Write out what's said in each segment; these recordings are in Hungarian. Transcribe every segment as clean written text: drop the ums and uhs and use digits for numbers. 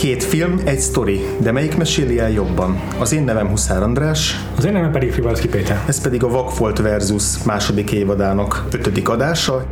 2 film, egy sztori, de melyik meséli el jobban? Az én nevem Huszár András. Az én nevem pedig Frivalszky Péter. Ez pedig a Vakfolt Versus második évadának 5. adása.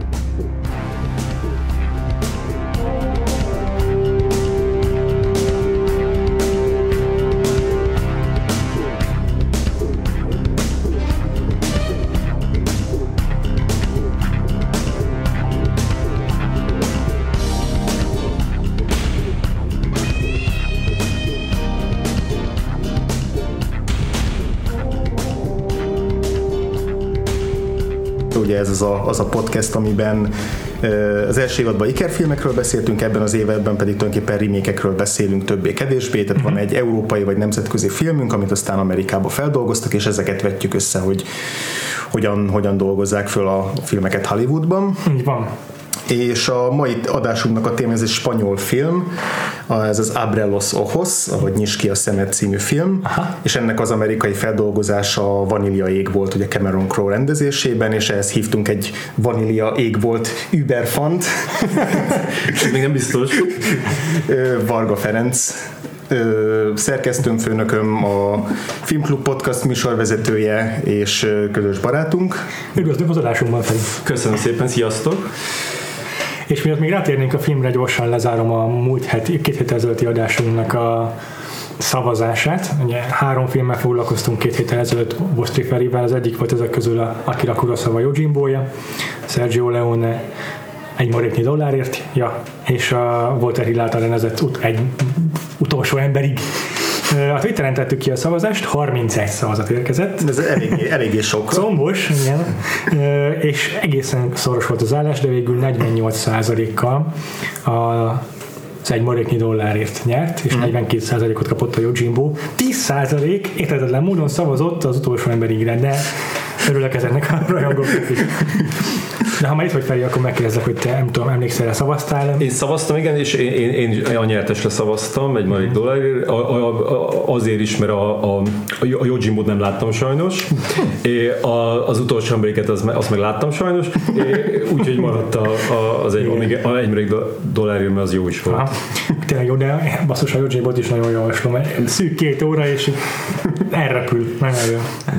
Ugye ez az a podcast, amiben az első évadban ikerfilmekről beszéltünk, ebben az évadban pedig tulajdonképpen remékekről beszélünk többé-kevésbé, tehát van egy európai vagy nemzetközi filmünk, amit aztán Amerikába feldolgoztak, és ezeket vetjük össze, hogy hogyan dolgozzák föl a filmeket Hollywoodban. Így van. És a mai adásunknak a téma ez egy spanyol film, ez az Abre los ojos, ahogy Nyisd ki a szemed című film. Aha. És ennek az amerikai feldolgozása a Vanília ég volt ugye Cameron Crowe rendezésében, és ehhez hívtunk egy Vanília ég volt Überfant. Ez még nem biztos. Varga Ferenc szerkesztőm, főnököm, a Filmklub Podcast műsorvezetője és közös barátunk. Üdvözlök az adásunkban, Feri. Köszönöm szépen, sziasztok! És miatt még rátérnénk a filmre, gyorsan lezárom a múlt 2 héttel ezelőtti adásunknak a szavazását. Ugye 3 filmmel foglalkoztunk 2 héttel ezelőtt Bostri Ferivel, az egyik volt ezek közül a Akira Kurosawa Yojimbo-ja, Sergio Leone Egy maréknyi dollárért, és a Walter Hill által rendezett Egy utolsó emberig. A Twitteren tettük ki a szavazást, 31 szavazat érkezett. Ez eléggé sok. Combos, igen. És egészen szoros volt az állás, de végül 48%-kal az Egy maréknyi dollárért nyert, és 42%-ot kapott a Yojimbo. 10% érthetetlen módon szavazott az utolsó emberigre, de örülök ezeknek a rajongóknak is. De ha már itt vagy, Feri, akkor megkérdezlek, hogy te, nem tudom, emlékszel, rá szavaztál? Én szavaztam, igen, és én a nyertesre szavaztam, egy marék dollárért, azért is, mert a Yojimbo-t nem láttam sajnos, az utolsó embereket azt meg láttam sajnos, úgyhogy maradt az egy marék dollárért, mert az jó is volt. Tényleg jó, de basszus, a Yojimbo-t is nagyon javaslom. Szűk 2 óra, és elrepül, nagyon jó.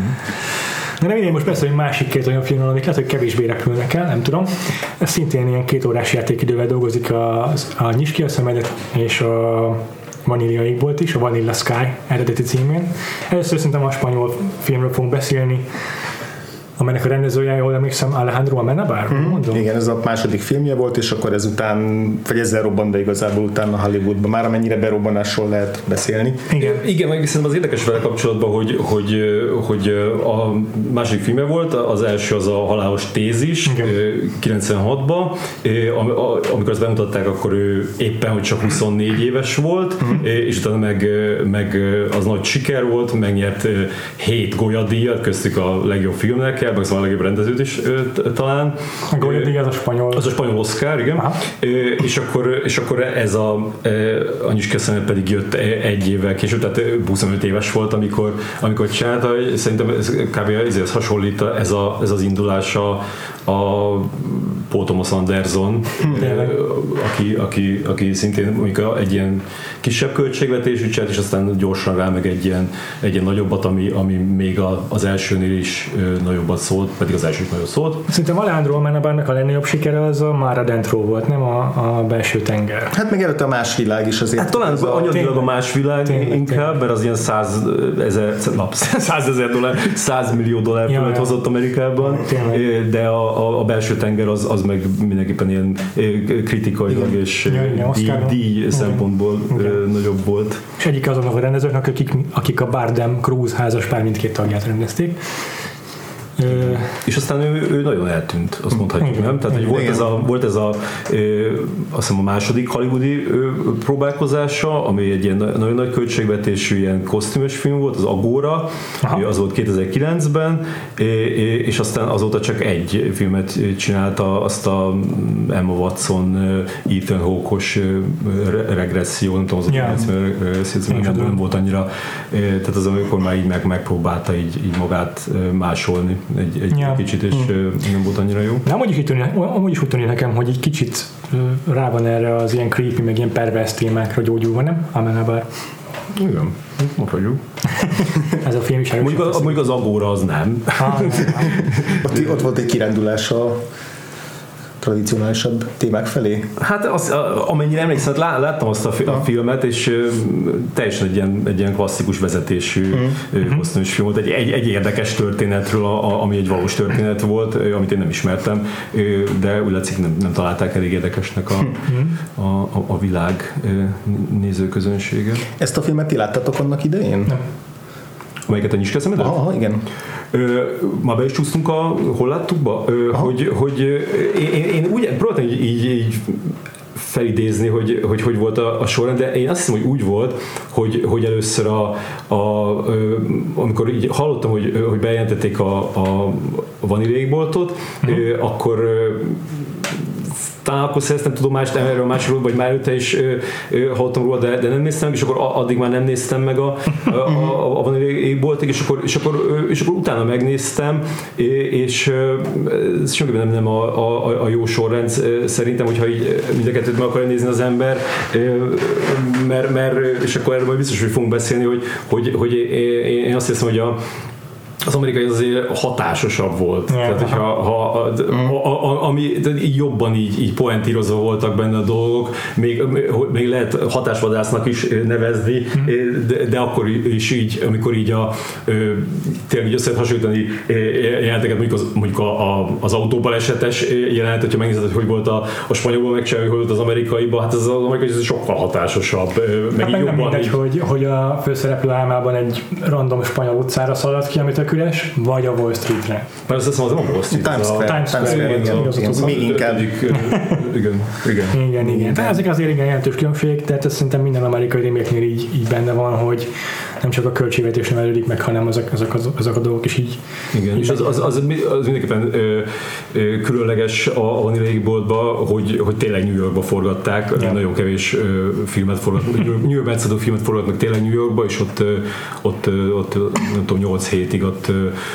De nem, én most beszélünk másik 2 olyan filmről, amik lehet, hogy kevésbé repülnek el, nem tudom. Ez szintén ilyen 2 órás játékidővel dolgozik a Nyisd ki a szemedet és a Vanília ég volt is, a Vanilla Sky eredeti címén. Először szerintem a spanyol filmről fogunk beszélni, amelynek a rendezője, jól emlékszem, Alejandro Amenábar, mondom? Igen, ez a második filmje volt, és akkor ezzel robbant be igazából utána Hollywoodba. Már amennyire berobbanásról lehet beszélni. Igen, meg viszont az érdekes vele kapcsolatban, hogy a második filmje volt, az első az a Halálos tézis, 96-ban, amikor azt bemutatták, akkor ő éppen, hogy csak 24 éves volt, és utána meg az nagy siker volt, megnyert 7 Goya-díjat, köztük a legjobb filmnek, meg szóval a legjobb rendezőt is talán. A Goya-díj az a spanyol. Az a spanyol Oscar, igen. És akkor ez a Nyisd ki a szemed pedig jött egy évvel később, tehát 25 éves volt, amikor csinálta. Szerintem ez kb. Ez hasonlít ez az indulása a Paul Thomas Anderson, aki szintén mondjuk egy ilyen kisebb költségvetésű csinált, és aztán gyorsan rá meg egy ilyen nagyobbat, ami még az elsőnél is nagyobbat szólt, pedig az első is nagyon szólt. Szerintem Alejandro Amenábarnak a legnagyobb sikere az a Mar Adentro volt, nem a Belső tenger. Hát meg előtte a Más világ is azért. Hát talán anyagilag a Más világ inkább, mert az ilyen 100 millió dollár fölött hozott Amerikában, de a Belső tenger az meg mindenképpen ilyen kritikailag és díj szempontból nagyobb volt. És egyik azonnak a rendezőknek, akik a Bardem Cruz házaspár mindkét tagját rendezték. És aztán ő nagyon eltűnt, azt mondhatjuk, nem? Tehát hogy volt ez azt hiszem a második hollywoodi próbálkozása, ami egy ilyen nagyon nagy költségvetésű ilyen kosztümös film volt, az Agora, az volt 2009-ben, és aztán azóta csak egy filmet csinálta, azt a Emma Watson, Ethan Hawke-os regresszió, nem tudom, nem volt annyira, tehát az amikor már így megpróbálta így magát másolni, egy kicsit, és nem volt annyira jó. De amúgy is úgy tűnik nekem, hogy egy kicsit rá van erre az ilyen creepy, meg ilyen pervers témákra gyógyulva, nem? Amenábár. Igen, mondhatjuk. Ez a film is erős. Mondjuk az Agóra az nem. Ott volt egy kirándulás a tradicionálisabb témák felé? Hát amennyire emlékszem, láttam azt a filmet, és teljesen egy ilyen klasszikus vezetésű kosztümös film volt. Egy érdekes történetről, ami egy valós történet volt, amit én nem ismertem, de úgy látszik nem találták elég érdekesnek a világ nézőközönsége. Ezt a filmet ti láttátok annak idején? Nem. Amelyiket a Nyiskerszemedet? Aha, igen. Már be is csúsztunk hol láttuk be? Hogy én úgy próbáltam így felidézni, hogy volt a sorrend, de én azt hiszem, hogy úgy volt, hogy először amikor így hallottam, hogy bejelentették a Vanilékboltot, akkor talán akkor szereztem tudomást erről másról, vagy már előtte is hallottam róla, de nem néztem meg, és akkor addig már nem néztem meg a Vanilékboltig, és akkor utána megnéztem, és ez semmiben nem a jó sorrend szerintem, hogyha így mind a kettőt meg akarja nézni az ember, mert és akkor erről majd biztos, hogy fogunk beszélni, hogy én azt hiszem, hogy az amerikai azért hatásosabb volt. Tehát, hogyha ami jobban így poentírozva voltak benne a dolgok, még lehet hatásvadásznak is nevezni, de akkor is így, amikor így tényleg így össze lehet hasonlítani jelenteket, mondjuk az autóbalesetes jelenet, hogyha megnézed, hogy volt a spanyolban megcsinálni, hogy volt az amerikaiban, hát ez az amerikai sokkal hatásosabb. Meg jobban nem mindegy, hogy a főszereplő álmában egy random spanyol utcára szaladt ki, amit üres, vagy a Wall Streetre. Mert azt hiszem, az nem a Wall Street. Times Square. Még inkább. Igen. Tehát ezek azért igen jelentős különbség, tehát ez szerintem minden amerikai remake-nél így benne van, hogy nem csak a költségvetés növelődik meg, hanem azok a dolgok is így. Igen, és az mindenképpen különleges a Vanilékboltban, hogy tényleg New Yorkba forgatták, nagyon kevés filmet forgatnak, New Yorkban szedő filmet forgatnak tényleg New Yorkba, és ott nem tudom, 8 hétig ott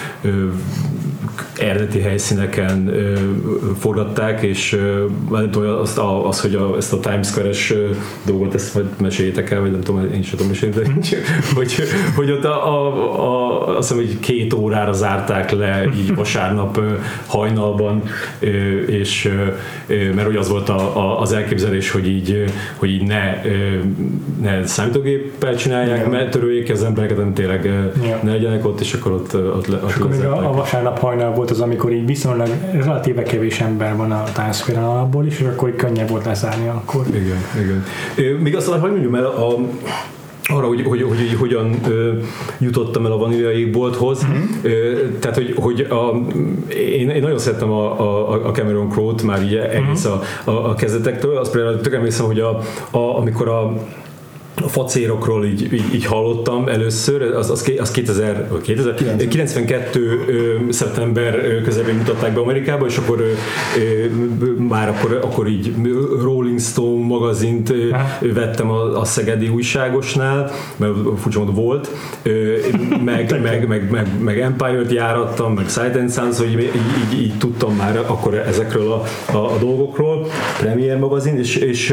eredeti helyszíneken forgatták, és nem tudom, hogy ezt a Times Square-es dolgot, ezt majd meséljétek el, vagy nem tudom, én sem tudom mesélni, de hogy ott azt hiszem, hogy 2 órára zárták le így vasárnap hajnalban, és mert hogy az volt az elképzelés, hogy így ne számítógéppel csinálják, mert töröljék az embereket, nem tényleg ne legyenek ott, és akkor ott akkor még a vasárnap hajnal volt az, amikor így viszonylag relatíve kevés ember van a Times Square-en alapból is, és akkor így könnyebb volt lezárni akkor. Igen. Még azt hogy mondjam el arra, hogy hogyan jutottam el a Vanilékbolthoz. Tehát, hogy én nagyon szerettem a Cameron Crowe-t már így egész a kezdetektől. Azt például tök emlékszem, hogy amikor a facérokról így hallottam először, az 92. szeptember közepén mutatták be Amerikába, és akkor már akkor így Rolling Stone magazint vettem a szegedi újságosnál, mert furcsa módon volt, meg Empire-t járattam, meg Sight and Sounds, hogy így tudtam már akkor ezekről a dolgokról, Premier magazin, és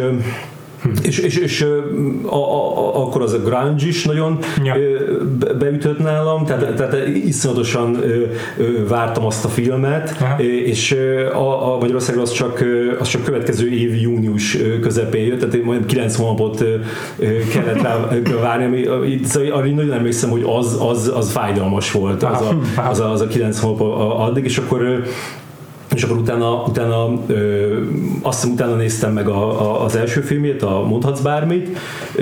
akkor az a grunge is nagyon beütött nálam, tehát iszonyatosan vártam azt a filmet, és a Magyarországon az csak következő év június közepén jött, tehát majd 9 hónapot kellett rá várni, arra nagyon emlékszem, hogy az fájdalmas volt, az a 9 hónap addig, és akkor utána azt hiszem, utána néztem meg az első filmjét, a Mondhatsz bármit,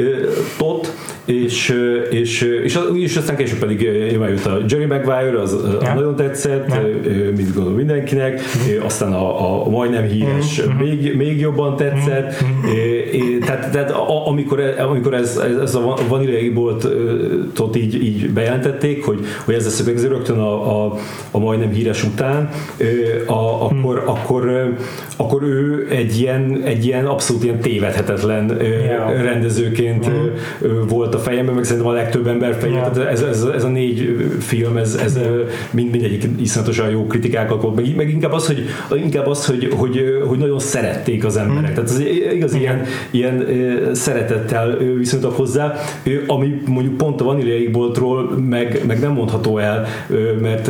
és aztán később pedig jött a Jerry Maguire, az nagyon tetszett, mit gondol mindenkinek, aztán a majdnem híres még jobban tetszett, tehát amikor ez a Vanilékboltot így bejelentették, hogy ez lesz a következő rögtön a majdnem híres után, akkor ő egy ilyen abszolút ilyen tévedhetetlen rendezőként volt volt a fejemben, meg szerintem a legtöbb ember fejében, tehát ez a 4 film, ez mindegyik iszonyatosan jó kritikákat volt, meg inkább az, hogy nagyon szerették az emberek, tehát ez igaz ilyen szeretettel viszonyultak hozzá, ami mondjuk pont a Vanilla Égboltról meg nem mondható el, mert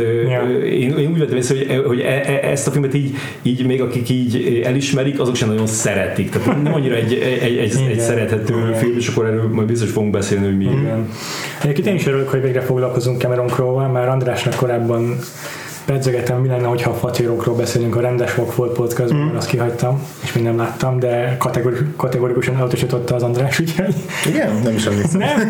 én úgy vettem észre, hogy ezt a filmet így még akik így elismerik, azok sem nagyon szeretik, tehát nem annyira egy szerethető film, és akkor erről majd biztos fogunk beszélni, hogy mi. Egyébként én is örülök, hogy végre foglalkozunk Cameron Crowe-val, már Andrásnak korábban pedzegetem, mi lenne, hogyha a facérokról beszélünk a rendes Vagfolt podcastban, azt kihagytam, és még nem láttam, de kategorikusan elutasította az András, úgyhogy... Igen? Nem is emlékszem. Nem?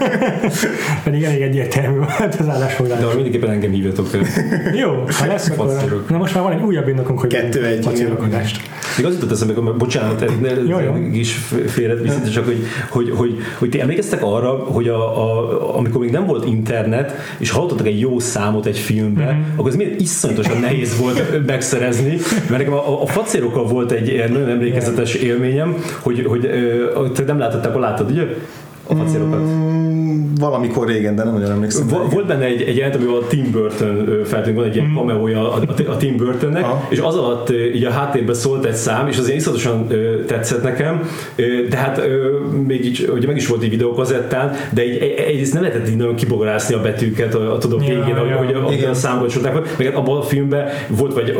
Pedig elég egyértelmű volt az állásfoglalás. De mindenképpen engem hívjatok el. Jó, ha lesz, akkor... Na most már van egy újabb indokunk, hogy 2-1 facérokodást. Még az jutott eszembe, bocsánat, is félreviszít, csak hogy ti emlékeztek arra, hogy amikor még nem volt internet, és hallottak egy jó számot egy filmbe, akkor ez milyen iszonyatosan nehéz volt megszerezni, mert nekem a facérokkal volt egy nagyon emlékezetes élményem, hogy te nem láttad, akkor láttad, ugye? A facérokat. Valamikor régen, de nem nagyon emlékszem. Volt benne egy jelent, amivel a Tim Burton feltűnt, van egy ilyen cameója a Tim Burtonnek, és az alatt így a háttérben szólt egy szám, és az én iszonyatosan tetszett nekem, de hát még így, ugye meg is volt egy videókazettán, de egyrészt nem lehetett így nagyon kibogarászni a betűket a végén, hogy a számot sorolták, meg abban a filmben volt vagy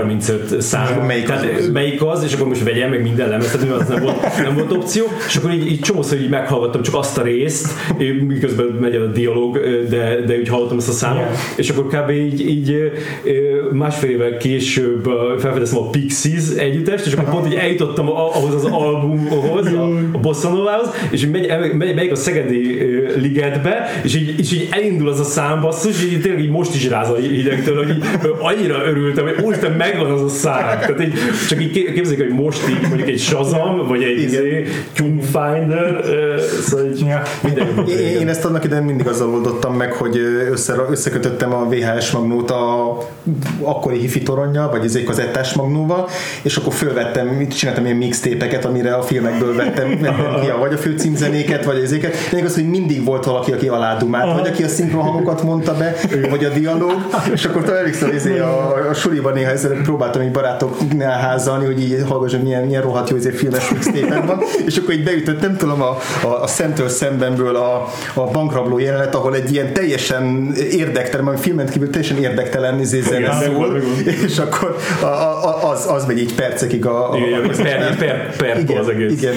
35 szám, melyik az, és akkor most vegyem meg minden lemez, tehát az nem volt opció, és akkor így csomószor így meghallgattam csak azt a részt, miközben megy a dialóg, de úgy hallottam ezt a számot, és akkor kb. így másfél évvel később felfedeztem a Pixies együttest, és akkor pont így eljutottam ahhoz az albumhoz, a Bossa Novához, és megyek a Szegedi Ligetbe, és így elindul az a szám, basszus, és így tényleg így most is ráz a hidegtől, hogy így annyira örültem, hogy úristen, megvan az a szám. Tehát így, csak így képzeljük, hogy most így mondjuk egy Shazam, vagy egy Tune Finder, szóval így minden jobb. Én ezt annak idején mindig azzal oldottam meg, hogy összekötöttem a VHS magnót a akkori hifi toronnyal, vagy egy kazettás magnóval, és akkor fölvettem, csináltam ilyen mixtépeket, amire a filmekből vettem ki vagy a főcímzenéket, vagy ezeket. Lényeg az, hogy mindig volt valaki, aki aládumált, vagy aki a szinkronhangokat mondta be, vagy a dialóg, és akkor emlékszem, hogy a suliban néha ezzel próbáltam egy barátoknál házalni, hogy így hallgassam, milyen rohadt jó filmes mixtépek van, és akkor így beütött, nem tudom, a Szemtől szembenből a bankrabló jelenet, ahol egy ilyen teljesen érdektelen, ami filmen kívül teljesen érdektelen zene szól, és akkor az megy így percekig per az egész. Igen.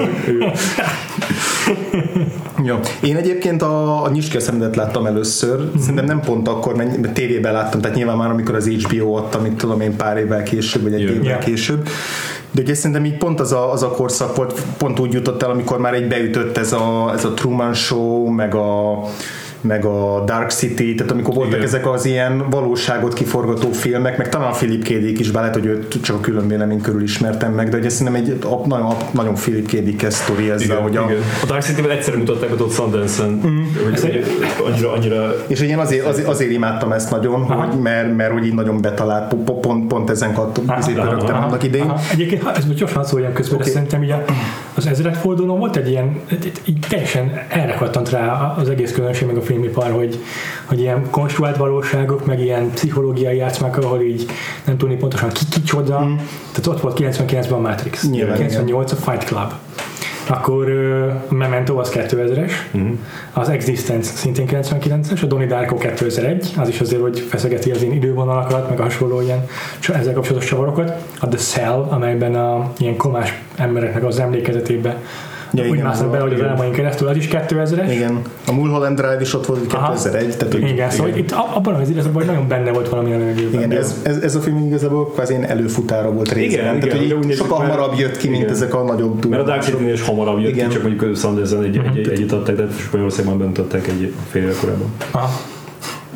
Ja. Én egyébként a Nyisd ki a szemedet láttam először, szerintem nem pont akkor, mert tévében láttam, tehát nyilván már amikor az HBO ott, amit tudom én pár évvel később, vagy egy évvel később. De ugye szerintem így pont az a korszak volt, pont úgy jutott el, amikor már egy beütött ez a Truman Show, meg a Dark City, tehát amikor voltak ezek az ilyen valóságot kiforgató filmek, meg talán a Philip K. Dick is, bár lehet, hogy őt csak a külön vélemény körül ismertem meg, de ugye szerintem egy nagyon Philip K. Dick-es sztori ezzel, hogy a Dark City-vel egyszerűen mutatták ott Sundance-en, hogy annyira... És én azért imádtam ezt nagyon, mert hogy így nagyon betalált, pont ezen pörögtem annak idején. Egyébként, ez most gyorsan szóljam közben, de szerintem így az ezredfordulón volt egy ilyen, így teljesen elrekattant rá az egész közönség, meg a filmipar, hogy ilyen konstruált valóságok, meg ilyen pszichológiai játszmák, ahol így nem tudni pontosan kicsoda. Tehát ott volt 99-ben a Matrix, 98 a Fight Club. Akkor Memento az 2000-es, az Existence szintén 99-es, a Donnie Darko 2001, az is azért, hogy feszegeti az én idővonalakat, meg a hasonló ilyen ezzel kapcsolatos csavarokat. A The Cell, amelyben a ilyen komás embereknek az emlékezetében úgy másznak bele, hogy az elmaink keresztül, az is 2000-es. Igen. A Mulholland Drive is ott volt 2001. Tehát igen, szóval itt abban az időszakban nagyon benne volt valami előjövőben. Igen, ez a film igazából kvázi ilyen előfutára volt részben. Igen, tehát hogy sokkal hamarabb jött ki, mint ezek a nagyobb túl. Mert a Dark City-nél is hamarabb jött ki, csak mondjuk Sundance-en együtt adták, de Spanyolországban bent adták egy fél éve korábban.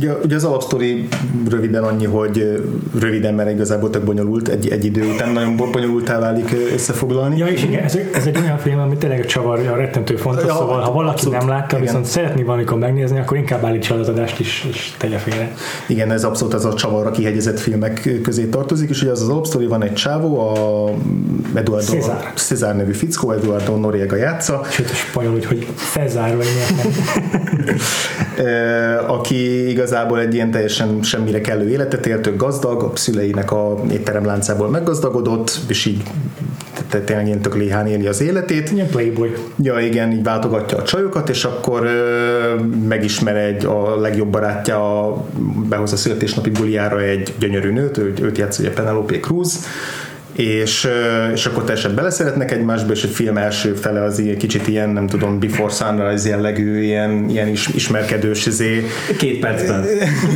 ugye az alapsztori röviden annyi, hogy röviden, mert igazából tök bonyolult, egy idő után nagyon bonyolultá válik összefoglalni. Ja, és igen, ez egy olyan film, ami tényleg csavarja, rettentő fontos, szóval ha valaki abszolút, nem látta, igen. Viszont szeretné valamikor megnézni, akkor inkább állítsa az adást is, és tegye félre. Igen, ez abszolút az a csavarra kihegyezett filmek közé tartozik, és ugye az alapsztori, van egy csávó, a Eduardo César nevű fickó, Eduardo Noriega játsza. Sőt, a spanyol úgy, hogy César, vagy miért nem. Aki igazából egy ilyen teljesen semmire kellő életet élt, ő gazdag, a szüleinek a étteremláncából meggazdagodott, és így tényleg ilyen tök léhán éli az életét. Ilyen playboy. Ja, igen, így váltogatja a csajokat, és akkor megismer a legjobb barátja, behoz a születésnapi buliára egy gyönyörű nőt, őt játszik, Penelope Cruz, és akkor teljesen beleszeretnek egymásba, és egy film első fele az ilyen kicsit ilyen, nem tudom, Before Sunrise jellegű, ilyen ismerkedős 2 percben.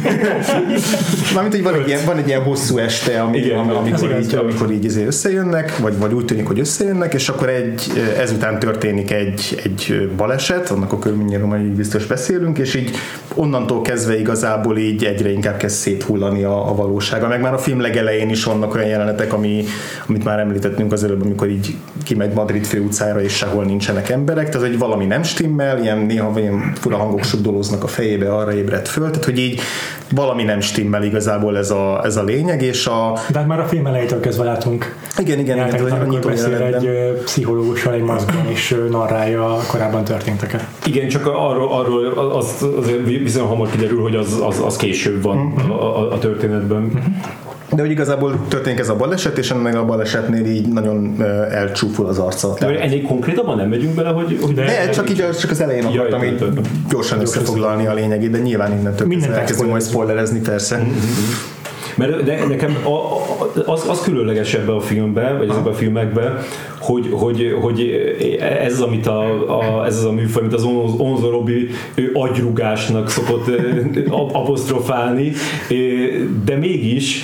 Mármint, hogy van egy ilyen hosszú este, amikor így összejönnek, vagy úgy tűnik, hogy összejönnek, és akkor ezután történik egy baleset, annak a körülményéről majd biztos beszélünk, és így onnantól kezdve igazából így egyre inkább kezd széthullani a valósága. Meg már a film legelején is vannak olyan jelenetek, amit már említettünk az előbb, amikor így kimegy Madrid főutcára, és sehol nincsenek emberek, tehát hogy valami nem stimmel, néha ilyen fura hangok sugdolóznak a fejébe, arra ébredt föl, tehát hogy így valami nem stimmel igazából ez a lényeg, és de hát már a film elejétől kezdve látunk. Igen, amikor beszél egy pszichológussal egy maszkban, és narrálja a korábban történteket. Igen, csak arról az viszonylag hamar kiderül, hogy az később van a történetben. De hogy igazából történik ez a baleset, és ennek a balesetnél így nagyon elcsúful az arca. De ennyi konkrétabban nem megyünk bele, hogy csak az elején akartam így gyorsan összefoglalni a lényegét, de nyilván innentől elkezdünk majd spoilerezni, persze. Mert de nekem az különleges ebben a filmben, vagy ezekben a filmekben, hogy ez, amit ez az a műfaj, amit az Onzo Robi agyrugásnak szokott apostrofálni, de mégis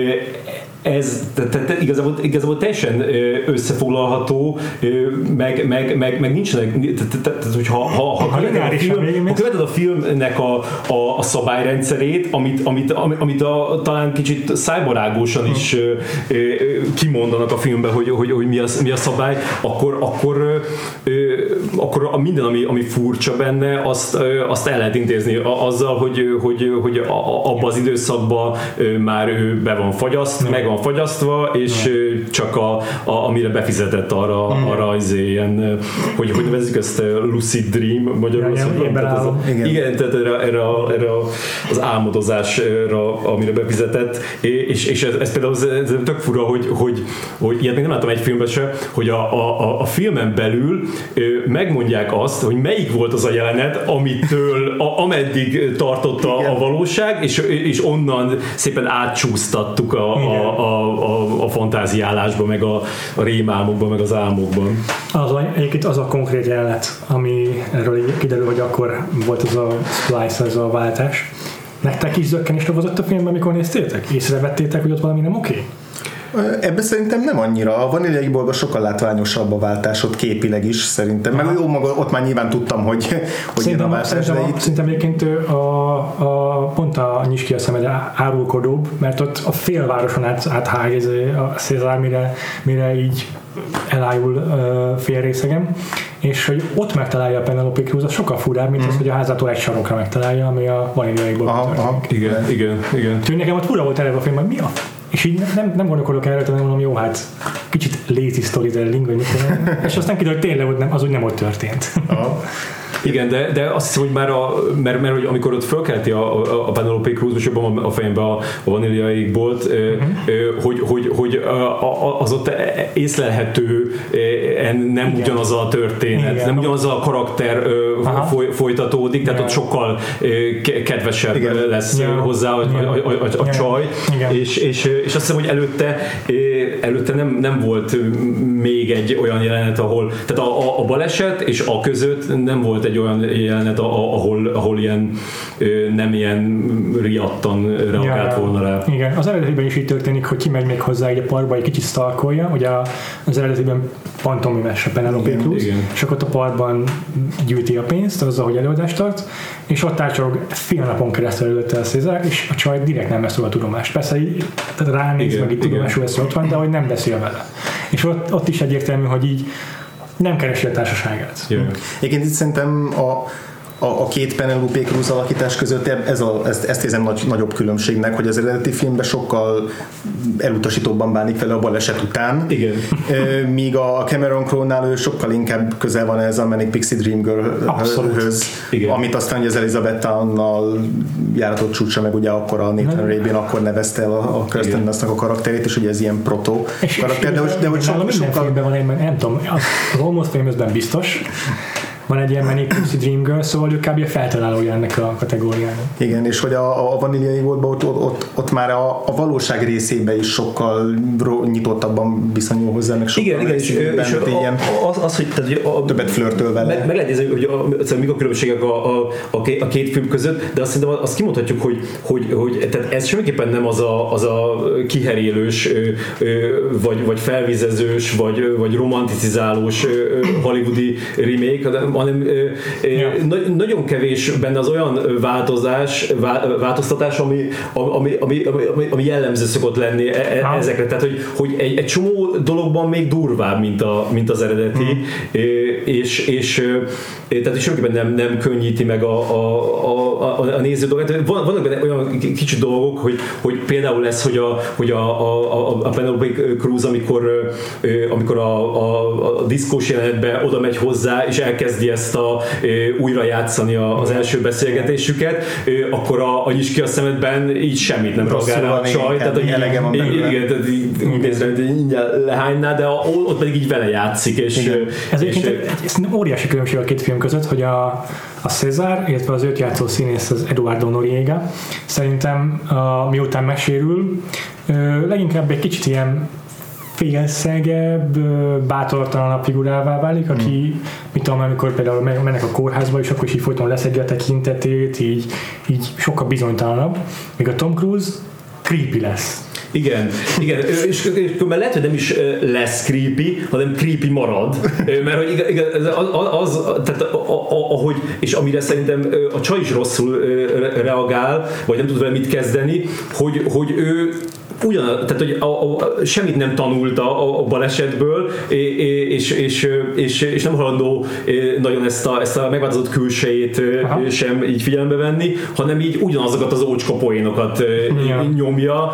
ez igazából teljesen összefoglalható, meg nincsenek, tehát hogyha követed a filmnek a szabályrendszerét, amit talán kicsit szájbarágosan is kimondanak a filmben, hogy mi a szabály, akkor minden, ami furcsa benne, azt el lehet intézni azzal, hogy abban az időszakban már ő be van fagyaszt, meg van fagyasztva, és csak amire befizetett arra az ilyen, hogy nevezzük ezt Lucid Dream magyarul. Igen, tehát erre az álmodozásra, amire befizetett, és ez például ez tök fura, hogy ilyet még nem láttam egy filmben se, hogy a filmen belül megmondják azt, hogy melyik volt az a jelenet, amitől ameddig tartotta a valóság, és onnan szépen átcsúsztattuk a fantáziálásba, meg a rémálmokban, meg az álmokban. Egyébként az a konkrét jelenet, ami erről kiderül, hogy akkor volt az a splice, ez a váltás. Nektek is zökkenést okozott a filmben, amikor néztétek? Észrevettétek, hogy ott valami nem oké? Ebben szerintem nem annyira. A Vaníliai Boltban sokkal látványosabb a váltás, ott képileg is szerintem. Meg jó maga, ott már nyilván tudtam, hogy ilyen a váltás. Szerintem egyébként pont a nyis ki a szemed árulkodóbb, mert ott a félvároson áthág a César, mire így elájul félrészegen, és hogy ott megtalálja a Penelope Cruz, az sokkal furább, mint az, hogy a házától egy sarokra megtalálja, ami a Vaníliai Boltban történik. Igen. Úgyhogy nekem ott fura volt eleve a film, hogy mi a és így nem gondolkodok erre, hanem mondom, jó, hát kicsit lazy storytelling, vagy és aztán kiderül, hogy tényleg az úgy nem ott történt. Igen, de azt hiszem, hogy már mert hogy amikor ott fölkelti a Penelope Cruz, most jobban a fejemben a Vaníliai Bolt, hogy az ott észlelhető nem ugyanaz a történet, igen, nem ugyanaz a karakter folytatódik, tehát ott sokkal kedvesebb lesz hozzá a csaj, és azt hiszem, hogy előtte előtte nem volt még egy olyan jelenet, ahol, tehát a baleset és a között nem volt egy olyan jelenet, ahol ilyen nem ilyen riadtan reagált volna rá. Igen, az eredetiben is így történik, hogy kimegy még hozzá egy a parkba, egy kicsit stalkolja, ugye az eredetiben pantomimes a Penelope Cruz, és akkor a parkban gyűjti a pénzt azzal, hogy előadást tart, és ott tárcsolog fél napon keresztül előtte a César, és a csaj direkt nem vesz róla tudomást. Persze tehát ránéz, meg itt tudomásul vesz, ott van, de hogy nem beszél vele. És ott is egyértelmű, hogy így nem keresi a társaságát. Egyébként itt szerintem a két Penelope Cruz alakítás között ezt érzem nagyobb különbségnek, hogy az eredeti filmben sokkal elutasítóbban bánik vele a baleset után. Igen. Míg a Cameron Crowe-nál ő sokkal inkább közel van ez a Manic Pixie Dream Girl-höz, amit aztán az Elizabeth Town-nal járatott csúcsra, meg ugye akkor a Nathan Rabin akkor nevezte el a Kirsten Dunstnak a karakterét, és ugye ez ilyen proto karakter, de hogy sokkal... Minden filmben van egy, nem tudom, az Almost Famous-ben biztos, van egy ilyen Manic Pixie Dream Girl, szóval ő kb. Feltalálója ennek a kategóriának. Igen, és hogy a Vanilliai Boltban ott már a valóság részébe is sokkal nyitottabban viszonyul hozzá, meg sokkal igen, és az, hogy többet flörtöl vele. Meg lehet nézni, hogy mik a különbségek a két film között, de azt szerintem azt kimondhatjuk, hogy tehát ez semmiképpen nem az a kiherélős, vagy felvizezős, vagy romanticizálós hollywoodi remake, hanem nagyon kevés benne az olyan változtatás, ami jellemző szokott lenni ezekre. Tehát, hogy egy csomó dologban még durvább, mint az eredeti, és tehát semmiképpen nem könnyíti meg a néző dolgát. Vannak benne olyan kicsi dolgok, hogy például ez, hogy a Penelope Cruz, amikor a diszkós jelenetben oda megy hozzá, és elkezdi ezt újra játszani az első beszélgetésüket, akkor a nyisd ki a szemedben így semmit nem reagál rá a csaj. Tehát elegem van belőle. Igen, tehát így nézve, hogy ingyen lehányná, de ott pedig így vele játszik. Ez egyébként egy óriási különbség a két film között, hogy a César, illetve az őt játszó színész, az Eduardo Noriega, szerintem miután megsérül, leginkább egy kicsit ilyen félszegebb, bátortalanabb figurává válik, aki, mit tudom, amikor például mennek a kórházba, és akkor is így folyton leszedje a tekintetét, így sokkal bizonytalanabb. Még a Tom Cruise creepy lesz. Igen, és lehet, hogy nem is lesz creepy, hanem creepy marad, mert hogy tehát ahogy, és amire szerintem a csaj is rosszul reagál, vagy nem tud vele mit kezdeni, hogy ő tehát, hogy semmit nem tanult a balesetből, és nem hajlandó nagyon ezt a megváltozott külsejét sem így figyelembe venni, hanem így ugyanazokat az ócska poénokat nyomja,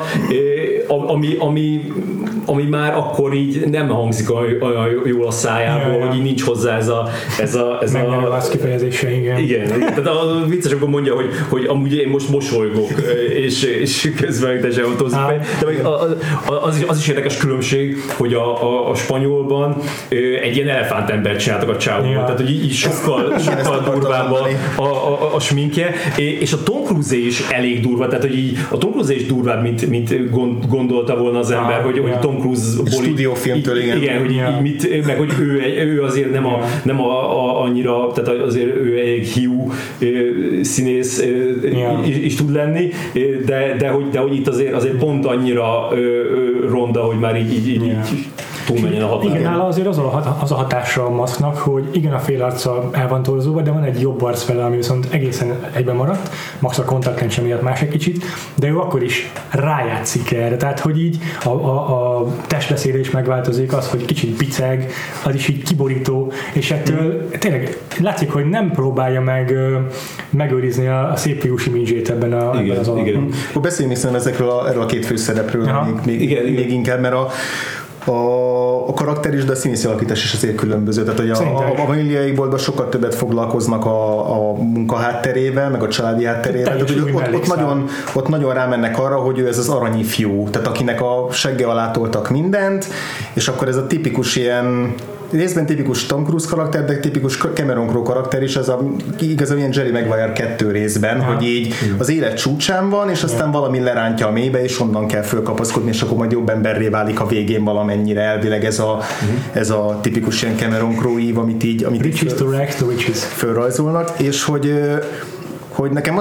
ami már akkor így nem hangzik olyan jól a szájából, hogy így nincs hozzá ez a megnyelvász kifejezése, igen. Igen, tehát a vicces, akkor mondja, hogy amúgy én most mosolygok, és közben te sem autózik be. De az is érdekes különbség, hogy a spanyolban egy ilyen elefántembert csináltak a csávóval, tehát hogy így sokkal durvább a sminkje, és a Tom Cruise is elég durva, tehát hogy így a Tom Cruise is durvább, mint gondolta volna az ember, hogy Tom Cruise-ból stúdiófilmtől, igen, hogy így meg hogy ő azért nem annyira, tehát azért ő egy hiú színész is tud lenni, de hogy itt azért pont annyira ronda, hogy már így túlmenjen a határ. Igen, nála azért az a hatása a maszknak, hogy igen, a fél arca el van torzulva, de van egy jobb arc fele, ami viszont egészen egyben maradt, max a kontaktlencse miatt más egy kicsit, de ő akkor is rájátszik erre, tehát hogy így a testbeszéde is megváltozik, az, hogy kicsit biceg, az is így kiborító, és ettől tényleg látszik, hogy nem próbálja megőrizni a szép fiús imidzsét ebben az alapban. Beszéljünk szerintem erről a két főszereplőről még inkább, mert a karakter is, de a színészi alakítás is azért különböző. Tehát, hogy a Vanilliai Boltban sokkal többet foglalkoznak a munkahátterével, meg a családi hátterével. Ott nagyon rámennek arra, hogy ő ez az aranyi fiú, tehát akinek a segge alá toltak mindent, és akkor ez a tipikus ilyen részben tipikus Tom Cruise karakter, de tipikus Cameron Crowe karakter is, az igazán ilyen Jerry Maguire 2 részben, hogy így az élet csúcsán van, és aztán valami lerántja a mélybe, és onnan kell fölkapaszkodni, és akkor majd jobb emberré válik a végén valamennyire. Elvileg ez a tipikus ilyen Cameron Crowe ív, amit így fölrajzolnak, és hogy nekem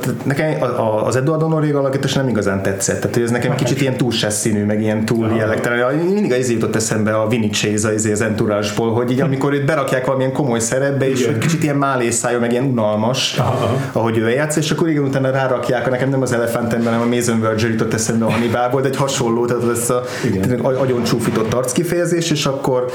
az Edward Norton alakítás nem igazán tetszett. Tehát, hogy ez nekem kicsit ilyen túl színű, meg ilyen túl jellegtelen. Mindig az jutott eszembe a Vinny Chase az Entourage-ból, hogy így amikor itt berakják valamilyen komoly szerepbe, és hogy kicsit ilyen málészájú, meg ilyen unalmas, ahogy ő játsz, és akkor igen, utána rárakják, nekem nem az Elephant Man, hanem a Mason Verger jutott eszembe a Hannibalból, de egy hasonló, tehát ez a agyon csúfított arckifejezés, és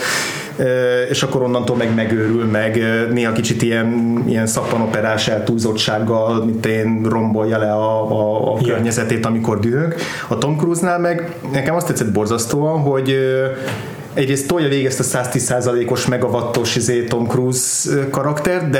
akkor onnantól megőrül, meg néha kicsit ilyen szappanoperás eltúlzottsággal, mint én rombolja le a környezetét, amikor dühög. A Tom Cruise-nál meg nekem azt tetszett borzasztóan, hogy egyrészt tolja végig ezt a 110%-os megawattos Tom Cruise karakter,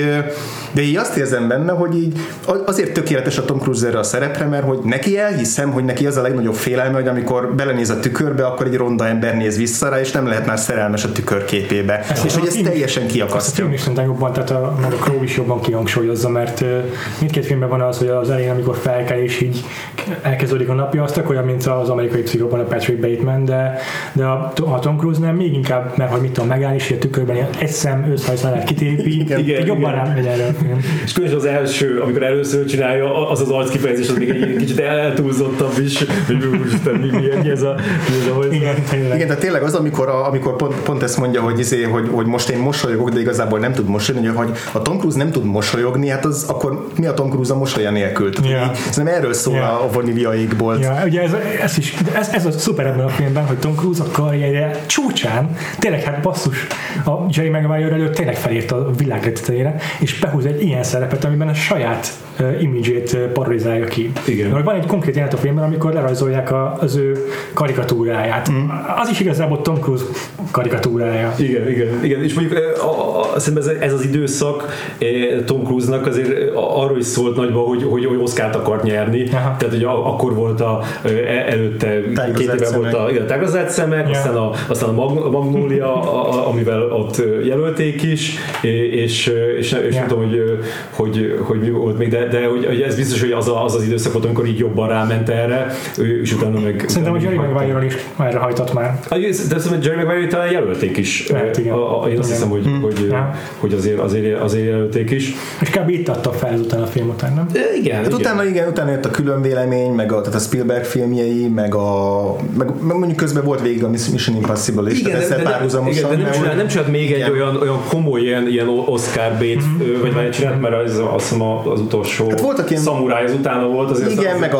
de így azt érzem benne, hogy így azért tökéletes a Tom Cruise erre a szerepre, mert hogy neki elhiszem, hogy neki az a legnagyobb félelme, hogy amikor belenéz a tükörbe, akkor egy ronda ember néz vissza rá, és nem lehet már szerelmes a tükörképébe. És hogy ez teljesen kiakasztja. A film is szerintem jobban, tehát a Crowe is jobban kihangsúlyozza, mert mindkét filmben van az, hogy az elején, amikor felkel és így elkezdődik a napja, az olyan, mint az Amerikai Pszichóban a Patrick Bateman, de a Tom Cruise-nál még inkább, mert hogy mit tudom, megáll és a tükörben egy szem őszhajszalát kitépi, jobban rám megy erre. És különösen az első, amikor először csinálja, az arckifejezés, az még egy kicsit eltúlzottabb is, hogy úristen, mi ez a Igen, tehát tényleg az, amikor pont ezt mondja, hogy most én mosolyogok, de igazából nem tud mosolyogni, hogy a Tom Cruise nem tud mosolyogni, hát az akkor mi a Tom Cruise a mosolya nélkül? Szerintem erről szól a vaníliaikból. Ugye ez a szuper ebben a filmben, hogy Tom Cruise a karrierje csúcsán, tényleg hát basszus, a Jerry Maguire előtt tényleg felírta a világ tetejére, és behúz egy ilyen szerepet, amiben a saját imidzsét parodizálja ki. Mert van egy konkrét jelenet a filmben, amikor lerajzolják az ő karikatúráját. Az is igazából Tom Cruise karikatúrája. Igen. És mondjuk szerintem ez az időszak Tom Cruise-nak azért arról is szólt nagyban, hogy Oscart akart nyerni. Tehát, hogy akkor volt előtte 2 éve volt a Tágazált szemek, aztán a Magnólia, amivel ott jelölték is, és nem tudom, hogy mi volt még, de hogy ez biztos, hogy az időszak volt, amikor így jobban ráment erre, és utána meg... Szerintem a Jerry Maguire-ral is erre hajtott már. De szerintem Jerry Maguire talán jelölték is. Én azt hiszem, hogy azért jelölték is. És kb. Itt adta fel utána a film után, nem? Igen. Hát utána jött a külön vélemény, tehát a Spielberg filmjei, meg mondjuk közben volt végig a Mission Impossible is, tehát ezzel párhuzamosan. Nem csinált még egy olyan komoly ilyen Oscar bait, vagy csinált, mert az utolsó szamuráj, az utána volt. Azért igen, meg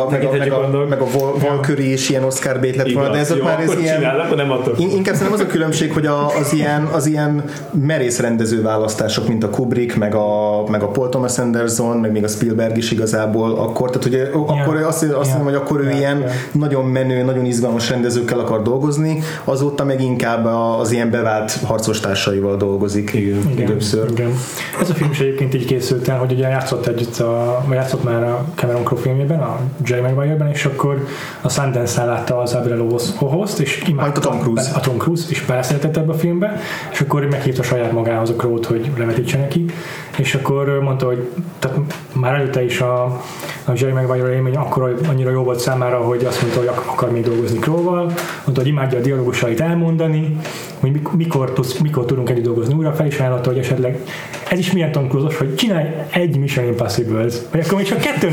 a Valkyrie is ilyen Oscar bait lett volna, de ez ott már ez ilyen... Inkább szerintem az a különbség, hogy az ilyen merész rendező választások, mint a Kubrick, meg a Paul Thomas Anderson, meg még a Spielberg is igazából akkor, tehát ugye akkor azt mondom, hogy akkor ő ilyen nagyon menő, nagyon izgalmas rendezőkkel akar dolgozni, azóta meg inkább az ilyen bevált harcostársaival dolgozik. Igen. Ez a film is egyébként így készült el, hogy ugye játszott már a Cameron Crowe filmjében, a Jerry Maguire-ben, és akkor a Sundance-nál látta az Abrelo Host, és imádta a Tom Cruise, és beleszeretett ebbe a filmbe, és akkor meghívta saját magához a Crowe-t, hogy levetítse neki, és akkor mondta, hogy tehát már előtte is a Jerry Maguire élmény akkor annyira jó volt számára, hogy azt mondta, hogy akar még dolgozni Crowe-val, mondta, hogy imádja a dialógusait elmondani, hogy mikor tudunk együtt dolgozni újra, fel is ajánlotta, hogy esetleg ez is milyen Tom Cruise-os, hogy csinálj egy Mission Impossible-t, vagy akkor még csak 2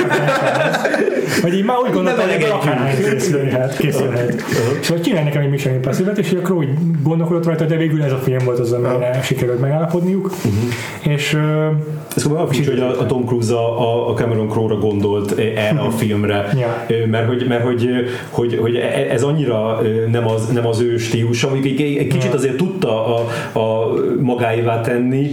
vagy így már úgy gondoltam, hogy akárhány készülhet. És hogy csinálj nekem egy Mission Impossible-t, és a Crowe gondolkodott rajta, de végül ez a film volt az, amire sikerült megállapodniuk. És ez olyan furcsa, hogy a Tom Cruise a Cameron Crowe-ra gondolt erre a filmre, mert hogy ez annyira nem az ő stílusa, amíg egy kicsit azért tudta a magáévá tenni,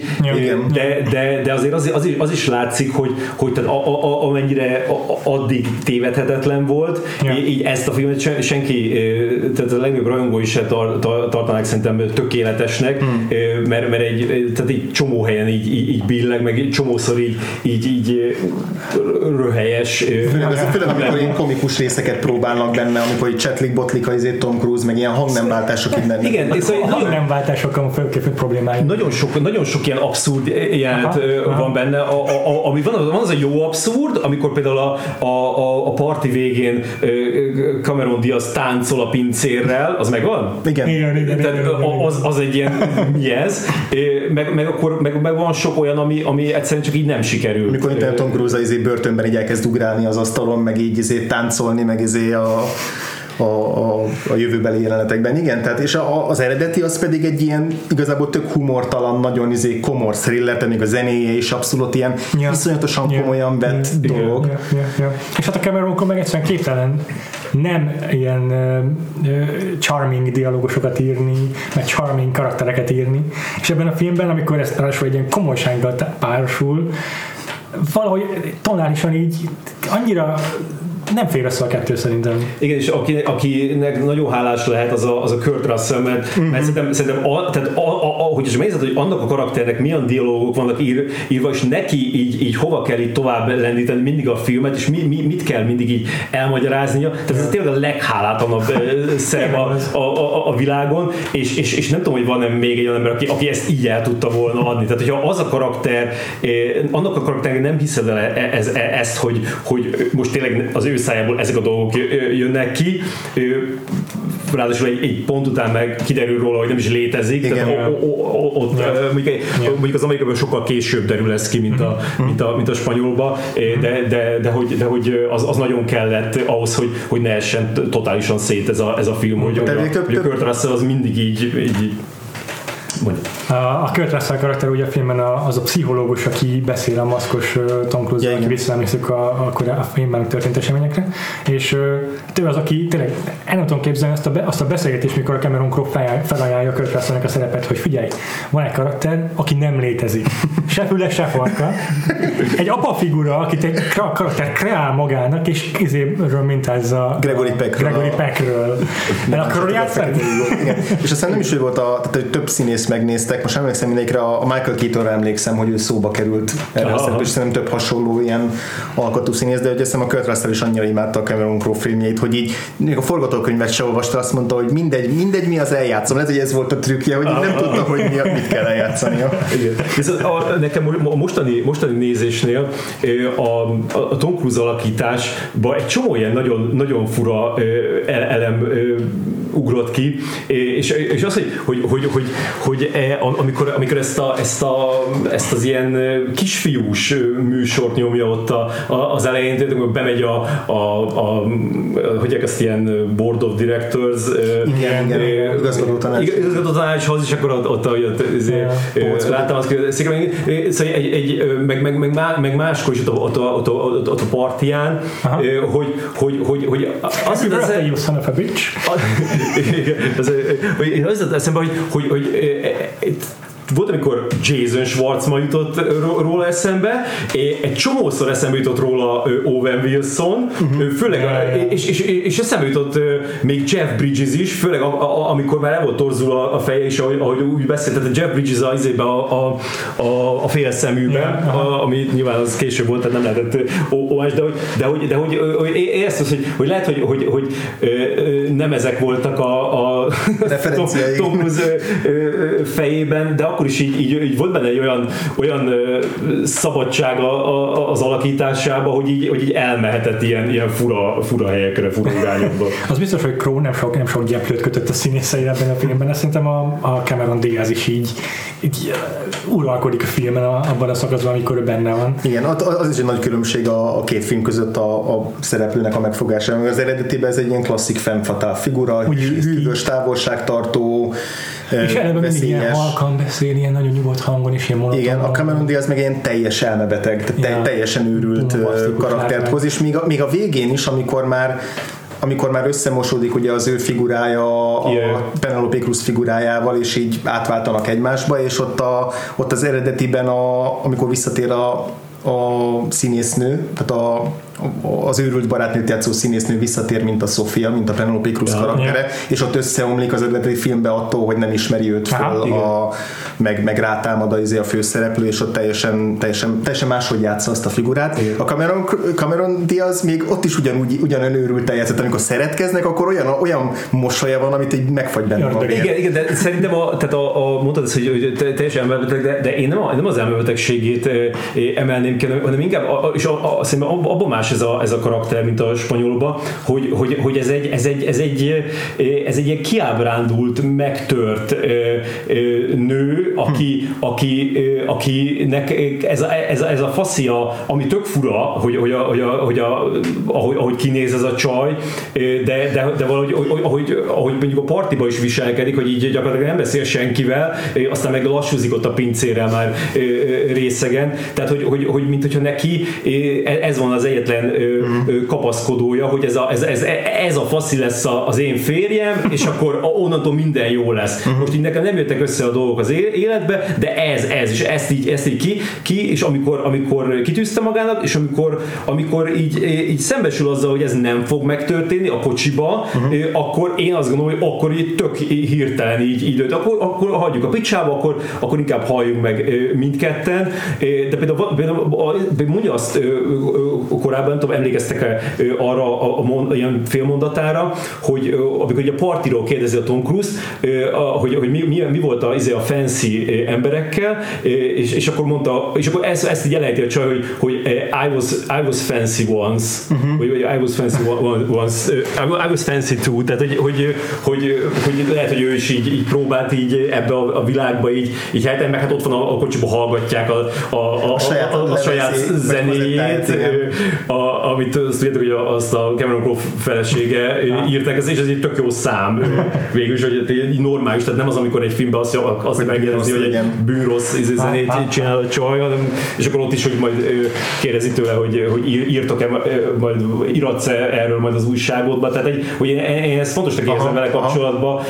de azért az is látszik, hogy tehát amennyire addig tévedhetetlen volt, így ezt a filmet senki, tehát a legnagyobb rajongó is se tartanák szerintem tökéletesnek, mert tehát egy csomó helyen így billeg, meg csomószor így röhelyes. Főleg amikor ilyen komikus részeket próbálnak benne, amikor csetlik-botlik a Tom Cruise, meg ilyen hangnemváltások innen. Igen, a hangnemváltásokkal főképpen problémája. Nagyon sok ilyen abszurd jelent van benne. Ami van az a jó abszurd, amikor például a parti végén Cameron Diaz táncol a pincérrel, az megvan? Igen. Az egy ilyen mi ez? Meg van sok olyan, ami egyszerűen csak így nem sikerül. Mikor itt Tom Cruise börtönben így elkezd ugrálni az asztalon, meg így táncolni, meg a jövőbeli jelenetekben, igen, tehát és az eredeti az pedig egy ilyen igazából tök humortalan, nagyon komor thriller, tehát még a zenéje is abszolút ilyen iszonyatosan komolyan vett dolog. És hát a Cameron meg egyszerűen képtelen nem ilyen charming dialógusokat írni, meg charming karaktereket írni, és ebben a filmben, amikor ez ráadásul egy ilyen komolysággal párosul, valahogy tonálisan így annyira nem fér össze a kettő szerintem. Igen, és akinek nagyon hálás lehet az a Kurt Russell, mert szerintem hogy megnézed, hogy annak a karakternek milyen dialógok vannak írva, és neki így hova kell így tovább lendíteni mindig a filmet, és mit kell mindig így elmagyaráznia. Tehát ez tényleg a leghálátanabb szerep a világon, és nem tudom, hogy van-e még egy olyan ember, aki ezt így el tudta volna adni. Tehát, hogyha az a karakter, annak a karakternek nem hiszed el ezt, hogy most tényleg az ő szájából ezek a dolgok jönnek ki, ráadásul egy pont után meg kiderül róla, hogy nem is létezik. Mondjuk az amerikaiban sokkal később derül ez ki, mint a spanyolba, de hogy az nagyon kellett ahhoz, hogy ne essen totálisan szét ez a film, hogy a Kurt Russell az mindig így a Kurt Russell karakter ugye a filmben az a pszichológus, aki beszél a maszkos Tom Cruise-ra, aki visszaemlékszik a filmben történt eseményekre, és ő az, aki tényleg el nem tudom képzelni azt a beszélgetést, mikor a Cameron Crowe felajánlja a Kurt Russellnek a szerepet, hogy figyelj, van egy karakter, aki nem létezik. Se füle, se farka. Egy apa figura, akit egy karakter kreál magának, és izéről mintázza Gregory Peckről. El akarod játszani? És aztán nem is ő volt, tehát több színész megnéztek, most emlékszem mindegyikre, a Michael Keatonra emlékszem, hogy ő szóba került erre a szerep, és szerintem több hasonló ilyen alkotó színész, de hogy azt hiszem a Kurt Russell is annyira imádta a Cameron Crowe filmjeit, hogy így még a forgatókönyvet se olvasta, azt mondta, hogy mindegy mi az eljátszom. Lehet, hogy ez volt a trükkje, hogy nem tudta, hogy mit kell eljátszania. Igen. Viszont nekem a mostani nézésnél a Tom Cruise alakításban egy csomó ilyen nagyon, nagyon fura elem ugrott ki, és az, hogy amikor ezt az ilyen kisfiús műsort nyomja ott az elején, hogy bemegy hogy ezt ilyen board of directors igazgató tanácshoz, és akkor ott láttam azt, meg máskor is ott a partiján, hogy azt jutott eszembe, hogy volt, amikor Jason Schwartzman jutott róla eszembe, egy csomószor eszembe jutott róla Owen Wilson, főleg, és eszembe jutott még Jeff Bridges is, főleg amikor már el volt torzul a feje, és ahogy úgy beszélt, tehát Jeff Bridges a félszeműben, ami nyilván az később volt, tehát nem lehetett óvás, de hogy ezt, hogy lehet, hogy nem ezek voltak a Tom Cruise fejében, de akkor is így volt benne egy olyan szabadság az alakításában, hogy így elmehetett ilyen fura helyekre, fura irányokba. Az biztos, hogy Crowe nem sok gyeplőt kötött a színészeire ebben a filmben, de szerintem a Cameron Diaz is így uralkodik a filmen abban a szakaszban, amikor ő benne van. Igen, az is egy nagy különbség a két film között a szereplőnek a megfogásában. Az eredetiben ez egy ilyen klasszik femme fatale figura, hűvös, távolságtartó, és eleve mindig ilyen halkan beszél, ilyen nagyon nyugodt hangon és ilyen monoton. Igen, a Cameron Diaz meg ilyen teljes elmebeteg, teljesen őrült karaktert hoz, és még a végén is, amikor már összemosódik ugye az ő figurája a Penelope Cruz figurájával, és így átváltanak egymásba, és ott az eredetiben, amikor visszatér a színésznő, tehát az őrült barátnőt játszó színésznő visszatér, mint a Sofia, mint a Penelope Cruz karaktere, és ott összeomlik az eredeti filmbe attól, hogy nem ismeri őt fel, meg rátámad a főszereplő, és ott teljesen máshogy játsza azt a figurát. Igen. A Cameron Diaz még ott is ugyanolyan őrülten játszott, amikor szeretkeznek, akkor olyan mosolya van, amit így megfagy benne a vér. Igen, de szerintem mondtad ezt, hogy teljesen elmebeteg, de én nem az elmebetegségét emelném ki, hanem inkább, és szerintem abban más ez a karakter, mint a spanyolban, hogy ez egy ilyen kiábrándult, megtört nő, akinek ez a faszia, ami tök fura, ahogy kinéz ez a csaj, de valahogy ahogy mondjuk a partiba is viselkedik, hogy így gyakorlatilag nem beszél senkivel, aztán meg lassúzik ott a pincérrel már részegen, tehát hogy mint hogyha neki ez van az egyetlen kapaszkodója, hogy ez a faszi lesz az én férjem, és akkor onnantól minden jó lesz. Most így nekem nem jöttek össze a dolgok az életbe, de ez és ezt így ki, és amikor kitűzte magának, és amikor így szembesül azzal, hogy ez nem fog megtörténni a kocsiba, akkor én azt gondolom, hogy akkor így tök hirtelen így akkor hagyjuk a picsába, akkor inkább halljunk meg mindketten, de például mondja azt korábban, nem tudom, emlékeztek arra ilyen félmondatára, hogy amikor a partiról kérdezi a Tom Cruise, hogy mi volt a fancy emberekkel, és akkor mondta, és akkor ezt így elejti a csaj, hogy I was fancy once, vagy I was fancy once, I was fancy too, tehát hogy lehet, hogy ő is így próbált így ebbe a világba így helyten, meg hát ott van a kocsiba hallgatják a saját zenéjét, amit azt tudjátok, hogy azt a Cameron Crowe felesége írták, és ez egy tök jó szám végülis, hogy így normális, tehát nem az, amikor egy filmben azt megjelezni, hogy egy bűnrossz zenét csinál a csaj, és akkor ott is, hogy majd kérdezi tőle, hogy írtok-e, majd iratsz erről majd az újságodba, tehát hogy én ezt fontosnak érzem vele kapcsolatban,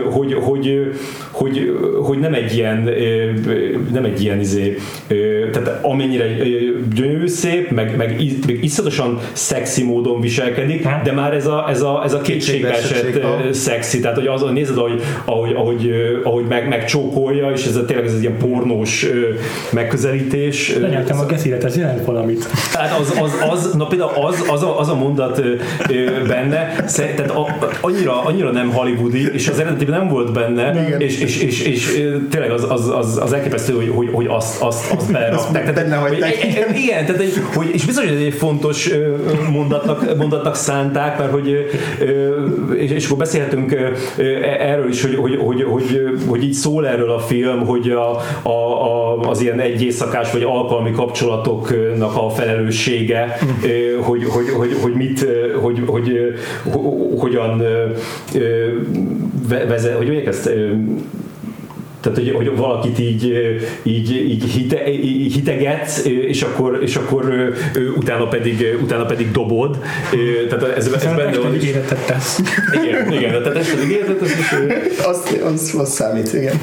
hogy nem egy ilyen tehát amennyire gyönyörű szép, meg iszonyatosan szexi módon viselkedik, de már ez a kétségbeesett szexi, tehát hogy nézed, ahogy megcsókolja, és ez tényleg ez egy ilyen pornós megközelítés. Lenyeltem a kesziret, ez jelent valamit. Tehát az a mondat benne, tehát annyira nem hollywoodi, és az eredetiben nem volt benne, és tényleg az elképesztő, hogy azt belerakták. Igen, tehát és biztos, hogy ez egy fontos mondatnak szánták, mert és akkor beszélhetünk erről is, hogy így szól erről a film, hogy az ilyen egy éjszakás vagy alkalmi kapcsolatoknak a felelőssége, hogy mit, hogyan vezet, hogy mondják ezt, tehát, hogy valakit így hitegetsz, és akkor utána pedig dobod. Tehát ez benne van. Ígéretet tesz. Igen, tehát ez ígéretet tesz. Az számít, igen.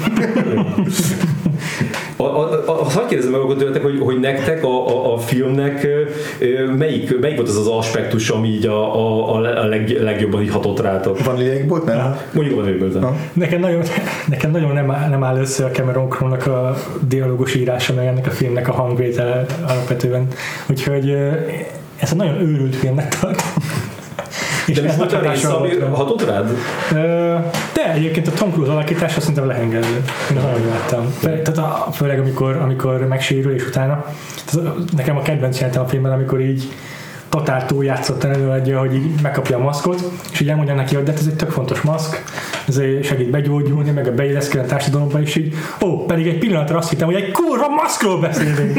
Azt kérdezem meg tőletek, hogy nektek a filmnek melyik volt az aspektus, ami így a legjobban így hatott rátok? Van Lélekbolt, nem? Mondjuk Van Lélekbolt, nem. Nekem nagyon nem áll össze a Cameron Crowe-nak a dialógus írása, meg ennek a filmnek a hangvétele alapvetően. Úgyhogy ezt a nagyon őrült filmnek tartom. De most volt a rész, ami hatott rád? De egyébként a Tom Cruise alakítása szerintem lehengelő. Én nagyon láttam. Tehát főleg amikor megsérül és utána. Nekem a kedvenc jelentem a filmben, amikor így totál túljátszottan előadja, hogy így megkapja a maszkot, és így elmondja neki, hogy de ez egy tök fontos maszk, ez segít begyógyulni, meg a beilleszkedni a társadalomban is így. Pedig egy pillanatra azt hittem, hogy egy kurva maszkról beszélünk.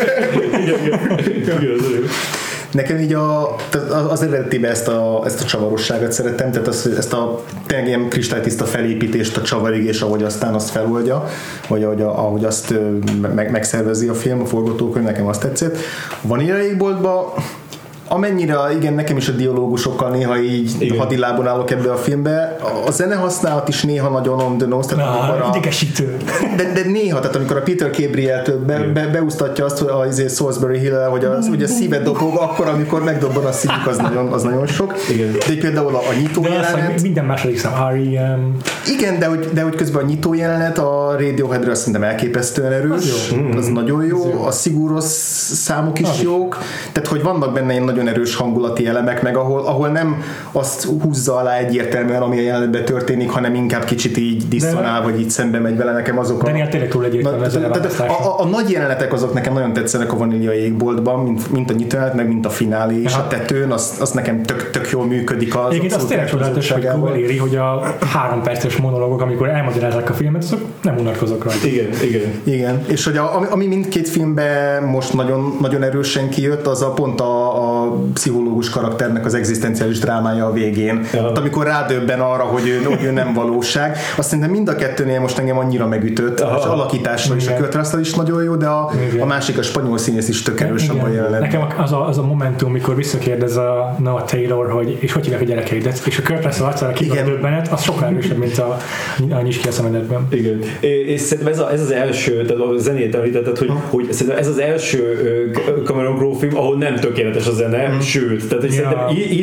Igen. Nekem így az eredetiben ezt a csavarosságot szerettem, tehát ezt a tényleg ilyen kristálytiszta felépítést a csavarig, és ahogy aztán azt feloldja, vagy ahogy azt megszervezi a film, a forgatókönyv, nekem azt tetszett. A Vanilla Égboltban amennyire, igen, nekem is a dialógusokkal néha így hadilábon állok ebbe a filmbe, a zenehasználat is néha nagyon on the nose, idegesítő. De néha, tehát amikor a Peter Gabriel-től beúsztatja azt, hogy a Salisbury Hill-el, hogy a szíved dobog, akkor, amikor megdobban a szívük, az nagyon sok. Igen. De például a nyitó jelenet. Minden második szám R.E.M. Igen, de hogy közben a nyitó jelenet a Radioheadről szerintem elképesztően erős. Az nagyon jó. A Siguros számok is jók. Tehát, hogy vannak benne ilyen nagyon erős hangulati elemek, meg ahol nem azt húzza alá egyértelműen, ami a jelenetben történik, hanem inkább kicsit így diszonál, vagy így szembe megy vele nekem azok a... De tényleg túl egyértelmű a nagy jelenetek azok nekem nagyon tetszenek a Vanília égboltban, mint a nyitó meg mint a finálé és a tetőn, az nekem tök jól működik. Igen, az tényleg csodálatos, hogy eléri, hogy a 3 perces monológok, amikor elmagyarázzák a filmet, azok nem unatkozok rajta. Igen. És hogy ami mindkét filmben most nagyon, nagyon erősen kijött, az pont a pszichológus karakternek az egzisztenciális drámája a végén. Ja. Amikor rádöbben arra, hogy ő nem valóság. Azt szerintem mind a kettőnél most engem annyira megütött. Az alakításra is, a Kurt Russell is nagyon jó, de a másik, a spanyol színész is tök erős abban a jelenetben. Nekem az a momentum, mikor visszakérdez a Noah Taylor, hogy hívják a gyerekeidet, és a Kurt Russell arcára kívül a döbbenet, az sokkal erősebb, mint a nyis ki a szemedetben. Igen. És szerintem ez az első, tehát a zenét említetted, hogy szerintem ez az első Cameron Crowe film, ahol nem tökéletes a zene, sőt, tehát szerintem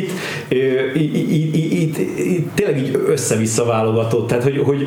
itt tényleg így össze-vissza válogatott, tehát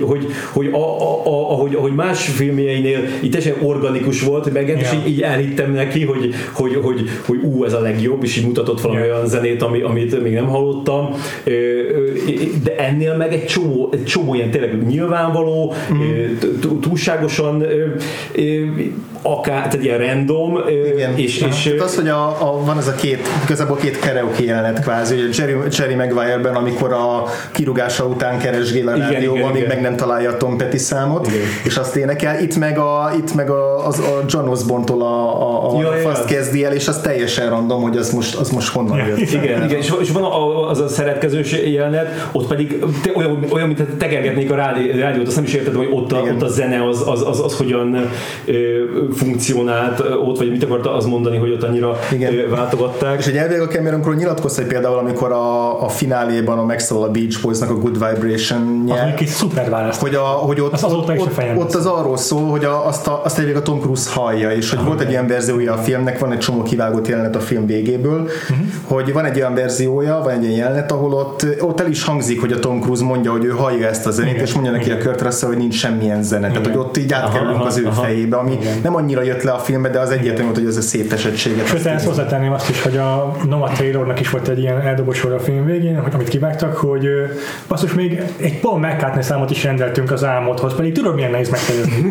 ahogy más filmjeinél itt teljesen organikus volt, meg így elhittem neki, hogy ez a legjobb, és így mutatott valami olyan zenét, amit még nem hallottam, de ennél meg egy csomó ilyen tényleg nyilvánvaló, túlságosan tehát ilyen random, és az, hogy van ez a igazából két karaoke jelenet kvázi, Jerry Maguire-ben, amikor a kirúgása után keresgél a rádióban, amíg meg nem találja a Tom Petty számot, és azt énekel. Itt meg a John Osborne-tól azt kezdi el, és az teljesen random, hogy az most honnan jött. Igen, és van az a szeretkezős jelenet, ott pedig olyan, mint tekergetnék a rádiót, azt nem is érted, hogy ott a zene az hogyan funkcionált ott, vagy mit akarta az mondani, hogy ott annyira váltogatták. És hogy elvileg a Cameron Crowe nyilatkozta, hogy például amikor a fináléban a Beach Boysnak a Good Vibration nyelv. Az egy szuper választ. Hogy ott az arról szól, hogy azt elvileg a Tom Cruise hallja, és hogy volt egy ilyen verziója a filmnek, van egy csomó kivágott jelenet a film végéből, hogy van egy olyan verziója, van egy ilyen jelenet, ahol ott el is hangzik, hogy a Tom Cruise mondja, hogy ő hallja ezt a zenét, és mondja neki a Kurt Russell, hogy nincs semmilyen zene. Tehát, hogy ott így átkerülünk az ő fejébe, ami nem annyira jött le a filmbe, de az egyértelmű volt, hogy ez a szép esettséget. Sőt, ezt hozzátenném azt is, hogy a Noah Taylornak is volt egy ilyen eldobott sor a film végén, amit kivágtak, hogy basszus, még egy Paul McCartney számot is rendeltünk az álmodhoz, pedig tudod, milyen nehéz megfejezni.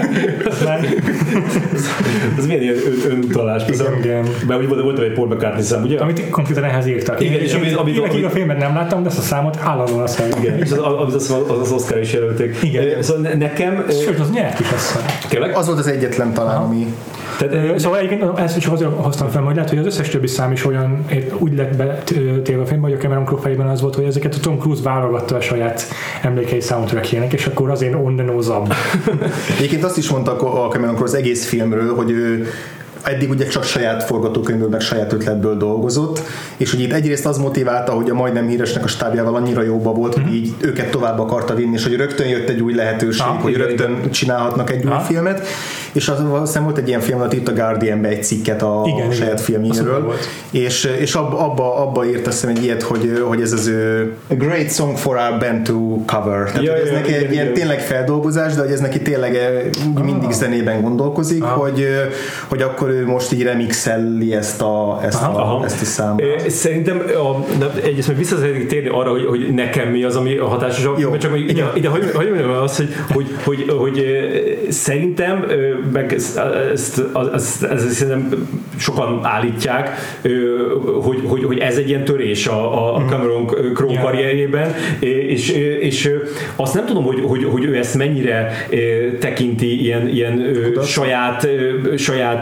Ez milyen ilyen önutalás. Igen. Mert volt egy Paul McCartney szám, ugye? Amit komputeren ehhez írtak. Igen, és amit a filmet nem láttam, de ezt a számot állandóan azt mondja. Igen, és az Oscar is jelölték. Igen. Szóval nekem... Sőt, az nyert is aztán. Tényleg? Az volt az egyetlen talán, ami... Szóval egyébként ezt is azért hoztam fel, hogy lehet, hogy az összes többi szám is olyan úgy lett betélve a filmben, hogy a Cameron Crowe fejében az volt, hogy ezeket a Tom Cruise válogatta a saját emlékei soundtrackjének, és akkor azért on the nose-abb. Egyébként azt is mondta a Cameron Crowe az egész filmről, hogy ő eddig ugye csak saját forgatókönyvből, meg saját ötletből dolgozott, és hogy itt egyrészt az motiválta, hogy a Majdnem Híresnek a stábjával annyira jóba volt, hogy így őket tovább akarta vinni, és hogy rögtön jött egy új lehetőség, hogy rögtön csinálhatnak egy új filmet, és aztán volt egy ilyen film, hogy itt a Guardianbe egy cikket a saját filmjéről, és abba írt azt hiszem egy ilyet, hogy ez az ő A Great Song for Our Band to Cover. Tehát ez neki egy ilyen tényleg feldolgozás, de hogy ez neki tényleg mindig zenében gondolkozik, hogy akkor ő most így remixeli ezt a számot. Szerintem egyrészt meg vissza szeretnék térni arra, hogy nekem mi az, ami a hatásosabb, csak ide hogy mondjam azt, hogy szerintem meg ezt szerintem sokan állítják, hogy ez egy ilyen törés a Cameron Crowe karrierjében, és azt nem tudom, hogy ő ezt mennyire tekinti ilyen saját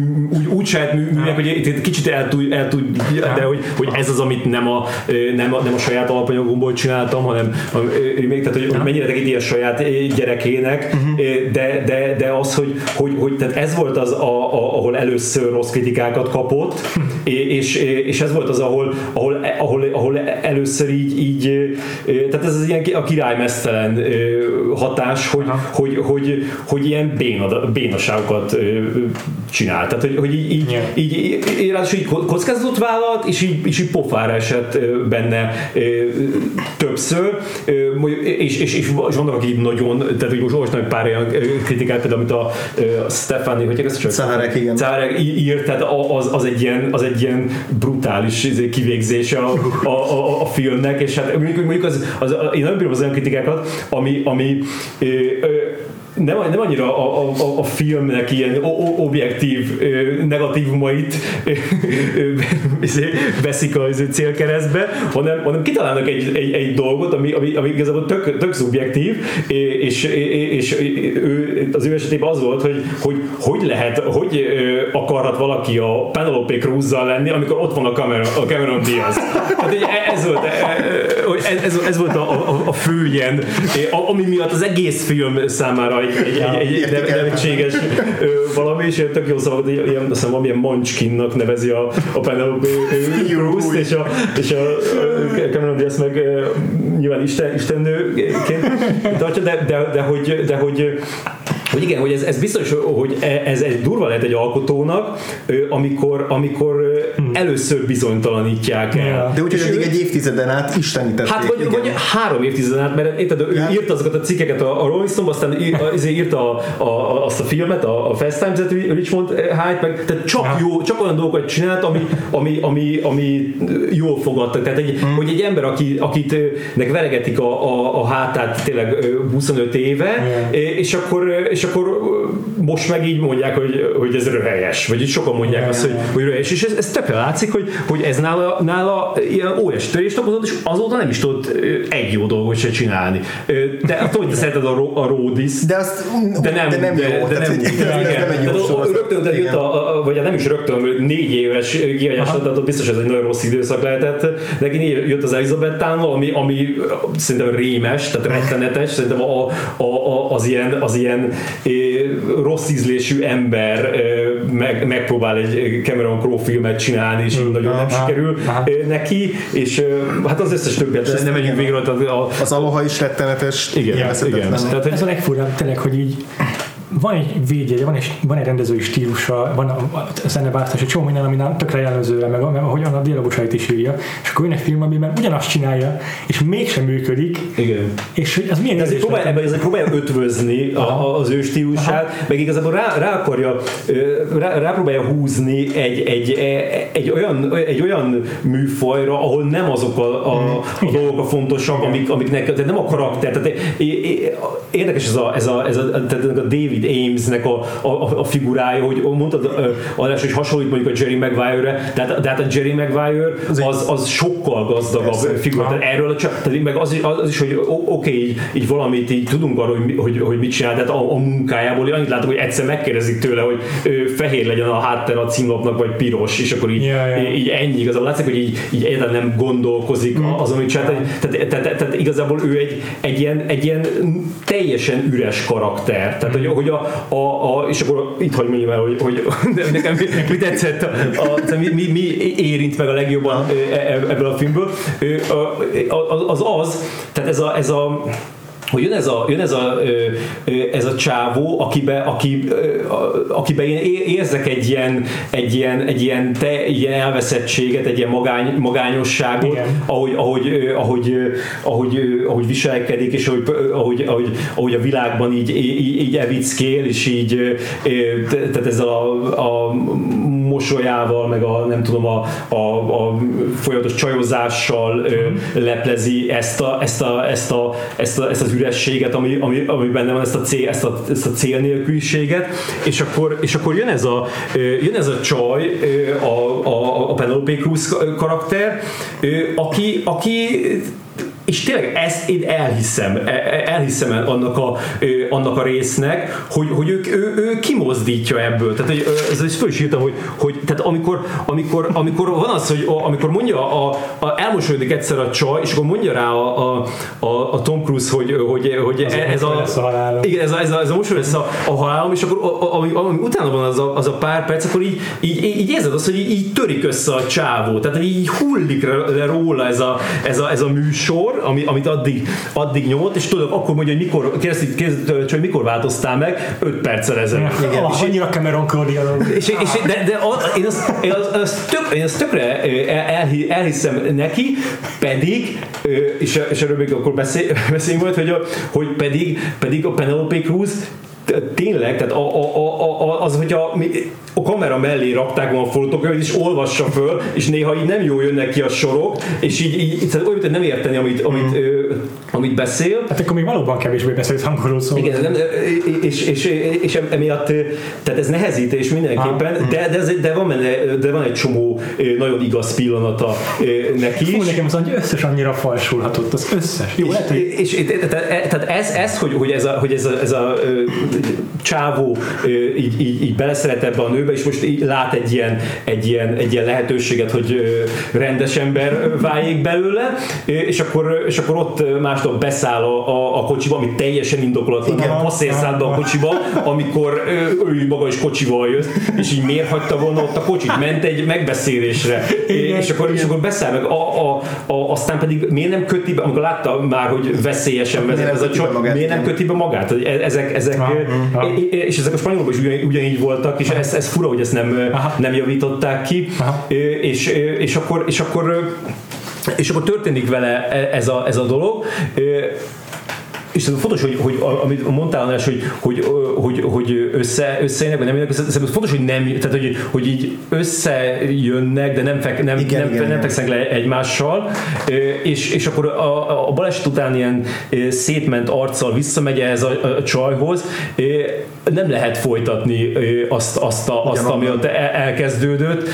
úgy saját műnek, hogy kicsit el tud, de hogy ez az, amit nem a saját alapanyagomból csináltam, hanem tehát, hogy mennyire tekint a saját gyerekének, de az, hogy tehát ez volt az, ahol először rossz kritikákat kapott, és ez volt az, ahol először így tehát ez az ilyen a királymesztelen hatás, hogy ilyen bénaságokat csinál. Tehát, hogy így ráadásul így kockázatot vállalt, és így pofára esett benne többször, és vannak, akik nagyon, tehát hogy most olvastam egy pár olyan kritikát, például, amit a Stefani, hogy ezt csak Czárek írt, tehát az egy ilyen brutális kivégzése a filmnek, és hát mondjuk én nem bírom az olyan kritikákat, ami nem annyira a filmnek ilyen objektív negatívumait veszik a célkeresztbe, hanem kitalálnak egy dolgot, ami igazából tök szubjektív, és az ő esetében az volt, hogy akarhat valaki a Penelope Cruz-zal lenni, amikor ott van a Cameron Diaz. Tehát ez volt a fő ilyen, ami miatt az egész film számára egy nevetséges valami, és tök jó szavakat, azt hiszem valamilyen Munchkinnak nevezi a Penelope Cruz-t, és a Cameron Diaz meg nyilván istennőként tartja, de hogy igen, hogy ez biztos, hogy ez durva lehet egy alkotónak, amikor először bizonytalanítják el. De úgy, hogy eddig egy évtizeden át istenítették. Hát vagy 3 évtizeden át, mert érted, ő írta azokat a cikkeket a Rolling Stone, aztán írta azt a filmet, a Fast Times at Richmond High, meg tehát csak olyan dolgokat csinált, ami jól fogadtak. Tehát hogy egy ember, akitnek veregetik a hátát tényleg 25 éve, és akkor most meg így mondják, hogy ez röhelyes, vagy így sokan mondják azt, hogy röhelyes, és ez tökre látszik, hogy ez nála ilyen óriási törést okozott, és azóta nem is tudott egy jó dolgot se csinálni. De attól, hogy te szereted a Roadies, de nem jó. Rögtön jött vagy nem is rögtön, 4 éves kihagyásra, tehát biztos ez egy nagyon rossz időszak lehetett. Neki jött az Elizabeth-tánval, ami szerintem rémes, tehát rettenetes, szerintem az ilyen rossz ízlésű ember megpróbál egy Cameron Crowe filmet csinálni, és nagyon nem sikerül neki, és hát az összes többet nem megyünk végre. Az Aloha is rettenetes. Igen. Tehát ez a legfurcsább tényleg, hogy így van egy védjegye, van egy rendezői stílusa, van a zeneválasztás, egy csomó minden, ami tökre jellemzőre, meg ahogyan a dialogusait is írja, és akkor jön egy film, amiben ugyanazt csinálja, és mégsem működik. Igen. És ez milyen érzés? Próbálja ötvözni az ő stílusát, meg igazából rápróbálja húzni egy olyan műfajra, ahol nem azok a dolgok a fontosak, amiknek, tehát nem a karakter. Tehát érdekes ez a David Amesnek a figurája, hogy mondtad, hogy hasonlít mondjuk a Jerry Maguire-re, de hát a Jerry Maguire az sokkal gazdagabb figura. Tehát erről meg az is, hogy oké, így valamit így tudunk arról, hogy mit csinál, tehát a munkájából annyit látok, hogy egyszer megkérdezik tőle, hogy fehér legyen a háttér a címlapnak, vagy piros, és akkor így ennyi. Igazából látszik, hogy így egyáltalán nem gondolkozik azon, amit csinál. Tehát igazából ő egy ilyen teljesen üres karakter. Tehát, hogy és akkor itt hagyj mondjam el, hogy nekem mi tetszett, mi érint meg a legjobban ebből a filmből, tehát hogy jön ez a csávó, akiben én érzek egy ilyen elveszettséget, egy ilyen magányosságot, ahogy viselkedik, és ahogy a világban így evickél, és így tehát ezzel a mosolyával, meg nem tudom, a folyamatos csajozással leplezi ezt az ürességet, ami benne van, ezt a célnélküliséget, és akkor jön ez a csaj, a Penelope Cruz karakter, aki és tényleg ezt én elhiszem annak a résznek, hogy ő kimozdítja ebből. Tehát ezt föl is írtam, hogy tehát amikor van az, hogy amikor mondja, elmosolyodik egyszer a csaj, és akkor mondja rá a Tom Cruise, hogy ez a mosoly lesz a halálom, és akkor ami utána van az a pár perc, akkor így érzed azt, hogy így törik össze a csávó. Tehát így hullik le róla ez a műsor, amit addig nyomott, és tudod, akkor mondja, hogy mikor, kérdezte, hogy mikor változtál meg, 5 perccel ezelőtt. Annyira Cameron Crowe. De én azt tökre elhiszem neki, pedig, és erről még akkor beszéljünk majd, hogy pedig a Penelope Cruz tényleg, tehát az, hogy a kamera mellé rakták volna a forgatókönyvet, és olvassa föl, és néha így nem jól jönnek ki a sorok, és így olyan, hogy nem érteni, amit beszél. Hát akkor még valóban kevésbé beszélt hangoló szó. Igen, és emiatt, tehát ez nehezítés mindenképpen, de van egy csomó nagyon igaz pillanata neki is. Nekem az összes annyira falsulhatott, az összes. Jó, lehet, hogy... Tehát ez, hogy ez a csávó így beleszeret ebbe a nőbe, és most lát egy ilyen lehetőséget, hogy rendes ember váljék belőle, és akkor ott másnap beszáll a kocsiba, ami teljesen indokolatlan. Azért szállt be a kocsiba, amikor ő maga is kocsival jött, és így miért hagyta volna ott a kocsit? Ment egy megbeszélésre, és akkor beszáll meg, aztán pedig miért nem köti be, amikor látta már, hogy veszélyesen vezet ez a csaj, miért nem köti be magát? És ezek a spanyolokban is ugyanígy voltak, és ez fura, hogy ezt nem javították ki, és akkor történik vele ez a dolog, és ez fontos, hogy amit mondtál, hogy összejönnek, vagy nem jönnek, ez fontos, hogy nem, tehát hogy így összejönnek, de nem fekszenek le egymással, és akkor a baleset után ilyen szétment arccal visszamegy ez a csajhoz, nem lehet folytatni azt ami ott elkezdődött.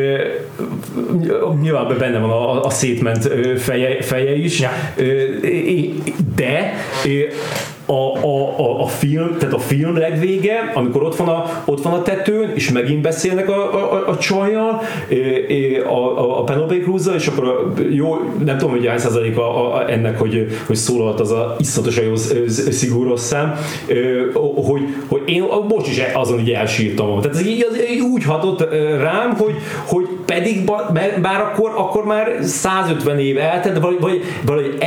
Nyilván benne van a szétment feje is, de a film, tehát a film legvége, amikor ott van a tetőn, és megint beszélnek a csajjal, a Penelope Cruz-zal, és akkor jó, nem tudom, hogy hány százalék ennek, hogy szólalt az a iszonyatosan jó szigúros szám, hogy én most is azon így elsírtam. Tehát ez így úgy hatott rám, hogy pedig bár akkor már 150 év eltelt, vagy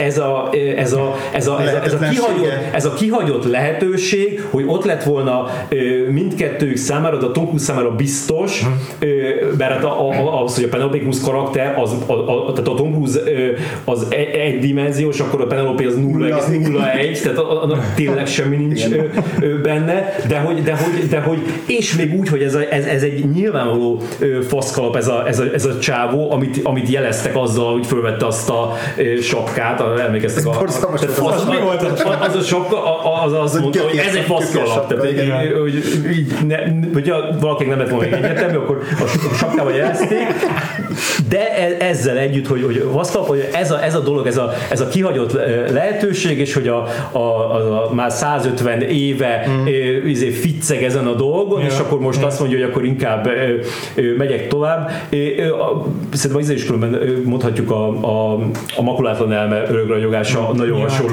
ez a kihagyott lehetőség, hogy ott lett volna mindkettőjük számára, de a Tom Cruise számára biztos, mert az, hogy a Penelope Cruz karakter, tehát a Tom Cruise az egydimenziós, akkor a Penelope az 0,01, tehát tényleg semmi nincs benne, de hogy és még úgy, hogy ez egy nyilvánvaló faszkalap ez a csávó, amit jeleztek azzal, hogy fölvette azt a sapkát, emlékeztek az a sapka, az mondta, hogy ez egy faszkalap, hogyha valakinek nem lett volna még egyetemű, akkor a sapkával jelezték, de ezzel együtt, hogy faszkalap, hogy ez a dolog, ez a kihagyott lehetőség, és hogy a már 150 éve ficceg ezen a dolgon, és akkor most azt mondja, hogy akkor inkább megyek tovább. Szerintem az is különben mondhatjuk a makulátlan elme örökragyogása nagyon hasonló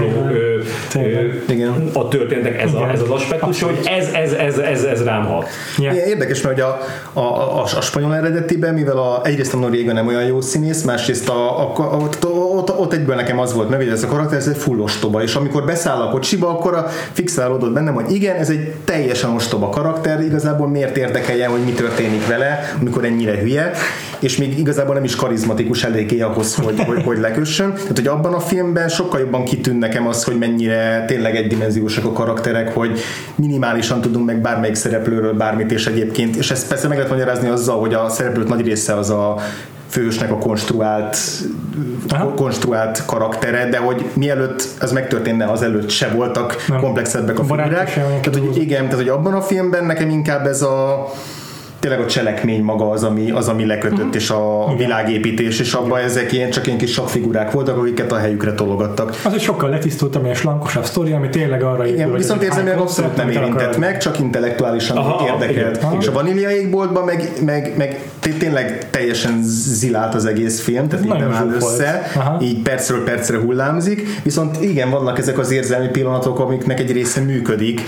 a történetek ez az aspektus, hogy ez rám hat. Érdekes, mert a spanyol eredetiben, mivel egyrészt a Noriega nem olyan jó színész, másrészt ott egyből nekem az volt, mert ez a karakter, ez egy full ostoba, és amikor beszáll a kocsiba, akkor fixálódott bennem, hogy igen, ez egy teljesen ostoba karakter, igazából miért érdekeljen, hogy mi történik vele, amikor ennyire hülye, és még igazából nem is karizmatikus eléggé ahhoz, hogy lekössön. Tehát, hogy abban a filmben sokkal jobban kitűn nekem az, hogy mennyire tényleg egydimenziósak a karakterek, hogy minimálisan tudunk meg bármelyik szereplőről bármit, és egyébként, és ezt persze meg lehet magyarázni azzal, hogy a szereplők nagy része az a fősnek a konstruált karaktere, de hogy mielőtt ez megtörténne, azelőtt se voltak komplexebbek a figurák. Tehát, hogy igen, tehát, hogy abban a filmben nekem inkább ez a tényleg a cselekmény maga az, ami lekötött, és a világépítés, és abban ezek csak ilyen kis sakfigurák voltak, akiket a helyükre tologattak. Az egy sokkal letisztultabb, ilyen slankosabb sztori, ami tényleg arra épül. Igen, viszont érzem, hogy abszolút nem érintett meg, csak intellektuálisan érdekelt. És a Vanília égboltban meg tényleg teljesen zilált az egész film, tehát így nem áll össze, így percről percre hullámzik, viszont igen, vannak ezek az érzelmi pillanatok, amiknek egy része működik.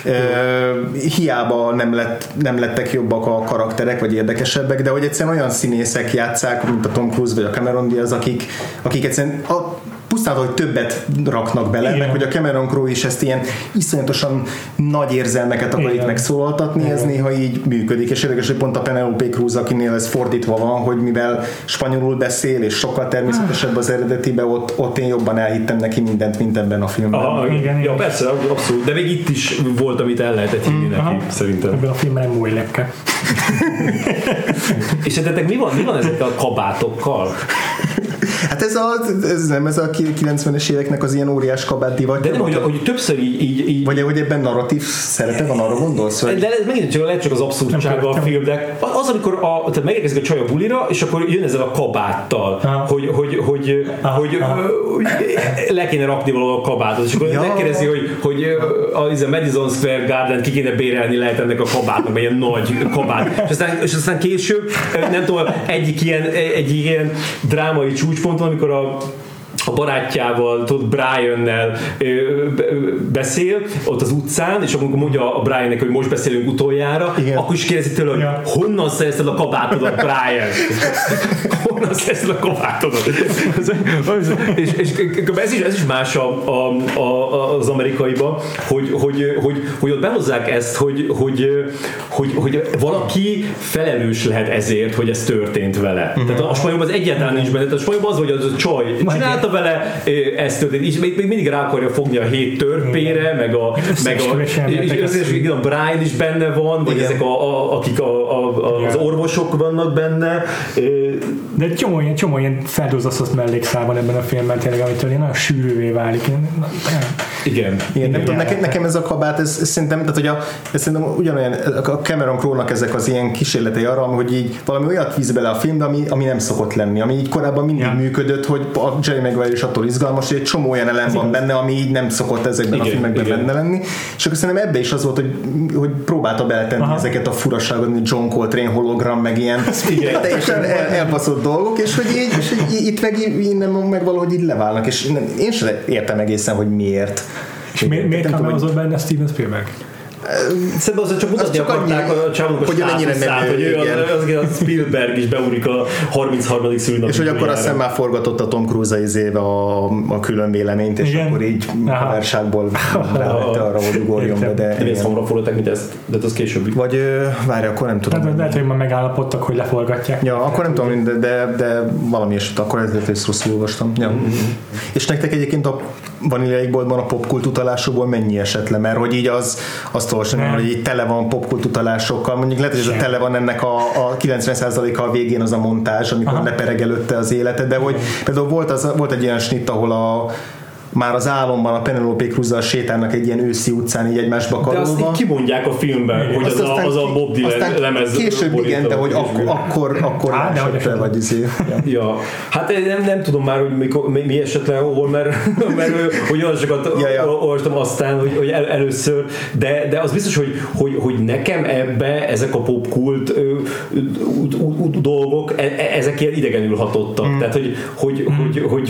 Hiába nem lettek jobbak a karakterek, vagy érdekesebbek, de hogy egyszerűen olyan színészek játsszák, mint a Tom Cruise vagy a Cameron Diaz, akik egyszerűen pusztán, hogy többet raknak bele, meg hogy a Cameron Crowe is ezt ilyen iszonyatosan nagy érzelmeket akar itt megszólaltatni, ez néha így működik, és érdekes, hogy pont a Penelope Cruz, akinél ez fordítva van, hogy mivel spanyolul beszél, és sokkal természetesebb az eredetibe, ott én jobban elhittem neki mindent, mint ebben a filmben. Ja, persze, abszolút, de még itt is volt, amit el lehetett hinni neki, szerintem. Ebben a filmben nem új lepke. És szerintetek mi van ezekkel a kabátokkal? Hát ez nem ez a 90-es éveknek az ilyen óriás kabát divatja. De nem, hogy többször így... Vagy hogy ebben narratív szerepe van, arra gondolsz? Vagy? De ez megint lehet csak az abszurdsága a film, de az, amikor tehát megérkezik a csaj a bulira, és akkor jön ezzel a kabáttal, hogy le kéne rakni valahol a kabátot, és akkor megkérdezi, hogy a Madison Square Garden ki kéne bérelni lehet ennek a kabátnak, ilyen nagy kabát. És aztán később, nem tudom, egyik ilyen drámai csúcsponton, amikor a barátjával, tudod, Brian-nel beszél ott az utcán, és amikor mondja a Brian-nek, hogy most beszélünk utoljára, akkor is kérdezi tőle, hogy honnan szerezted a kabátodat, Brian? Honnan szerezted a kabátodat? És ez is más az amerikaiban, hogy ott behozzák ezt, hogy valaki felelős lehet ezért, hogy ez történt vele. Tehát a spanyolban az egyáltalán nincs benne. Tehát a spanyolban az, hogy az a csaj csinálta vele, ez történt, és még mindig rá akarja fogni a 7 törpére, meg a Brian is benne van, vagy ezek akik az orvosok vannak benne. De csomó ilyen feldolgozhatott mellékszál van ebben a filmben, tényleg, amitől ilyen nagyon sűrűvé válik. Igen. Nem tudom, nekem ez a kabát, ez szerintem, tehát, hogy szerintem ugyanolyan a Cameron Crowe-nak ezek az ilyen kísérletei arra, hogy így valami olyat víz bele a filmbe, ami nem szokott lenni, ami így korábban mindig működött, hogy a Jerry Maguire is attól izgalmas, hogy egy csomó olyan elem van benne, ami így nem szokott ezekben a filmekben benne lenni, és akkor szerintem ebbe is az volt, hogy próbálta beletenni ezeket a furaságot, mint John Coltrane hologram, meg ilyen teljesen elbaszott dolgok, és hogy itt meg valahogy így leválnak, és én sem értem egészen, hogy miért. És miért kamerozott benne Steven Spielberg? Szerintem azért csak mutatni akarták a csávónak a státuszát, hogy ő az Spielberg is beúrik a 33. szülőnapja. És hogy akkor azt hiszem már forgatott a Tom Cruise a külön véleményt, és akkor így haverságból rávette arra, hogy ugorjon be. De ezt hamarabb forgatták, mint ezt, de ez későbbi. Vagy várj, akkor nem tudom. Lehet, hogy már megállapodtak, hogy leforgatják. Ja, akkor nem tudom, de valami eset, akkor ezt rosszul olvastam. És nektek egyébként a Vanília égboltban a popkult utalásokból mennyi esett le? Mert hogy így azt olvasom, hogy így tele van popkult utalásokkal. Mondjuk lehet, hogy ez a tele van ennek a 90%-a a végén az a montázs, amikor lepereg előtte az élete, de hogy például volt egy ilyen snitt, ahol már az álomban a Penelope Cruz-zal sétálnak egy ilyen őszi utcán így egymásba karolva. De azt így kimondják a filmben, hogy az a Bob Dylan lemez. Később igen, de hogy akkor esett le, vagy izé. Ja. Hát nem tudom már, hogy mi esett le hol, mert hogy olyan sokat olvastam aztán, hogy először, de az biztos, hogy nekem ebbe ezek a popkult dolgok, ezek ilyen idegenül hatottak. Tehát, hogy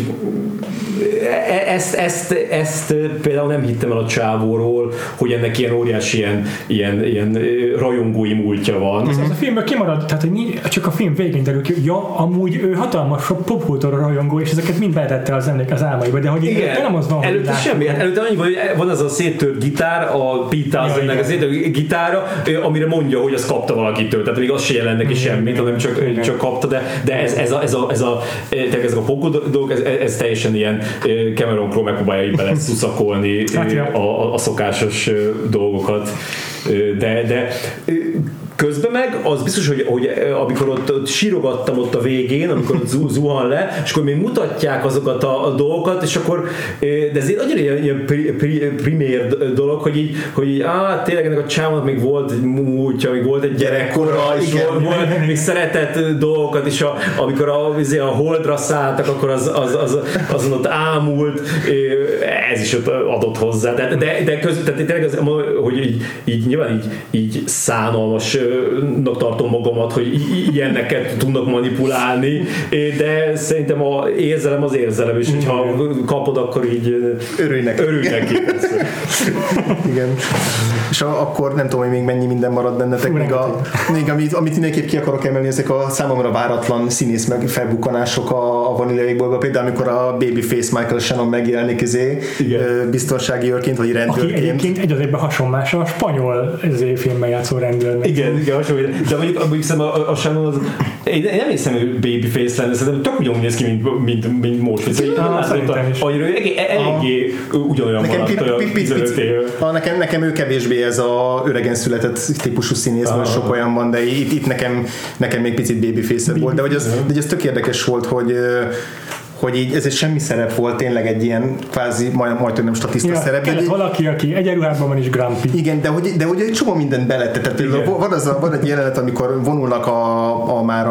ezt például nem hittem el a csávóról, hogy ennek ilyen óriási ilyen rajongói múltja van. Ez a filmből kimaradt, tehát csak a film végén derül ki, amúgy ő hatalmas popkultúra rajongó, és ezeket mind beletette az álmaiba, de hogy igen, nem az van, hogy előtte semmi. Előtte annyi, hogy van az a széttört gitár, a Pete Townsendnek a széttört gitára, amire mondja, hogy azt kapta valakitől, tehát még az se jelent neki semmit, hanem csak kapta, de ezek a popkult dolgok, ez teljesen ilyen Cameron Crowe megpróbálja így bele szuszakolni a szokásos dolgokat. De közben meg az biztos, hogy amikor ott sírogattam ott a végén, amikor ott zuhan le, és akkor még mutatják azokat a dolgokat, és akkor, de ez nagyon ilyen primér dolog, hogy így tényleg ennek a csámnak még volt egy múltja, még volt egy gyerekkora, és volt még szeretett dolgokat, és amikor a holdra szálltak, akkor azon ott ámult, ez is ott adott hozzá. De közben, tényleg az, hogy így nyilván így szánalmasnak tartom magamat, hogy ilyenneket tudnak manipulálni, de szerintem az érzelem az érzelem, és hogyha kapod, akkor így örülj neki. Igen. És akkor nem tudom, hogy még mennyi minden marad bennetek, még amit mindenképp ki akarok emelni, ezek a számomra váratlan színész meg felbukkanások a Vanilla-égboltban, például amikor a Babyface Michael Shannon megjelenik biztonsági őrként, vagy rendőrként. Aki egyébként egy azért hasonlás a spanyol filmben játszó rendőrnek. Igen, hasonló. De mondjuk a Shannon az, én nem hiszem, hogy Babyface lenne, szerintem tök ugyanúgy néz ki, mint most. Eléggé ugyanolyan maradt olyan 15 év. Nekem ő kevésbé ez a öregen született típusú színész, vagy sok olyan van, de itt nekem még picit Babyface volt, de hogy ez tök érdekes volt, hogy így ez egy semmi szerep volt, tényleg egy ilyen kvázi majd nem statiszta szerep. Kellett valaki, aki egyenruhában van is grumpy. Igen, de hogy egy csomó mindent belette. Tehát például van egy jelenet, amikor vonulnak már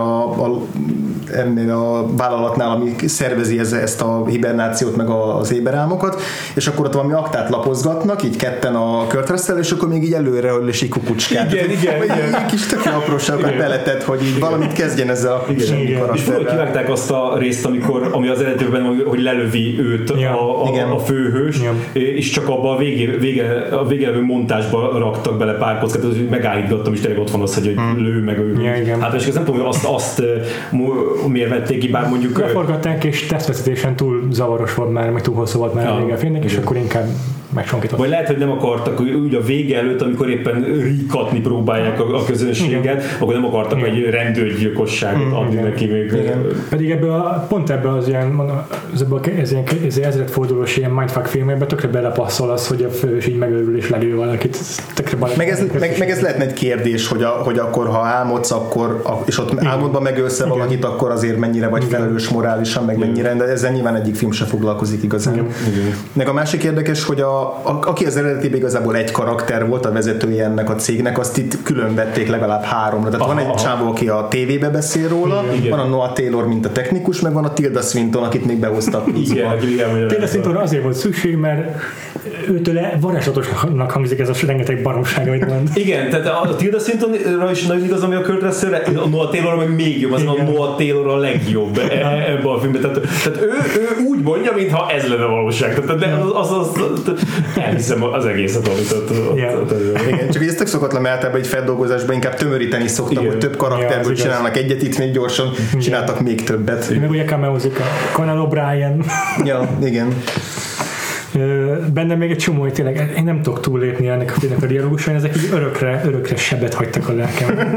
ennél a vállalatnál, ami szervezi ezt a hibernációt, meg az éberálmokat, és akkor ott valami aktát lapozgatnak, így ketten a Kurt Russell, és akkor még így előre és így kukucskát. Igen. Egy kis tök apróságokat beletett, hogy így valamit kezdjen ezzel a karakterrel. És valahogy kivágták azt a részt, ami az eredetőben, hogy lelövi őt a főhős, és csak abban a végelevő montásba raktak bele pár kockát, hogy megállítgattam, és tényleg ott van az, hogy lő meg ő. Hát és nem tudom, hogy azt miért vették ki, bár mondjuk... Leforgatták, és tesztvezetésen túl zavaros volt már, meg túl hosszú volt már a vége a filmnek, és akkor inkább megcsonkítottak. Vagy lehet, hogy nem akartak, úgy a vége előtt, amikor éppen ríkatni próbálják a közönséget, akkor nem akartak egy rendőrgyilkosságot adni neki még. Pedig pont ebből az ilyen, ez ezredfordulós ilyen mindfuck filmekben tökre belepasszol az, hogy a fős így megőrül és legő valakit. Meg ez lehetne egy kérdés, hogy akkor ha álmodsz, és ott álmodban megölsz valakit, akkor azért mennyire vagy felelős morálisan, meg mennyire, de ezzel nyilván egyik film sem foglalkozik igazán. Meg a másik érdekes, hogy aki az eredetiben igazából egy karakter volt, a vezetője ennek a cégnek, azt itt külön vették legalább 3-ra. Tehát van egy csávó, aki a tévébe beszél róla, van a Noah Taylor, mint a technikus, meg van a Tilda Swinton, akit még behoztak. Tilda Swinton azért volt szükség, mert őtől varázslatosnak hangzik ez a rengeteg baromság, amit mond. Igen, tehát a Tilda Swintonra is nagyon igaz, ami a Kurt Russellre, a Noah Taylor meg még jobb, az a Noah Taylor a legjobb ebben a filmben. Tehát ő úgy mondja, mintha ez lenne valóság. Tehát elhiszem az egészet, amit igen, csak ez tök szokatlan, mert általában egy feldolgozásban inkább tömöríteni szoktak, hogy több karakterből csinálnak egyet, itt még gyorsan csináltak még többet. Meg ugye cameózik a Conan O'Brien. Ja, igen. Benne még egy csomó, hogy tényleg én nem tudok túllépni ennek a filmnek a dialógusain, ezek így örökre sebet hagytak a lelkem.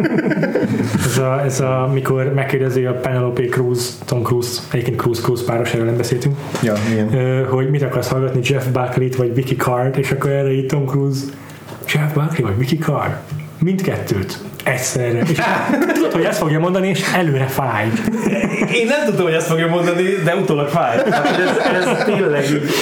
Ez a mikor megkérdezi a Penelope Cruz, Tom Cruise, egyébként Cruise páros, erről nem beszéltünk, hogy mit akarsz hallgatni, Jeff Buckley-t vagy Vicky Card, és akkor erre így Tom Cruise, Jeff Buckley vagy Vicky Card? Mindkettőt. Egyszerre. És tudod, hogy ezt fogja mondani, és előre fáj. Én nem tudtam, hogy ezt fogja mondani, de utólag fáj. Ez tényleg...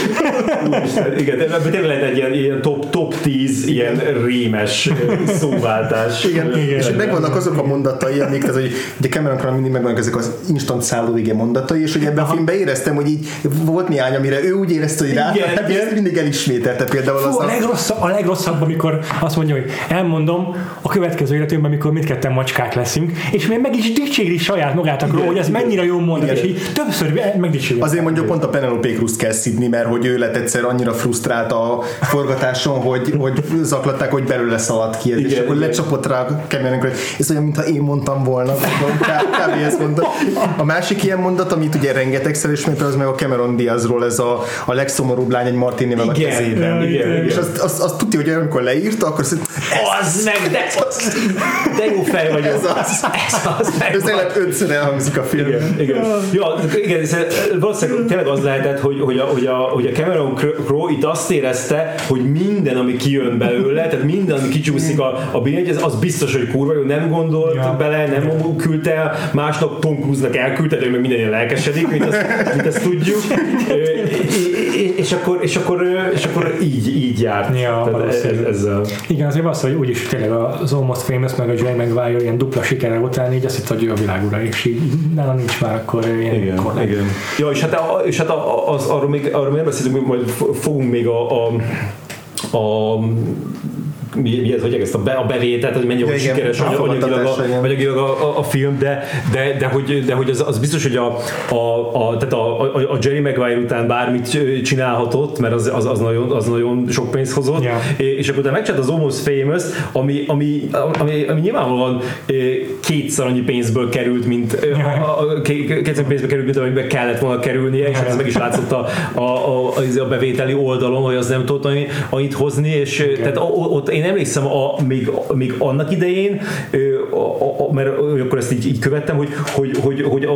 Igen, tényleg lehet egy ilyen top 10 ilyen rémes szóváltás. Igen. És megvannak azok a mondatai, amik, tehát, hogy de Cameron mindig megvannak ezek az instant szállóige mondatai, és hogy ebben a filmben éreztem, hogy így volt néhány, amire ő úgy érezte, hogy rá, ezt mindig elismételte például. A legrosszabb, amikor azt mondja, hogy elmondom a következő életünkben, amikor mindketten macskák leszünk, és még meg is dicséri saját magát róla, hogy ez mennyire jó mondat, és így többször megdicséri. Azért mondjuk pont a Penelope Cruz kell szidni, mert hogy ő lett egyszer annyira frusztrált a forgatáson, hogy zaklatták, hogy belőle szaladt ki, és akkor lecsapott rá Cameron-ra, hogy ez olyan, mintha én mondtam volna. Kb. Ezt mondta. A másik ilyen mondat, amit ugye rengetegszer ismétel, az meg a Cameron Diazról, ez a legszomorúbb lány egy martinivel a kezében. És azt tudja, hogy amikor leírta, akkor az meg, de de jó fej vagyok. Ez legalább 5-ször elhangzik a film. Igen. Ja, igen, valószínűleg tényleg az lehetett, hogy a Cameron Crowe itt azt érezte, hogy minden, ami kijön belőle, tehát minden, ami kicsúszik a billentyűz, az biztos, hogy kurva jó, nem gondolt bele, nem küldte el, másnap Tom Cruise-nak elküldte, hogy meg minden ilyen lelkesedik, mint azt tudjuk. És akkor így járt. Ja, igen, azért az, hogy úgyis tényleg az Almost Famous meg a Jerry Maguire ilyen dupla sikere után így azt hitt, hogy ő a világúra, és így nála nincs már akkor ilyen igen. Ja, és hát arról még nem beszélünk, hogy majd fogunk még mi ez, hogy ezt a bevételt, hogy mennyire sikeres anyagilag a film, de hogy az biztos, hogy a Jerry Maguire után bármit csinálhatott, mert az nagyon sok pénzt hozott, és akkor utána megcsinált az Almost Famous, ami nyilvánvalóan kétszer annyi pénzből került, mint amiben kellett volna kerülnie, és ez meg is látszott a bevételi oldalon, hogy az nem tudott annyit hozni, és tehát ott én emlékszem még annak idején, mert akkor ezt így követtem, hogy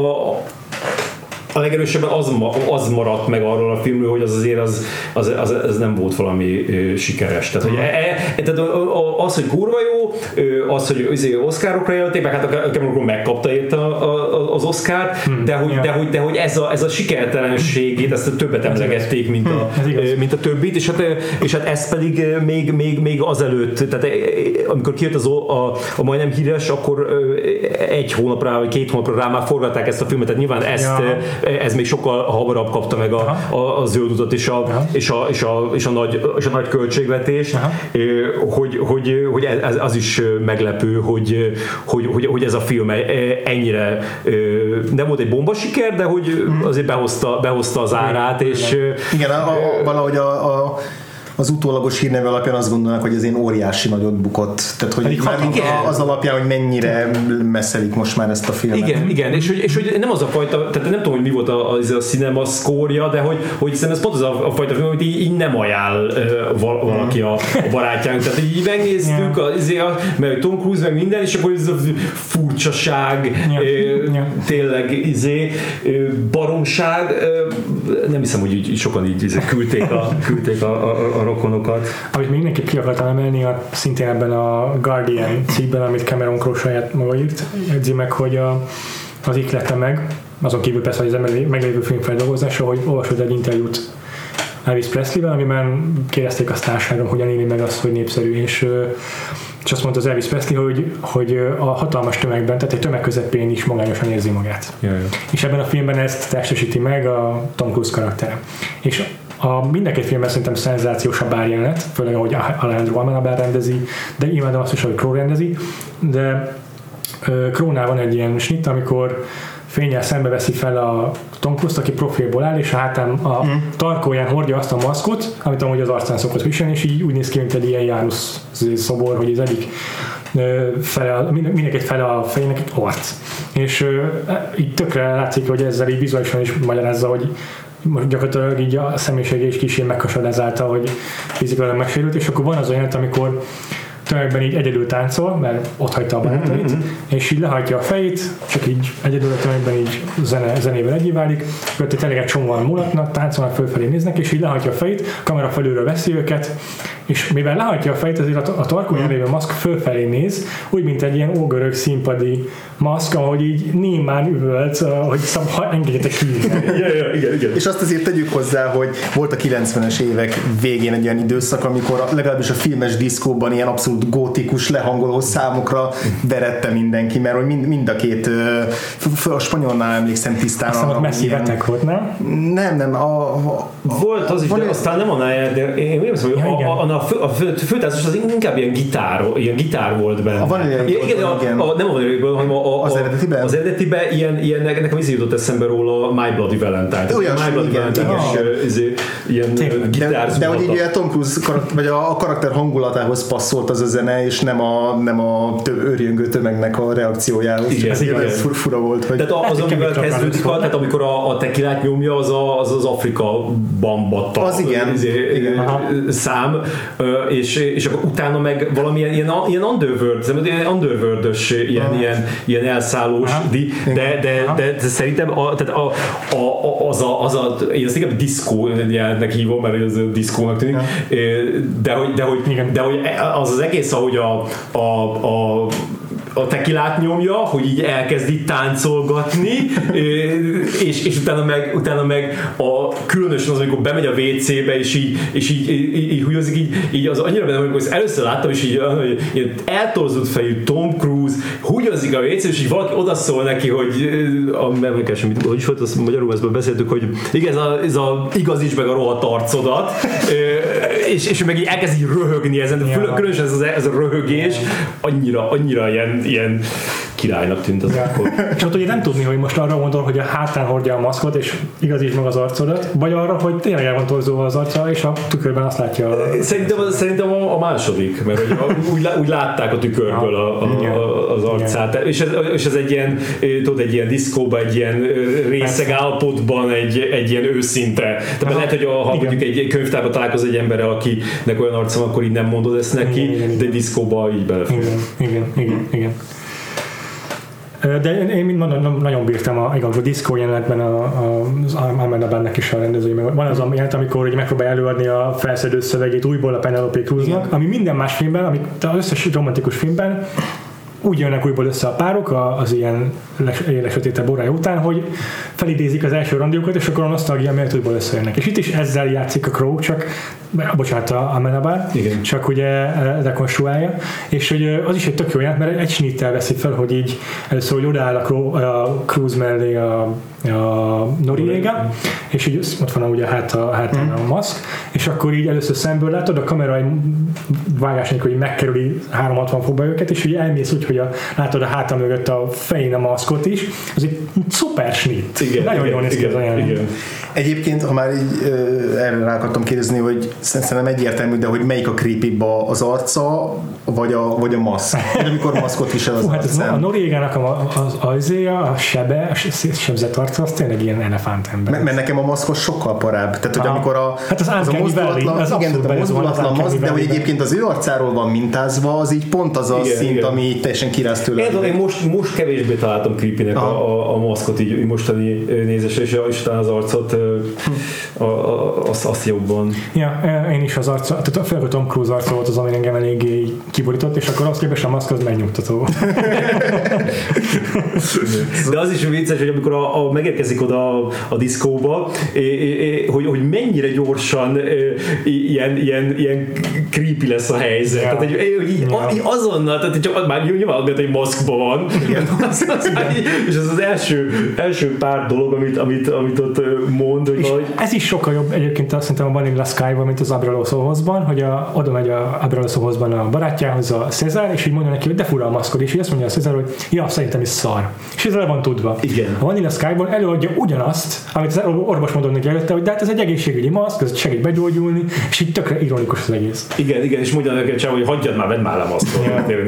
a legerősebben az maradt meg arról a filmről, hogy az azért az nem volt valami sikeres. Tehát, hogy kurva jó, az, hogy Oscarokra jelölték, meg hát a Cameron Crowe megkapta érte az Oscart, de hogy ez a sikertelenségét, ezt többet emlegették, mint a többit, és hát ez pedig még azelőtt, tehát amikor kijött a majdnem híres, akkor 1 hónapra vagy 2 hónapra rá már forgatták ezt a filmet, tehát nyilván ez még sokkal hamarabb kapta meg a zöld utat és a nagy költségvetés, hogy az is meglepő, hogy ez a film ennyire nem volt egy bomba siker, de hogy azért behozta az árát, és igen, valahogy az utólagos hírneve alapján azt gondolnak, hogy ez ilyen óriási nagyot bukott. Tehát, hogy az alapján, hogy mennyire messzelik most már ezt a filmet. Igen, és hogy nem az a fajta, tehát nem tudom, hogy mi volt a cinema szkórja, de hogy szerintem ez pont az a fajta film, hogy így nem ajánl valaki a barátjának. Tehát így megnéztük, meg Tom Cruise, meg minden, és akkor ez a furcsaság, tényleg baromság, nem hiszem, hogy így sokan így küldték a rokonokat. Amit még mindenképp ki akartam emelni, szintén ebben a Guardian cikkben, amit Cameron Crowe saját maga írt, jegyzi meg, hogy az iklete meg, azon kívül persze, hogy az meglévő film feldolgozása, hogy olvasod egy interjút Elvis Presley-vel, amiben kérdezték a társágon, hogyan éli meg azt, hogy népszerű, és azt mondta az Elvis Presley, hogy a hatalmas tömegben, tehát egy tömeg közepén is magányosan érzi magát. Jaj. És ebben a filmben ezt testesíti meg a Tom Cruise karaktere. És mindenki filmben szerintem szenzációs a bárjelenet, főleg ahogy Alejandro Amenábar rendezi, de imádom azt is, hogy Crowe rendezi, de Crowe-nál van egy ilyen snitt, amikor fénnyel szembe veszi fel a Tom Cruise-t, aki profilból áll, és a hátán a tarkóján hordja azt a maszkot, amit amúgy az arcán szokott viselni, és így úgy néz ki, mint egy ilyen Jánusz szobor, hogy az egyik mindenki fele a fejének egy arc. És így tökre látszik, hogy ezzel így vizuálisan is magyarázza, hogy most gyakorlatilag így a személyisége is kicsit meghasad ezáltal, hogy fizikailag megsérült, és akkor van az olyan, amikor tömegben így egyedül táncol, mert ott hagyta a barátait, és így lehajtja a fejét, csak így egyedül a tömegben így zenével egyé válik, ott tényleg egy csomóan mulatnak, táncolnak, fölfelé néznek, és így lehajtja a fejét, a kamera felülről veszi őket, és mivel lehajtja a fejét, azért a tarkóján lévő maszk fölfelé néz, úgy, mint egy ilyen ógörög színpadi maszk, ahogy így némán üvölt, hogy engedjetek ki. Igen. És azt azért tegyük hozzá, hogy volt a 90-es évek végén egy olyan időszak, amikor legalábbis a filmes diszkóban ilyen abszolút gótikus, lehangoló számokra verette mindenki, mert hogy mind a két, a spanyolnál emlékszem tisztán. Aztán ott messzi beteg volt, nem? Nem. Volt az is, de aztán nem annál, de én nem hiszem, hogy a főtáncos az inkább ilyen gitár volt benne. Nem a Vanilléből, hanem az eredetiben ilyen nekem is jutott eszembe róla My Bloody Valentine. My Bloody Valentine-es ilyen gitárzó. De hogy így a Tom Cruise vagy a karakter hangulatához passzolt az a zene, és nem a őrjöngő tömegnek a reakciójához. Igen. Ez fura volt. Hogy tehát az, amivel kezdődik, tehát amikor a tekilát nyomja, az Afrika bamba szám, és akkor utána meg valamilyen ilyen underworld-ös, ilyen elszállós, de szerintem én azt inkább diszkónek hívom, mert ez diszkónak tűnik, de hogy az egész, ahogy a tekilát nyomja, hogy így elkezd így táncolgatni, és utána meg különösen az, amikor bemegy a WC-be, és így húgyozik, így az annyira benne, amikor ezt először láttam, és így eltorzott fejű Tom Cruise húgyozik a WC-be, és így valaki odaszól neki, hogy hogy is volt, azt magyarul ezt beszéltük, hogy igen, ez a igazíts meg a rohadt arcodat, és meg így elkezd így röhögni ezen, különösen ez a röhögés annyira ilyen királynak tűnt az akkor. És ott ugye nem tudni, hogy most arra gondol, hogy a hátán hordja a maszkot, és igazítsd meg az arcodat, vagy arra, hogy tényleg el van torzolva az arca, és a tükörben azt látja. Szerintem a második, mert úgy látták a tükörből az arcát. És ez egy ilyen, tudod, egy ilyen diszkóban, egy ilyen részeg állapotban, egy ilyen őszinte. Tehát lehet, hogy ha mondjuk egy könyvtárban találkoz egy emberrel, akinek olyan arca, akkor így nem mondod ezt neki, de diszkóban így belefér. Igen. De én mind mondom, nagyon bírtam a diszkó jelenetben az Amenabannek is a rendezői. Van az a jelent, amikor ugye megpróbálja előadni a felszedő szövegét újból a Penelope Cruznak, ami minden más filmben, ami az összes romantikus filmben úgy jönnek újból össze a párok az ilyen lesötétebb órája után, hogy felidézik az első randiukat, és akkor a nosztalgia miatt újból összejönnek. És itt is ezzel játszik a Crow, csak bocsánat, a Amenabar, csak ugye rekonstruálja, és hogy az is egy tök jó jelent, mert egy snittel veszi fel, hogy így először, hogy odaáll a Cruise mellé a Noriega, és így ott van ugye a hátán a maszk, és akkor így először szemből látod, a kamera egy vágás nélkül, hogy megkerüli 360 fokba őket, és így elmész úgy, hogy látod a háta mögött a fején a maszkot is, az egy szuper snit. Nagyon jól néz ki az ajánlás. Egyébként, ha már így erre rá akartam kérdezni, hogy szerintem egyértelmű, de hogy melyik a creepy az arca, vagy a maszk? Amikor maszkot visel az arcán. A Noriegának az ajzéja, a sebzett arca, az tényleg ilyen elefántember. Mert nekem a maszkos sokkal parább. Tehát, hogy amikor az a mozdulatlan maszk, de hogy egyébként az ő arcáról van mintázva, az így pont az a szint, ami teljesen kirász tőle. Én most kevésbé találtam creepynek a maszkot így mostani nézésre, és talán az arcot azt jobban. Ja, én is az arca, tehát főleg a Tom Cruise arca volt az, ami engem eléggé kiborított, és akkor azt képest a maszk az megnyugtató. De az is vicces, hogy amikor megérkezik oda a diszkóba, hogy mennyire gyorsan ilyen creepy lesz a helyzet. Ja. Tehát, hogy azonnal, tehát csak már nyilván mert egy maszkban van, és ez az első pár dolog, amit ott mond, hogy ez is sokkal jobb egyébként azt szerintem a Vanilla Sky-ban, mint az Abralosohozban, hogy oda megy a Abralosohozban a barátjához a César, és így mondja neki, hogy de fura a maszkod, és így azt mondja a César, hogy ja, szerintem is szar. És ez le van tudva. Igen. A Vanilla Sky-ban előadja ugyanazt, amit az orvos mondott neki előtte, hogy de hát ez egy egészségügyi maszk, ez segít begyógyulni, és így tökre ironikus az egész. Igen, és mondja neki, hogy hagyjad már, vedd már a maszkot.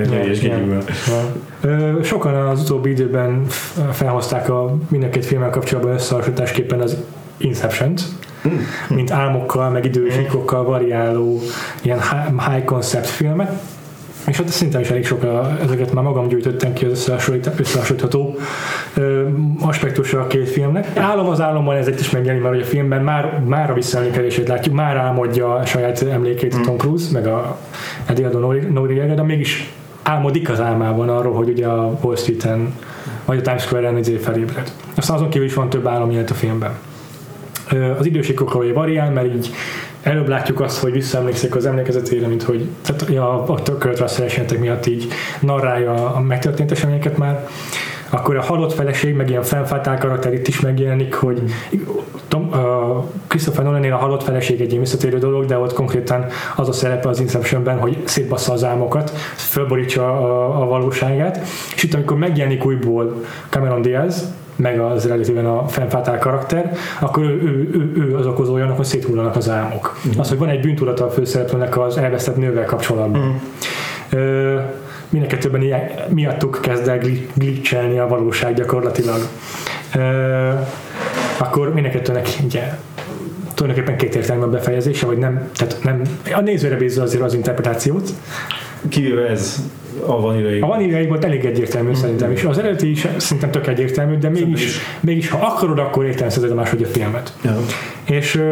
Sokan az utóbbi időben felhozták mind a két filmmel kapcsolatban összehasonlításképpen az Inception-t, mint álmokkal, meg idősíkokkal variáló ilyen high concept filmek, és ott szerintem is elég sok ezeket már magam gyűjtöttem ki az összehasonlítható aspektusra a két filmnek. Álom az álomban ezért is megjelenik, mert hogy a filmben már a visszaemlékezését látjuk, már álmodja a saját emlékét Tom Cruise, meg a Eduardo Noriega, de mégis álmodik az álmában arról, hogy ugye a Wall Street-en vagy a Times Square-en felébred. Aztán azon kívül is van több álom jelent a filmben. Az idősíkokkal variál, mert így előbb látjuk azt, hogy visszaemlékszik az emlékezetére, mint hogy a Kurt Russell esetek miatt így narrálja a megtörtént eseményeket már. Akkor a halott feleség, meg ilyen fennfátál karakter itt is megjelenik, hogy Christopher Nolannél a halott feleség egy ilyen visszatérő dolog, de ott konkrétan az a szerepe az Inceptionben, hogy szétbassza az álmokat, fölborítsa a valóságát, és itt amikor megjelenik újból Cameron Diaz, meg az relatíven a fennfátál karakter, akkor ő az okozója annak, hogy széthullanak az álmok. Az, hogy van egy bűntudata a főszereplőnek az elvesztett nővel kapcsolatban. Mindenkettőben miattuk kezd el glitchelni a valóság gyakorlatilag. Akkor mindenkettőnek ugye tulajdonképpen kétértelmű a befejezése, vagy nem, tehát nem, a nézőre bízza azért az interpretációt. Kivéve ez a Vanilla-ig. A Vanilla-ig volt elég egyértelmű szerintem is. Az eredeti is szerintem tök egyértelmű, de mégis ha akarod, akkor értelmezheted a második filmet. Ja. És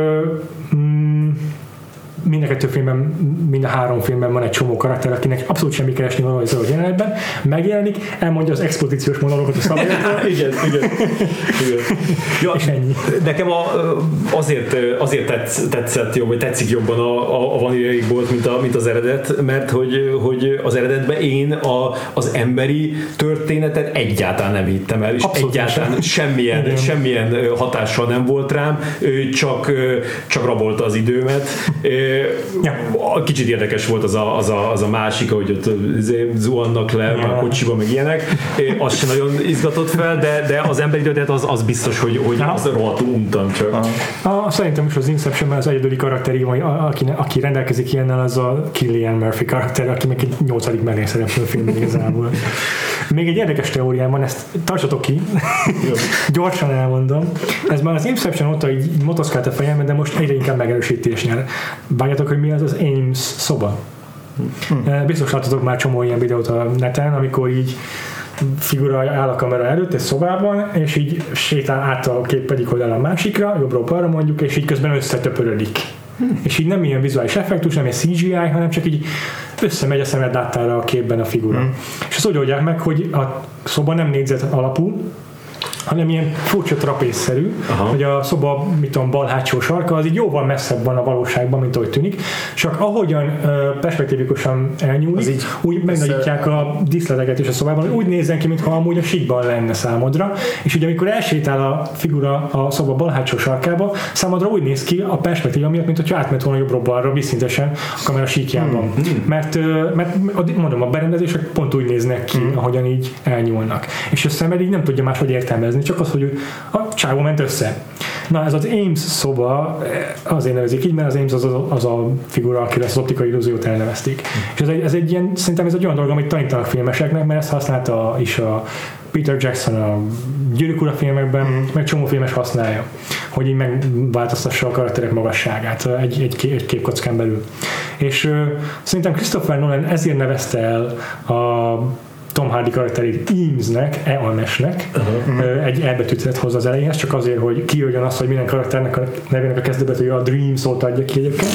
mind a kettő filmben, mind a 3 filmben van egy csomó karakter, akinek abszolút semmi keresni való az jelenetben, megjelenik, elmondja az expozíciós monológot a szabályokról. Igen. Ja, és ennyi. Nekem azért tetszett jobb, vagy tetszik jobban a Vanilla-ig volt, mint az eredet, mert hogy az eredetben én az emberi történetet egyáltalán nem hittem el, és abszolút egyáltalán semmilyen hatással nem volt rám, csak rabolta az időmet. Ja. Kicsit érdekes volt az a másik, hogy ott zuhannak le a kocsiba, meg ilyenek. Az sem nagyon izgatott fel, de az emberi történet az biztos, hogy az rohadtul untam csak. Szerintem is az Inceptionben az egyedüli karakteri, aki rendelkezik ilyennel, az a Cillian Murphy karakter, aki meg egy 8. mellé szereplő film igazából. Még egy érdekes teóriám van, ezt tartsatok ki, gyorsan elmondom. Ez már az Inception óta így motoszkált a fejembe, de most egyre inkább megerősítés nyer. Várjátok, hogy mi az Ames szoba? Biztos láttatok már csomó ilyen videót a neten, amikor így figura áll a kamera előtt egy szobában, és így sétál át a kép egyik oldalra a másikra, jobbra-balra mondjuk, és így közben összetöpörödik. És így nem ilyen vizuális effektus, nem ilyen CGI, hanem csak így összemegy a szemed láttára a képben a figura. És azt úgy oldják meg, hogy a szoba nem négyzet alapú, hanem ilyen furcsa trapézszerű, hogy a szoba, bal hátsó sarka, az így jóval messzebb van a valóságban, mint ahogy tűnik, csak ahogyan perspektívikusan elnyúlik, úgy megnagyítják a díszleteket is a szobában, hogy úgy nézzen ki, mintha amúgy a síkban lenne számodra, és ugye amikor elsétál a figura a szoba bal hátsó sarkába, számodra úgy néz ki a perspektíva miatt, mint hogyha átment volna jobbra-balra visszintesen a kamera síkjában. Mert mondom, a berendezések pont úgy néznek ki, ahogyan így elnyúlnak. És a szemed így nem tudja máshogy értelmezni, csak az, hogy a csávó ment össze. Na, ez az Ames szoba azért nevezik így, mert az Ames az a figura, akire az optikai illúziót elnevezték. És ez egy ilyen, szerintem ez egy olyan dolog, amit tanítanak filmeseknek, mert ezt használta is a Peter Jackson a Gyűrűk Ura filmekben, meg csomó filmes használja, hogy így megváltoztassa a karakterek magasságát egy képkockán belül. És szerintem Christopher Nolan ezért nevezte el a Tom Hardy karakterét Eamesnek, Eamesnek, egy elbetűt tett hozzá az elejéhez, csak azért, hogy kijöjjön az, hogy minden karakternek a nevének a kezdőbetűje a Dream szót adja ki egyébként.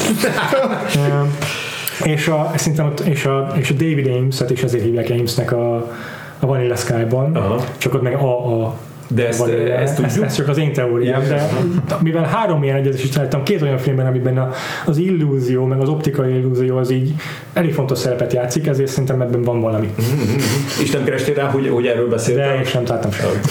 és a David Ames-et is ezért hívják Amesnek a Vanilla Sky-ban, csak ott meg de ez csak az én teóriám, de mivel 3 ilyen egyezést találtam 2 olyan filmben, amiben az illúzió, meg az optikai illúzió az így elég fontos szerepet játszik, ezért szerintem ebben van valami. És nem kerestél rá, hogy erről beszéltem? De és nem találtam semmit.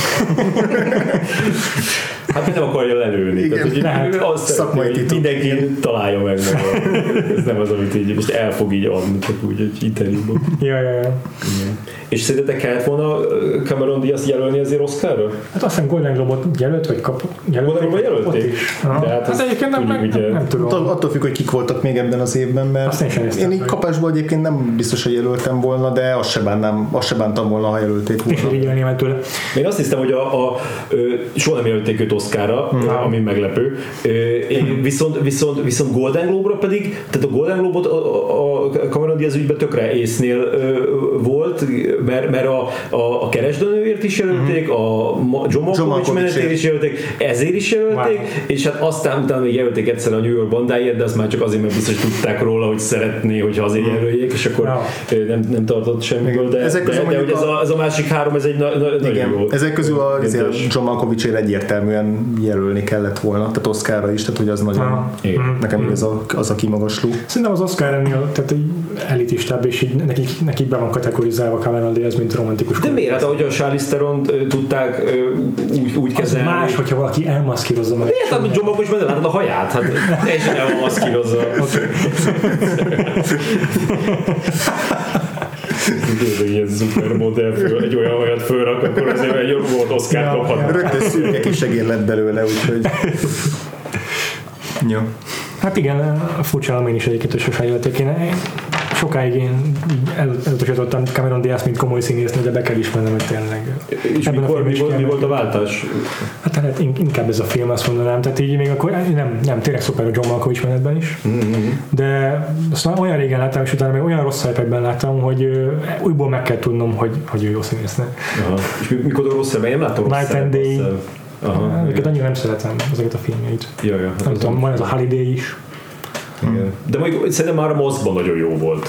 Hát nem akarja lelőni. Igen, tehát, szakmai titok. Mindenki találja meg maga. Ez nem az, amit így most el fog így adni, csak úgy egy interjúban. Ja. És szerintetek kellett volna Cameron Diaz jelölni azért Oscarra? Hát azt hiszem Golden Globe-ot jelölt, vagy Golden Globe-ot jelölték? Hát egyébként nem tudom. Attól függ, hogy kik voltak még ebben az évben, mert én így kapásból egyébként nem biztos, hogy jelöltem volna, de azt se bántam volna, ha jelölték volna. És így jelölném tőle. Én azt hiszem, hogy soha nem jelölték őt Oscarra, ami meglepő. Viszont Golden Globe-ra pedig, tehát a Golden Globe-ot a Cameron Diaz ügyben tökre észnél volt, mert a Keresdőnőért is jelölték, a John Malkovich menetért is jelölték, ezért is jelölték, és hát aztán utána még jelölték egyszer a New York bandáért, de azt már csak azért, mert biztos tudták róla, hogy szeretné, hogyha azért jelöljék, és akkor nem tartott semmiből, de hogy ez a másik 3, ez egy nagyon jó. Ezek közül a John Malkovichért egyértelműen jelölni kellett volna, tehát Oscarra is, tehát hogy az nagyon, nekem az a kimagasló. Szerintem az Oscar ennél, tehát elitistább, és így nekik be van kategorizálva Cameron Diaz, mint romantikus. De miért? Hát ahogy a Charlize Theron tudták úgy kezelni. Az más, hogyha valaki elmaszkírozza meg. Miért? Hát John Malkovich meg látod a haját? Hát teljesen elmaszkírozza. Tényleg ilyen szupermodell egy olyan hajat fölrak, akkor azért egy jobb volt Oscar kaphat. Rögtön szürke kis segér lett belőle, úgyhogy... Ja. Hát igen, furcsa élmény is egyébként, hogy sosem jelölték. Én sokáig én elutasítottam Cameron Diaz, mint komoly színésznő, de be kell ismernem, hogy tényleg. És mi volt a váltás? Hát inkább ez a film, azt mondanám, tehát így még akkor nem tényleg szuper a John Malkovich menetben is, de azt olyan régen láttam, és utána még olyan rossz szerepekben láttam, hogy újból meg kell tudnom, hogy ő jó színésznő. És mikor a rossz szerepben? Én nem láttam rossz szerepben. Őket annyira nem szeretem, ezeket a filmjeit. Nem tudom, van ez a Holiday is. De mondjuk szerintem már a Moszban nagyon jó volt.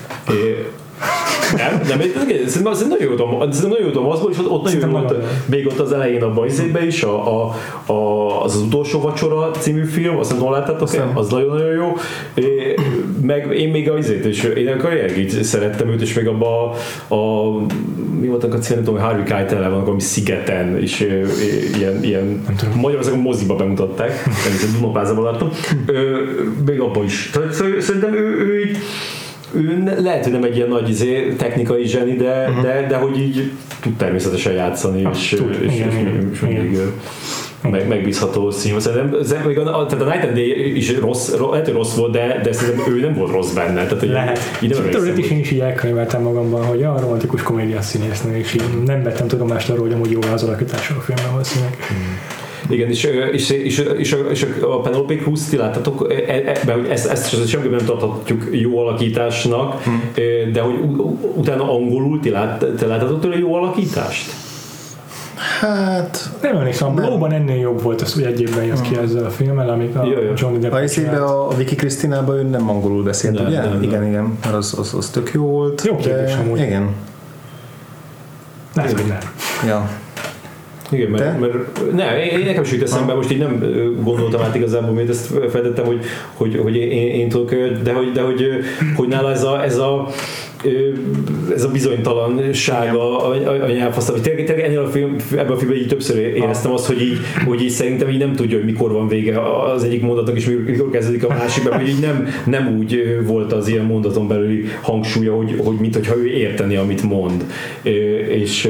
Szerintem nagyon jó a Moszban, és ott nagyon jó volt, még ott az elején a Bajzébe is, az utolsó vacsora című film, azt nem láttátok, az nagyon-nagyon jó. Meg én még azért, és én akkor így szerettem őt, és még abban mi voltak a cím, nem tudom, Harvey Keitel-el van, valami szigeten, és ilyen Magyarországon moziba bemutatták, nem Dunapázában láttam. Még abban is. Szerintem ő lehet, hogy nem egy ilyen nagy technikai zseni, de hogy így tud természetesen játszani, és mindig megbízható szín. Szerintem a Night and Day is lehet, hogy rossz volt, de szerintem ő nem volt rossz benne. Lehet. Tudod, én is így elkönyveltem magamban, hogy a romantikus komédia színésznő, és így nem vettem tudomást arról, hogy amúgy jó az alakítása a filmben valószínűleg. Igen, és a Penelope Cruz, ti láttatok, ezt semmiben nem tarthatjuk jó alakításnak, de hogy utána angolul ti láttatok tőle jó alakítást? Hát... Nem emlékszem, a Blow-ban ennél jobb volt, az, hogy egy évben jött ki ezzel a filmmel, amik a Johnny Depp a Vicky Cristinában ő nem angolul beszélt, ugye? Igen, mert az tök jó volt. Jó kérdés amúgy. Igen. Lehet, hogy nem. Ja. Igen, mert nekem is jut eszembe, most így nem gondoltam át igazából, miért ezt feltettem, hogy én tudok, de hogy nála ez a bizonytalansága a nyelvhasználat. Tényleg ebben a filmben így többször éreztem azt, hogy így szerintem így nem tudja, hogy mikor van vége az egyik mondatnak, és mikor kezdődik a másikban, hogy így nem úgy volt az ilyen mondaton belüli hangsúlya, hogy mintha ő érteni, amit mond. És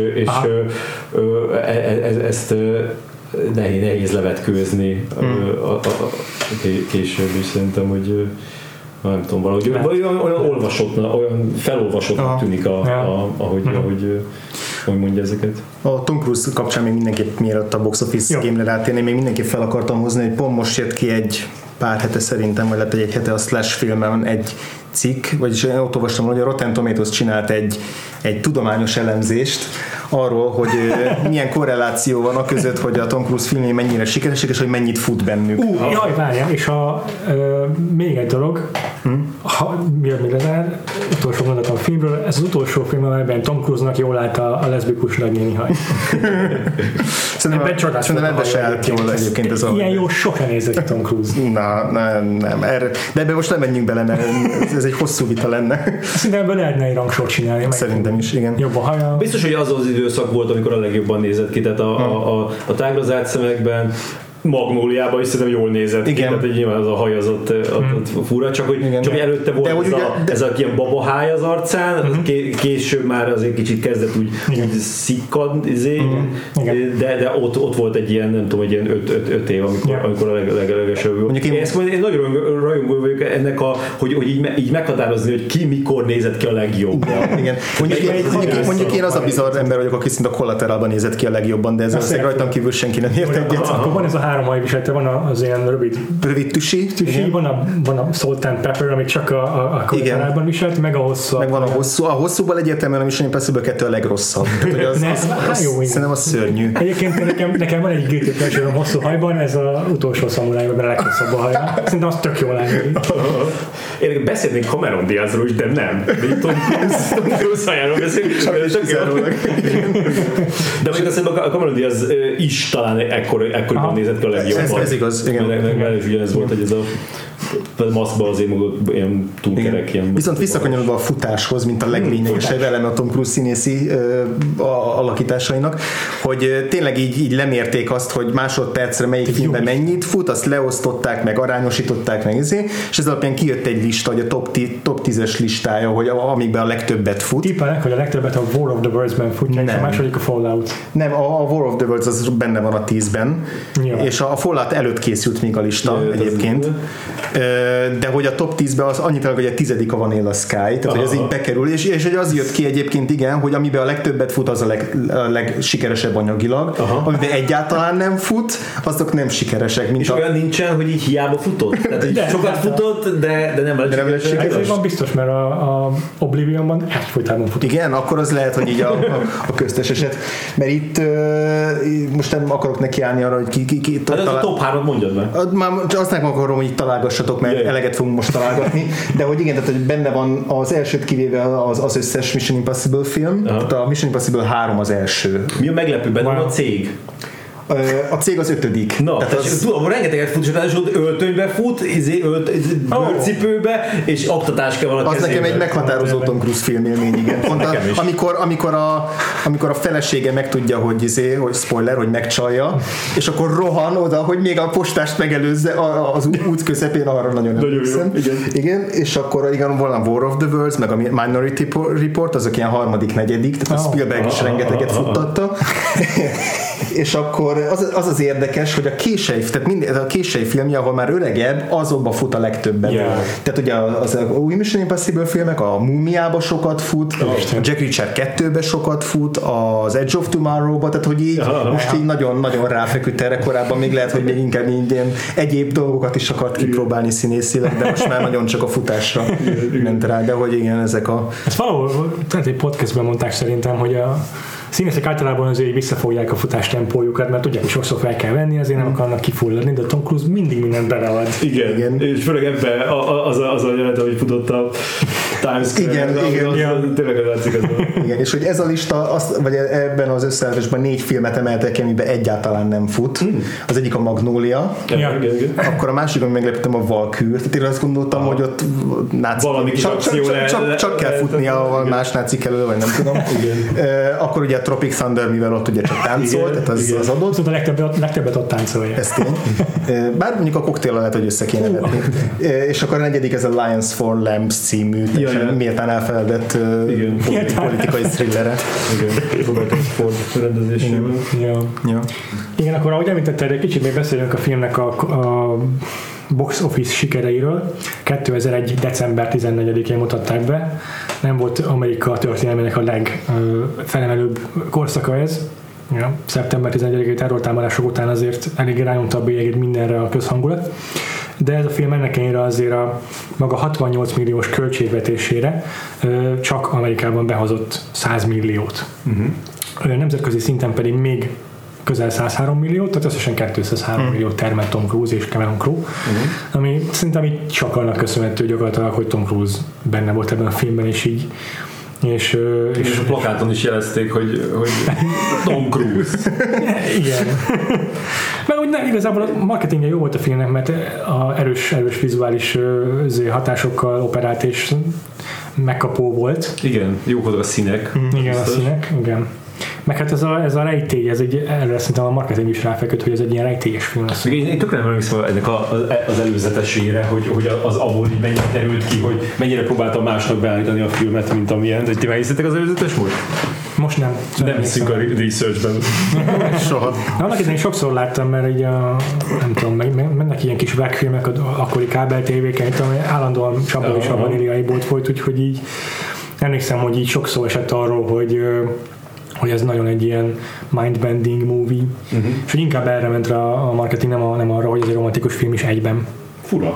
ezt nehéz levetkőzni később is szerintem, hogy nem tudom, valahogy olyan felolvasottnak tűnik, ahogy mondja ezeket. A Tom Cruise kapcsán még mindenképp, mielőtt a Box Office Game-re rátérni, még mindenképp fel akartam hozni, hogy pont most jött ki egy pár hete szerintem, vagy lett egy hete a Slash filmen egy cikk, vagyis én ott olvastam, hogy a Rotten Tomatoes csinált egy tudományos elemzést arról, hogy milyen korreláció van a között, hogy a Tom Cruise filmjei mennyire sikeresek, és hogy mennyit fut bennük. Jaj, várjál, és még egy dolog, miért még lezár, utolsó mondatom a filmről, ez az utolsó film, amelyben Tom Cruise-nak jól állt a leszbikus nagynéni haj. Szerintem ebben se állt jól egyébként ez a... Ilyen jó soha nézett Tom Cruise. Nem, erre, de ebbe most nem menjünk bele, mert ez egy hosszú vita lenne. Szerintem ebből lehetne egy rangsort csinálni. Szerintem is, igen. Jobb a haja. Biztos, hogy az időszak volt, amikor a legjobban nézett ki, tehát a tágra zárt szemekben, Magnóliában is szerintem jól nézett ki, tehát nyilván az a haj az ott fura, csak hogy előtte volt ez a ilyen babaháj az arcán, később már azért kicsit kezdett úgy szikkadni, de ott volt egy ilyen, nem tudom, egy ilyen 5 év, amikor a legesebb volt. Én nagyon rajongó vagyok ennek, hogy így meghatározni, hogy ki mikor nézett ki a legjobban. Igen. Mondjuk én az a bizarr ember vagyok, aki szinte a Collateralban nézett ki a legjobban, de ez rajtam kívül senki nem ért egyet. Akkor van ez a 3 hajviselte, van az ilyen rövid tüsi, van a salt and pepper, amit csak a Collateralban viselt, meg a hosszú. Meg van a hosszú. A hosszúból egyértelműen a Mission Impossible 2 a legrosszabb. Szerintem az szörnyű. Egyébként nekem van egy guilty pleasure hosszú hajban, ez az utolsó szamurájban, a leghosszabb a hajban. Szerintem az tök jól áll. Én beszélnék Cameron Diazról is, de nem. Tom Cruise hajáról beszélünk. De még azt a Cameron Diaz is talán ekkoriban nézett ki a legjobban. Ez igaz, igen. Ez volt, hogy ez a maszkban azért magad ilyen túlkerek. Viszont visszakanyarodva a futáshoz, mint a leglényegesebb eleme a Tom Cruise színészi alakításainak, hogy tényleg így lemérték azt, hogy másodpercre melyik filmben mennyit fut, azt leosztották, meg arányosították meg, és ez alapján kijött egy lista, hogy a top 10-es listája, hogy amikben a legtöbbet fut. Tippelnek, hogy a legtöbbet a War of the Worlds-ben futják, és a második a Fallout. Nem, a War of the Worlds az benne van a 10-ben, és a Fallout előtt készült még a lista egyébként. de hogy a top 10-ben az annyit hogy a 10. a Vanilla Sky, tehát hogy ez így bekerül, és hogy az jött ki egyébként, igen, hogy amiben a legtöbbet fut, az a legsikeresebb anyagilag, amiben egyáltalán nem fut, azok nem sikeresek. És olyan nincsen, hogy így hiába futott? Tehát, hogy sokat futott, de nem lett sikeres. Ez van biztos, mert a Oblivionban egyfolytában fut. Igen, akkor az lehet, hogy így a köztes eset. Mert itt most nem akarok nekiállni arra, hogy ki hát a top 3-at mondjad meg. Már azt nem akarom, hogy így találgassatok, mert eleget fogunk most találgatni, de hogy igen, tehát hogy benne van az elsőt kivéve az összes Mission Impossible film, tehát a Mission Impossible 3 az első. Mi a meglepő benne a cég? A cég az 5. Na, tudom, rengeteget fut, és öltönybe fut, bőrcipőbe, és oktatáska van a kezében. Az nekem egy meghatározó Tom Cruise filmélmény, igen. Pont amikor a felesége megtudja, hogy spoiler, hogy megcsalja, és akkor rohan oda, hogy még a postást megelőzze az út közepén, arra nagyon emlékszem. Igen, és akkor igen, van a War of the Worlds, meg a Minority Report, azok ilyen 3., 4., tehát a Spielberg is rengeteget futtatta. És akkor az érdekes, hogy a késői filmje, ahol már öregebb, azokba fut a legtöbben. Yeah. Tehát ugye az új Mission Impossible filmek, a Múmiába sokat fut, a Jack Reacher 2-be sokat fut, az Edge of Tomorrow-ba, tehát hogy így most így nagyon-nagyon ráfeküdt erre, korábban még lehet, hogy még inkább ilyen egyéb dolgokat is akart kipróbálni színészileg, de most már nagyon csak a futásra ment rá, de hogy igen, ezek a... Ezt valahol, tehát egy podcastben mondták szerintem, hogy a színészek általában azért visszafogják a futás tempójukat, mert tudják, hogy sokszor fel kell venni, azért nem akarnak kifulladni, de Tom Cruise mindig mindent belead. Igen. És főleg ebben az a jelenet, hogy futott a Times Square. Igen. Tényleg látszik ez. Igen, és hogy ez a lista, vagy ebben az összeállításban 4 filmet emeltek ki, amiben egyáltalán nem fut. Az egyik a Magnolia, akkor a másik, ami meglepettem, a Valkyrie. Tehát én azt gondoltam, hogy ott náci, csak kell futnia a más nácik elől, vagy nem tudom. Akkor ugye a Tropic Thunder, mivel ott ugye csak táncol, tehát az adott. Szóval a legtöbbet ott táncolja. Ez tény. Bár mondjuk a koktéllal lehet, hogy össze kéne vetni. És akkor a negyedik ez a Lions for Lambs című, méltán elfeledett politikai thrillere. Igen, Robert Ford rendezésében. Igen, akkor ahogy említetted, egy kicsit még beszélünk a filmnek a box office sikereiről. 2001. december 14-én mutatták be. Nem volt Amerika történelmének a legfelemelőbb korszaka ez. Ja, szeptember 11-i terrortámadások után azért elég rányomta a bélyegét mindenre a közhangulat. De ez a film ennek ellenére azért a maga 68 milliós költségvetésére csak Amerikában behozott 100 milliót. Nemzetközi szinten pedig még közel 103 milliót, tehát összesen 203 milliót termelt Tom Cruise és Cameron Crowe, ami szerintem így csak annak köszönhető gyakorlatilag, hogy Tom Cruise benne volt ebben a filmben, és így és a plakáton is jelezték, hogy Tom Cruise. Igen. Meg úgy nem, igazából a marketingje jó volt a filmnek, mert a erős vizuális hatásokkal operált és megkapó volt. Igen, jók voltak a színek. Igen, a színek, igen. Meg hát ez a rejtély, erre szerintem a marketing is ráfeküdt, hogy ez egy ilyen rejtélyes film lesz. Én tökre nem emlékszem ennek az előzetesére, hogy az abból így mennyire terült ki, hogy mennyire próbáltam másnak beállítani a filmet, mint amilyen. De ti megnéztétek az előzetes most? Most nem. Nem hiszünk a researchben. Soha. Annak idején sokszor láttam, mert így nem tudom, mennek ilyen kis vágfilmek akkori kábel tévéken, ami állandóan Csaba és a Vaníliai bolt volt, úgyhogy így emlékszem, hogy így sokszor esett arról, hogy ez nagyon egy ilyen mind-bending movie, és hogy inkább erre ment rá a marketing, nem arra, hogy ez egy romantikus film is egyben. Fura.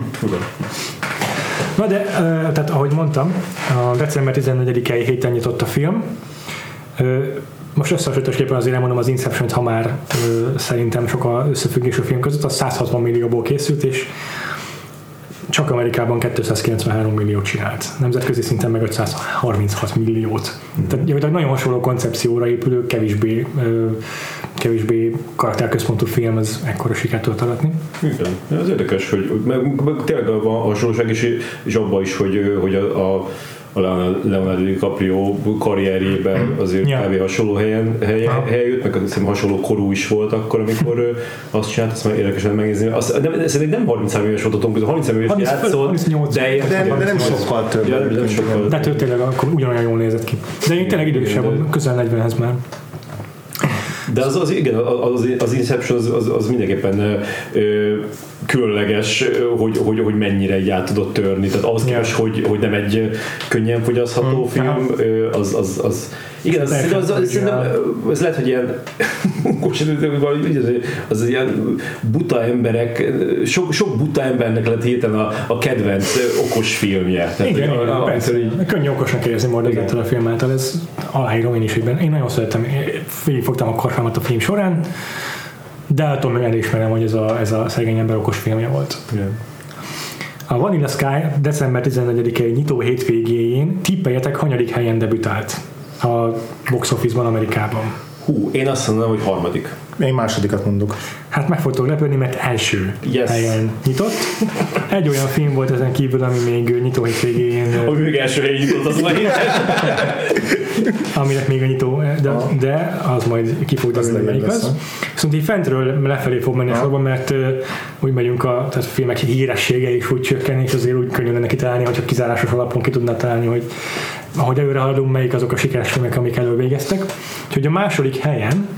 Na de, tehát ahogy mondtam, a december 14-i héten nyitott a film. Most összehasonlításképpen azért elmondom az Inception-t, ha már szerintem sok az összefüggés a film között, az 160 millióból készült, és csak Amerikában 293 milliót csinált. Nemzetközi szinten meg 536 milliót. Tehát nagyon hasonló koncepcióra épülő, kevésbé karakterközpontú film, az ekkora sikert tudott aratni. Igen, ez érdekes, hogy meg tényleg a hasonlóság és abban is, hogy a Leonardo DiCaprio karrierjében azért kb. Hasonló helyen jött, meg hiszem hasonló korú is volt akkor, amikor azt csinált, azt már érdekesen megnézni. Szerintem nem 33 éves volt a Tom Cruise, 33 éves játszott, de nem sokkal több. De ő tényleg akkor ugyanolyan jól nézett ki. De én tényleg idősebb, közel 40-hez már. De igen, az Inception az mindenképpen különleges, hogy mennyire így át tudott törni. Tehát ahhoz képest, hogy nem egy könnyen fogyasztható film, az igen, ez lehet, hogy ilyen az ilyen buta emberek, sok buta embernek lett hirtelen a kedvenc okos filmje. Igen, könnyű okosnak érezni majd ezzel a film által, ez aláírom én is egyben. Én nagyon szeretem, végigfogtam a karfámat a film során, de attól még elismerem, hogy ez a szegény ember okos filmje volt. Igen. A Vanilla Sky december 14-i nyitó hétvégéjén tippeljetek, hanyadik helyen debütált a box office-ban Amerikában. Én azt mondom, hogy harmadik. Én másodikat mondok. Hát meg fogtok lepődni, mert első helyen nyitott. Egy olyan film volt ezen kívül, ami még nyitó hétvégén... Ami még első helyen nyitott, az majd aminek még a nyitó, de az majd ki fog derülni, melyik az. Viszont így fentről lefelé fog menni a sorban, mert úgy megyünk tehát a filmek híressége is úgy csökken, és azért úgy könnyű lenne kitalálni, hogyha kizárásos alapon ki tudná találni, hogy ahogy előre haladunk, melyik azok a sikeres filmek, amik elővégeztek. Úgyhogy a második helyen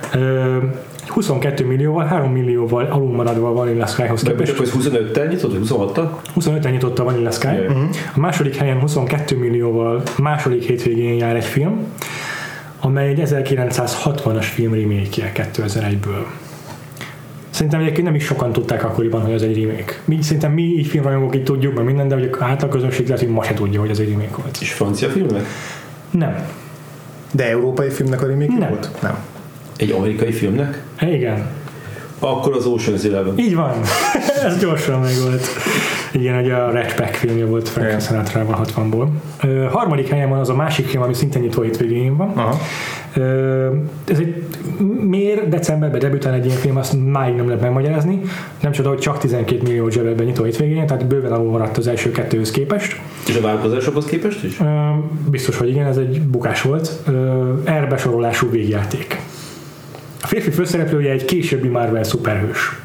22 millióval, 3 millióval alulmaradva a Vanilla Skyhoz képest. Akkor ez 25-tel nyitott, vagy 26-tal? 25-tel nyitott a Vanilla Sky. A második helyen 22 millióval második hétvégén jár egy film, amely egy 1960-as film remake-je 2001-ből. Szerintem egyébként nem is sokan tudták akkoriban, hogy ez egy remake. Szerintem mi így filmrajongók így tudjuk, mert minden, de hogy átlag közönség lehet, hogy ma se tudja, hogy ez egy remake volt. És francia filmnek? Nem. De európai filmnek a remake volt? Nem. Egy amerikai filmnek? Igen. Akkor az Ocean's 11. Így van. Ez gyorsan meg volt. Igen, ugye a Red Pack filmje volt Frank Sinatra-val 60-ból. Harmadik helyen van az a másik film, ami szintén nyitó hétvégén van. Ez egy, miért decemberben debütál egy ilyen film, azt máig nem lehet megmagyarázni. Nem csoda, hogy csak 12 millió zsebben nyitó hétvégén, tehát bőven alul maradt az első kettőhöz képest. És a változásokhoz képest is? Biztos, hogy igen, ez egy bukás volt. R-besorolású végjáték. A férfi főszereplője egy későbbi Marvel szuperhős.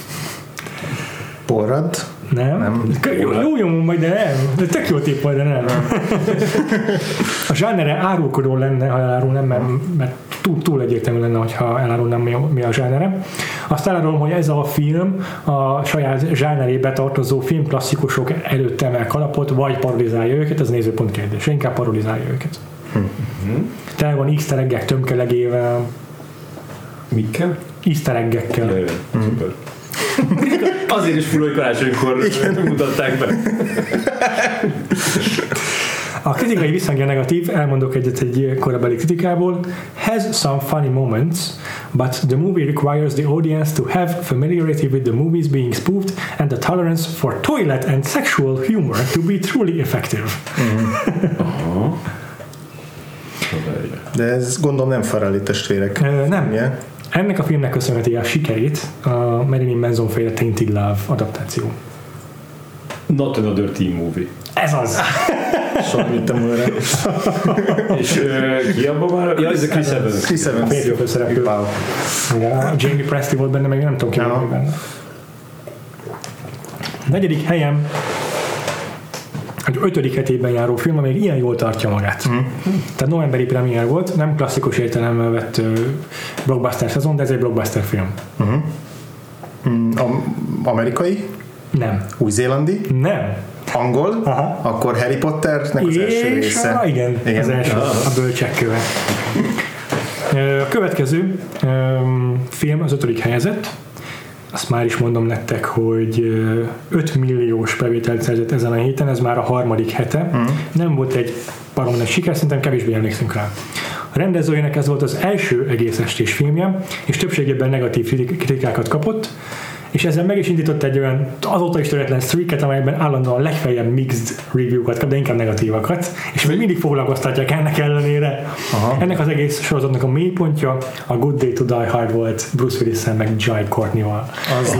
Porrad? Nem. Jó nyomom majd, de nem. De tök jó tipp majd, de nem. A zsánere árulkodó lenne, ha elárulnám, mert túl egyértelmű lenne, hogyha elárulnám mi a zsánere. Azt elárulom, hogy ez a film a saját zsánerébe tartozó filmklasszikusok előtt emel kalapot, vagy parodizálja őket, ez nézőpont kérdése, inkább parodizálja őket. Tele van easter egg-ek tömkelegével. Mikkel? Easter egg-ekkel. Szuper. Azért is fura, hogy karácsonykor mutatták be. A kritikai visszhangja negatív, elmondok egy korabeli kritikából. Has some funny moments, but the movie requires the audience to have familiarity with the movies being spoofed and the tolerance for toilet and sexual humor to be truly effective. De ez gondolom nem Farrelly testvérek. Nem. Yeah. Ennek a filmnek köszönheti a sikerét a Marilyn Manson féle Tainted Love adaptáció. Not another teen movie. Ez az! Sok vittem volna. És ki abban már? Ja, ez a Chris Evans. Chris Evans. A férfi főszereplő. Wow. Jamie Presti volt benne, meg nem tudom ki volt benne. Negyedik helyen egy 5. hetében járó film, amely ilyen jól tartja magát. Tehát novemberi premier volt, nem klasszikus értelemben vett blockbuster szezon, de ez egy blockbuster film. Amerikai? Nem. Új-zélandi? Nem. Angol? Aha. Akkor Harry Potternek az első része. Igen, az első, a bölcsek köve. A következő film az 5. helyezett. Azt már is mondom nektek, hogy 5 milliós bevételt szerzett ezen a héten, ez már a 3. hete. Nem volt egy baromi nagy siker, szerintem kevésbé emlékszünk rá. A rendezőjének ez volt az első egész estés filmje, és többségében negatív kritikákat kapott, és ezzel meg is indított egy olyan azóta is töretlen streaket, amelyben állandóan legfeljebb mixed review-kat kap, de inkább negatívakat, és még mindig foglalkoztatják ennek ellenére. Ennek az egész sorozatnak a mélypontja a Good Day to Die Hard volt Bruce Willis-szel, meg Jai Courtney-val. Az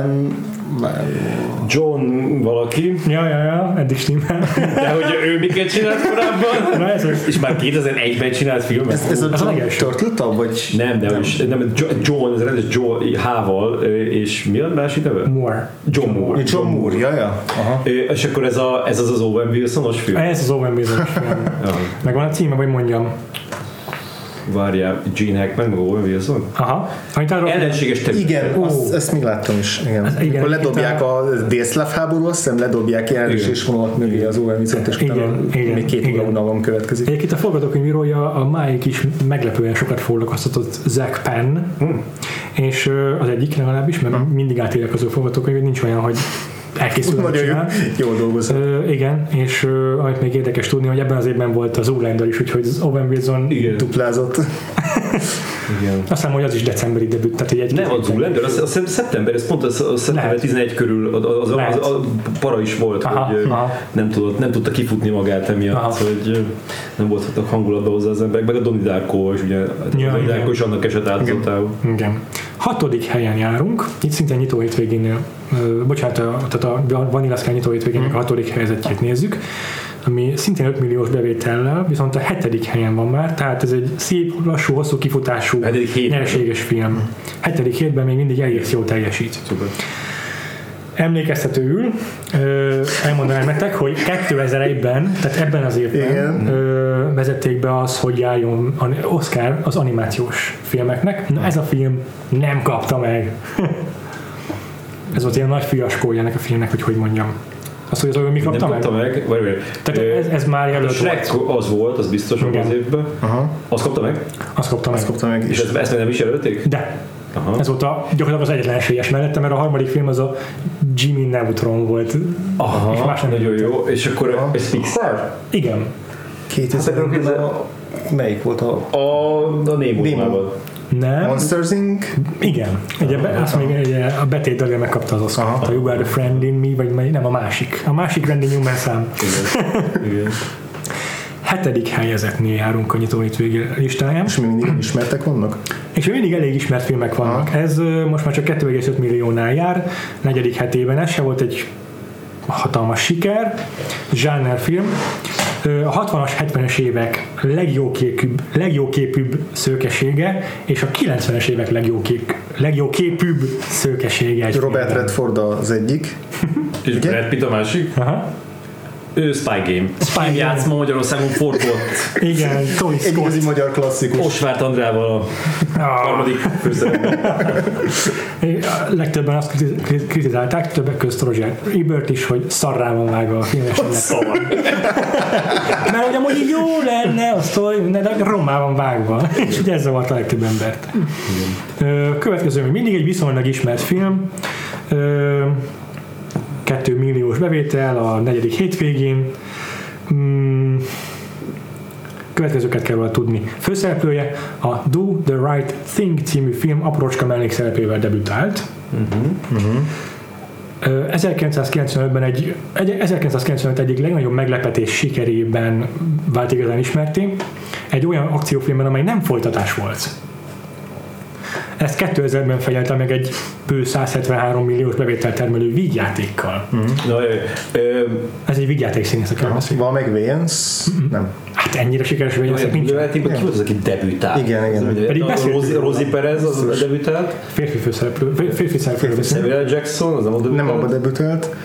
John valaki. Ja, eddig stimmel. De hogy ő miket csinált korábban? És már 2001-ben csinált filmet. Ez a Turtle vagy? Nem, John, ez rendes John H-val, és mi a másik neve? Moore. John Moore. John Moore, ja. És akkor ez az Owen Wilson-os film? Ez az Owen Wilson-os film. Megvan a címe, vagy mondjam? várjál, Gene Hackman, meg Owen Wilson. Aha. Ellenséges terület. Igen, ezt még láttam is. Igen. Akkor ledobják a délszláv háború, azt hiszem ledobják jelzés vonalat mögé az Owen Wilsont, és utána még 2 óra unalom következik. Egyébként a forgatókönyvírója a máig is meglepően sokat foglalkoztatott Zach Penn, és az egyik legalábbis, mert mindig átélek az ő forgatókönyvét, nincs olyan, hogy elkészül. Jól dolgozott. Igen, és amit még érdekes tudni, hogy ebben az évben volt az Zoolander is, úgyhogy az Owen Wilson duplázott. Igen. Azt hiszem, hogy az is decemberi debüt, tehát egy nem, a Zoolander, azt szeptember, ez pont a szeptember 11 körül az para is volt, hogy nem tudta kifutni magát emiatt, hogy nem voltak hangulatba hozzá az emberek, meg a Donnie Darko is, ugye, Donnie Darko is annak esett áldozatául. Igen. 6. helyen járunk, itt szintén nyitó hétvégénél, tehát a Vanilla Sky nyitó hétvégének a 6. helyezettjét nézzük, ami szintén 5 milliós bevétellel, viszont a 7. helyen van már, tehát ez egy szép, lassú, hosszú kifutású, nyereséges film. 7. hétben még mindig elég jól teljesít. Szuper. Emlékeztetőül elmondanám nektek, hogy 2001-ben, tehát ebben az évben vezették be az, hogy járjon Oscar az animációs filmeknek. Na ez a film nem kapta meg. Ez volt ilyen nagy fiaskója ennek a filmnek, hogy mondjam. Azt, hogy az olyan mi kapta meg? Tehát ez már jelölt Shrek volt. Az volt, az biztos az évben. Azt kapta meg? Azt kapta meg. És ezt nem is jelölték? De. Aha. Ez volt gyakorlatilag az egyetlen esélyes mellette, mert a harmadik film az a Jimmy Neutron volt. Aha, és más nagyon jó. És akkor ez Pixar? Igen. 2000-ben melyik volt a Nemo-ban? Nem. Monsters Inc? Igen. Azt mondja, a Betét Dalia megkapta az Oscar-t, a You Are the Friend in Me, vagy nem a másik. A másik Randy Newman szám. Igen. 7. helyezettnél járunk a nyitó hétvégi listáján. És mi mindig ismertek vannak? És mindig elég ismert filmek vannak. Ez most már csak 2,5 milliónál jár, 4. hetében ez se volt egy hatalmas siker, zsánerfilm. A 60-as, 70-es évek legjóképűbb szőkesége, és a 90-es évek legjóképűbb szőkesége. Robert Redford az egyik. És Brad Pitt a másik? Aha. Ő Spy Game. Játszma Magyarországon forgott. Igen, Tony Scott. Egy igazi magyar klasszikus. Osvárt Andrával a harmadik főszerepben. Legtöbben azt kritizálták, többek közt Roger Ebert is, hogy szarrá van vágva a filmesnek. Mert hogy amúgy jó lenne, de rommá van vágva. És ugye ez zavart a legtöbb embert. Következő, még mindig egy viszonylag ismert film. 2 milliós bevétel a 4. hétvégén. Következőket kell róla tudni. Főszereplője a Do the Right Thing című film aprócska mellékszerepével debütált. 1995 egyik legnagyobb meglepetés sikerében vált igazán ismerté. Egy olyan akciófilmben, amely nem folytatás volt. Ezt 2000-ben fegyelte meg egy bő 173 milliós bevétel termelő vígjátékkal. Ez egy vígjáték színészekről beszél. Van meg Wayans? Nem. Hát ennyire sikeres Wayans nincs. Ki volt az, aki debütált? Igen. Rosie Perez az debütált? Férfi főszereplő. Samuel Jackson, az nem a debütált? Nem abba debütált.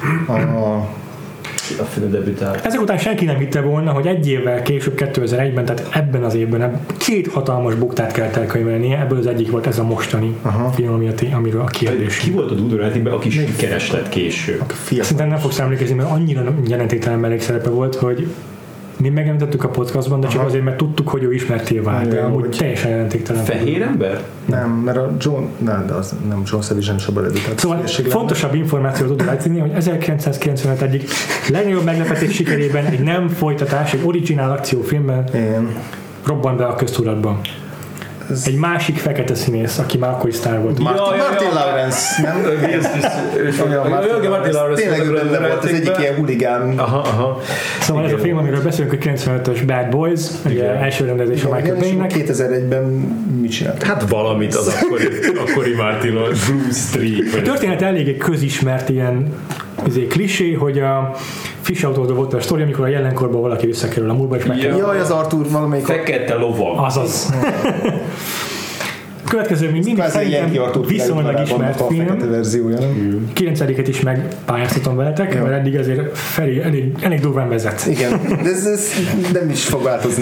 A film debütált. Ezek után senki nem hitte volna, hogy egy évvel később, 2001-ben, tehát ebben az évben 2 hatalmas buktát kellett elkönyvelnie, ebből az egyik volt ez a mostani film, amiről a kérdés. Ki volt a Dudorátiben, aki sikeres lett később? Szerintem nem fogsz emlékezni, mert annyira jelentéktelen mellékszerepe volt, hogy mi megemlítettük a podcastban, de csak azért, mert tudtuk, hogy ő ismerté vált, de amúgy teljesen jelentéktelen. Fehér ember? Nem, mert a John Savage is abban debütált. Szóval fontosabb információt tudod látni, hogy 1995 egyik legnagyobb meglepetés sikerében egy nem folytatás, egy originál akciófilmben robban be a köztudatban. Egy másik fekete színész, aki már akkor is sztár volt. Martin Lawrence, nem? Martin Lawrence. Tényleg ő benne volt, az egyik ilyen huligán. Szóval ez a film, amiről beszélünk, a 95-ös Bad Boys, ugye első rendezés a Michael Bay-nek. 2001-ben mit csinált? Hát valamit az akkori Martin Lawrence, Blue Streak. A történet eléggé közismert ilyen klisé, hogy a Fish-autódó volt a sztori, amikor a jelenkorban valaki visszakerül a múltba, és megkerül. Jaj, az Arthur valamelyik... Fekete lovag. Azaz. Következő, még mindig szerintem viszonylag ismert film. 9-et is megpályáztatom veletek, mert eddig azért Feri elég durván vezet. Igen, de ez nem is fog változni.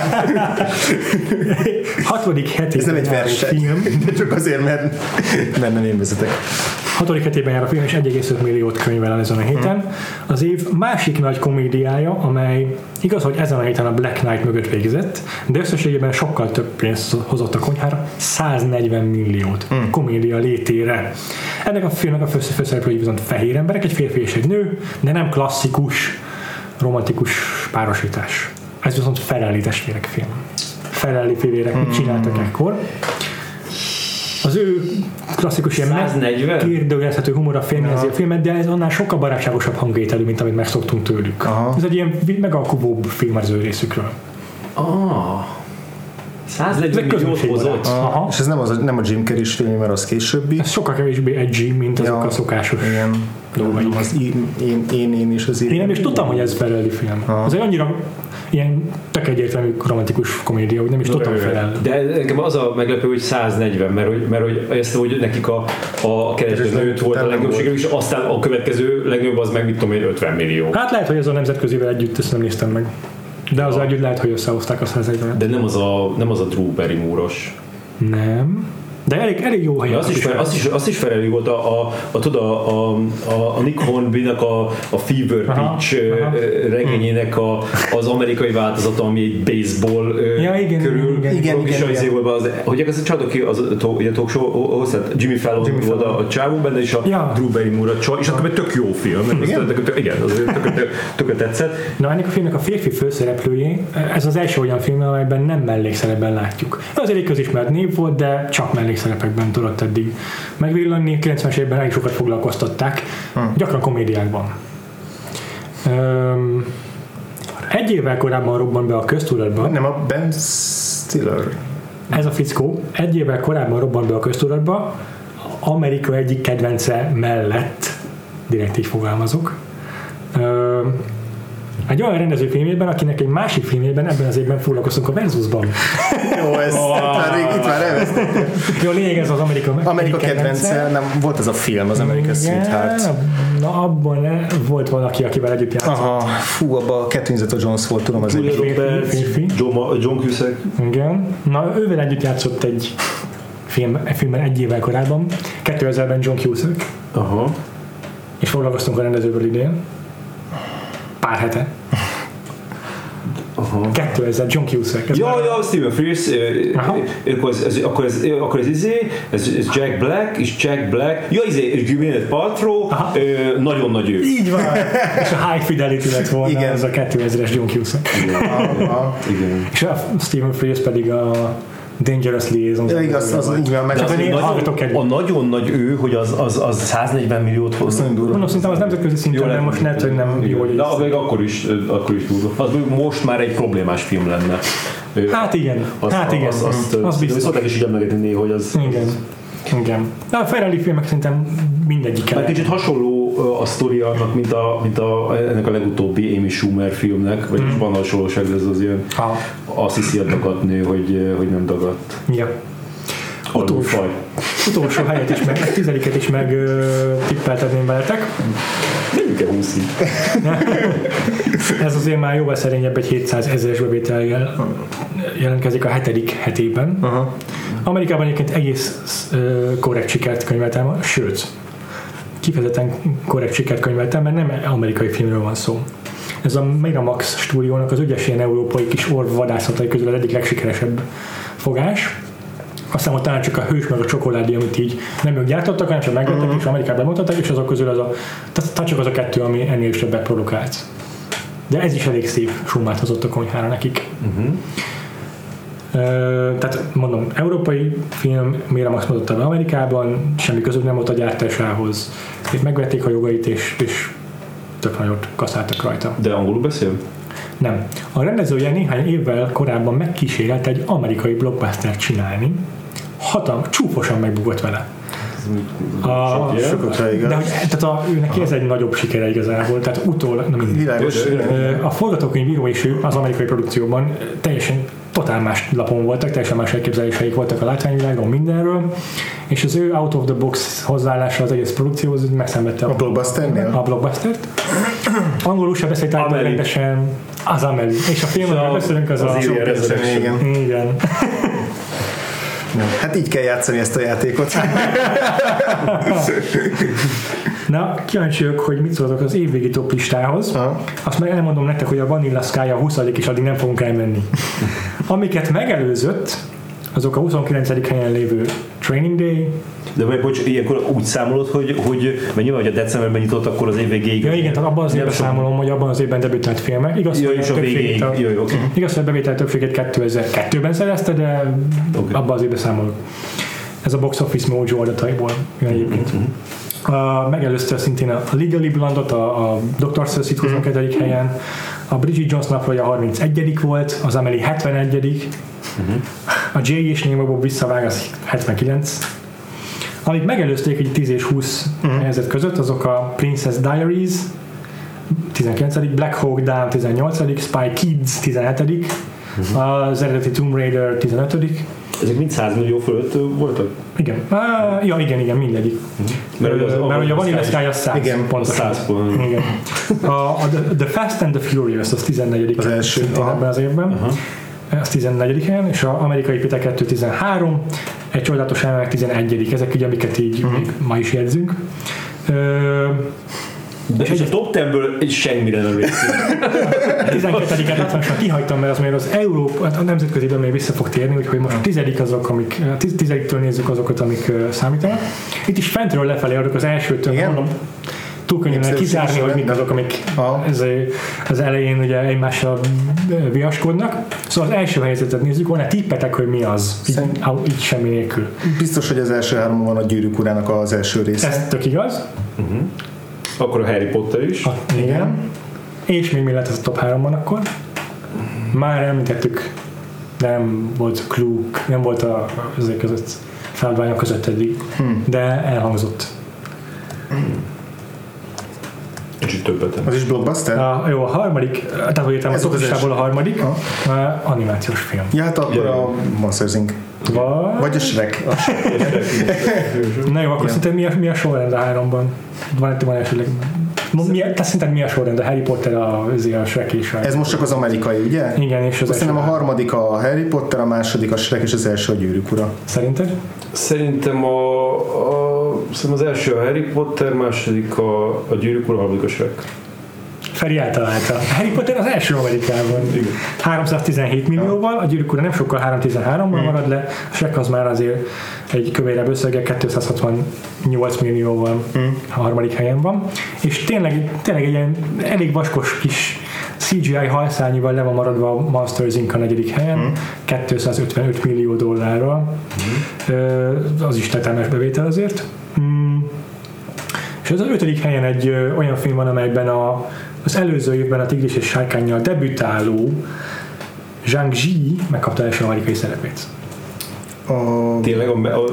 6. hetében ez nem egy verseny, de csak azért, mert nem én vezetek. 6. hetében jár a film, és 1,5 milliót könyvel el ezen a héten. Az év másik nagy komédiája, amely igaz, hogy ezen a héten a Black Knight mögött végzett, de összességében sokkal több pénzt hozott a konyhára, 140 milliót komédia létére. Ennek a filmnek a főszereplői viszont fehér emberek, egy férfi és egy nő, de nem klasszikus, romantikus párosítás. Ez viszont Ferrelli testvérek film. Ferrelli fivérek mit csináltak ekkor? Az ő klasszikus ilyen megkérdőjelezhető humor a filmjezi a filmet, de ez annál sokkal barátságosabb hangvételű, mint amit megszoktunk tőlük. Aha. Ez egy ilyen megalkuvóbb film az ő részükről. 140 milliót hozott. És ez nem a Jim Carrey-s film, mert az későbbi. Ez sokkal kevésbé edgy, mint azok a szokásos dolgaik. Én is az én nem is tudtam, hogy ez Ferrelli film. Ez egy annyira ilyen tök egyértelmű romantikus komédia, hogy nem is tudtam felel. De nekem az a meglepő, hogy 140, mert hogy nekik a kereskedő nőt volt a legjobbsége, és aztán a következő legjobb az meg mit tudom én 50 millió. Hát lehet, hogy ez a nemzetközivel együtt, ezt nem néztem meg. De az együtt lehet, hogy összehozták a 140-et. De nem az a Drew Barrymore-os. Nem. De elég jó helyen. Azt is Ferrelli volt a Nick Hornby-nak a Fever Pitch regényének az amerikai változata, ami egy baseball körül. Igen. Hogy ez a család, aki az talk show tehát Jimmy Fallon volt a csávó benne, és a Drew Barrymore a csaj, és akkor tök jó film. Igen, az tökre tetszett. Na, ennek a filmnek a férfi főszereplője, ez az első olyan film, amelyben nem mellékszerepben látjuk. Azért egy közismert név volt, de csak mellékszerepekben tudott eddig megvillanni. 90-es évben elég sokat foglalkoztatták, gyakran komédiákban. Egy évvel korábban robban be a köztudatba. Nem a Ben Stiller. Ez a fickó. Egy évvel korábban robban be a köztudatba, Amerika egyik kedvence mellett, direkt így fogalmazok. Egy olyan rendező filmjében, akinek egy másik filmjében ebben az évben foglalkoztunk a Versusban. Jó, ez itt már elvesztettél. Jó, lényeg ez az Amerika kedvence, nem volt ez a film, az American Sweetheart. Na, abban volt valaki, akivel együtt játszott. Abban a Catherine Zeta-Jones volt, tudom, az egy férfi. John Cusack. Igen. Na, ővel együtt játszott egy filmben egy évvel korábban. 2000-ben John Cusack. Aha. És foglalkoztunk a rendezőről idén. Pár hete. 2000 John Cusack. Ja, Stephen Frears, akkor ez Jack Black, és Jack Black, és Gwyneth Paltrow, nagyon nagy ő. Így van. És a High Fidelity lett volna, ez a 2000-es John Cusack. Igen. És a Stephen Frears pedig a Dangerous Liaison. Ja, igaz, az így van, mert a nagyon nagy ő, hogy az 140 milliót hoz. Mondom, szerintem az nemzetközi szinten, de most lehet, hogy nem jó. De még akkor is durva. Az most már egy problémás film lenne. Hát igen. Az biztos. Viszont is így emlegetni, hogy az... Igen. De a Ferrelli filmek szerintem mindegyik el. Kicsit hasonló a sztori annak, mint ennek a legutóbbi Amy Schumer filmnek, vagyis van hasonlóság, de ez az ilyen azt hiszi a dagadt nő, hogy nem dagadt. Ja. Utolsó helyet is meg, 10-et is meg tippeltetném veletek. Menjünk-e 20-ig? Ez azért már jóval szerényebb, egy 700 000-es bevételjel jelentkezik a 7. hetében. Amerikában egyébként egész korrekt sikert könyveltem, sőt, kifejezetten korrekt sikert könyveltem, mert nem amerikai filmről van szó. Ez a Miramax stúdiónak az ügyes ilyen európai kis orvvadászatai közül az egyik legsikeresebb fogás. Aztán ott talán csak a Hős meg a Csokoládé, amit így nem ők gyártottak, hanem csak megvettek, és Amerikában bemutatták, és azok közül csak az a kettő, ami ennél is többet produkált. De ez is elég szép summát hozott a konyhára nekik. Tehát mondom, európai film Miramax mutatta be Amerikában, semmi közük nem volt a gyártásához. Itt megvették a jogait, és tök nagyot kaszáltak rajta. De angolul beszél? Nem. A rendezője néhány évvel korábban megkísérelt egy amerikai blockbustert csinálni. Csúfosan megbukott vele. Neki ez egy nagyobb sikere igazából, tehát a forgatókönyvíró és ő az amerikai produkcióban teljesen totál más lapon voltak, teljesen más elképzeléseik voltak a látványvilágról, mindenről, és az ő out of the box hozzáállása az egész produkcióhoz megszenvedte a Blockbusternél? A Blockbustert. Angolul se beszélt által rendesen az Amelie. És a filmről beszélünk az igen. Hát így kell játszani ezt a játékot. Na, kíváncsiak, hogy mit szóltok az évvégi top listához. Azt meg elmondom nektek, hogy a Vanilla Sky a 20. és addig nem fogunk elmenni. Amiket megelőzött, azok a 29. helyen lévő Training Day. De vagy bocs, ilyenkor úgy számolod, hogy mennyi van, hogy a decemberben nyitott, akkor az év végéig. Ja, igen, tehát abban az évben számolom, hogy abban az évben debütált filmek. Igaz, hogy a bevétel többségét 2002-ben szerezte, de abban az évben számolok. Ez a Box Office Mojo adataiból jön egyébként. Megelőzte szintén a Legally Blonde-ot, a Dr. Seuss 22. helyen, a Bridget Jones naplója 31. volt, az Amelie 71. A Jay és Néma Bob visszavág, az 79. Amik megelőzték egy 10 és 20 helyzet között, azok a Princess Diaries 19. Black Hawk Down 18. Spy Kids 17. Az eredeti Tomb Raider 15. Ezek mind 100 millió fölött voltak? Igen. Igen, mindegyik. Mert ugye a Vanilla Sky az 100. Igen, pontosan. 100 igen. The Fast and the Furious az 14. Az első. Ebben az évben. Az 14. helyen, és az amerikai Peter 2 13, egy csodálatos elmenek 11. Ezek ugye, amiket így ma is jegyzünk. De és a top 10-ből semmire nem részünk. 12-et általánosan kihagytam, mert az még az Európa, a nemzetköziben még vissza fog térni, úgyhogy most a 10. azok, amik, 10-től nézzük azokat, amik számítanak. Itt is fentről lefelé adok az elsőtől, mondom, túl könnyű kizárni, hogy mik azok, amik az elején ugye egymással viaskodnak. Szóval az első helyzetet nézzük, van-e tippetek, hogy mi az? Így semmi nélkül. Biztos, hogy az első három van a Gyűrűk Urának az első része. Ez tök igaz. Akkor a Harry Potter is. Igen. És még mi lett az a top 3-ban akkor? Már említettük, nem volt Clue, nem volt ezek között feladványok között eddig, de elhangzott. Kicsit többet. Az is Blockbuster? Jó, a harmadik, tehát hogy értem a top listából a harmadik, animációs film. Ja, hát akkor a Monsters Inc. Vagy a Shrek. Na jó, akkor szerinted mi a sorrend a 3-ban? Van esetleg... Te szerinted mi a sorrend? A Harry Potter, a Shrek és a... Ez most csak az amerikai, ugye? Igen, és az szerintem a harmadik a Harry Potter, a második a Shrek és az első a Gyűrűk Ura. Szerinted? Szerintem az első a Harry Potter, második a Gyűrűk Ura, harmadik a Shrek. Feri eltalálta. Harry Potter az első Amerikában. 317 millióval, a Gyűrűk Ura nem sokkal 313-ból marad le, a Shrek az már azért egy kövérebb összege 268 millióval a harmadik helyen van. És tényleg egy ilyen elég vaskos kis CGI hajszányival le van maradva a Monsters Inc. a negyedik helyen, 255 millió dollárral. Az is tetelmes bevétel azért. És az 5. helyen egy olyan film van, amelyben az előző évben a Tigris és Sárkánnyal debütáló Zhang Ji megkapta első amerikai szerepét. Tényleg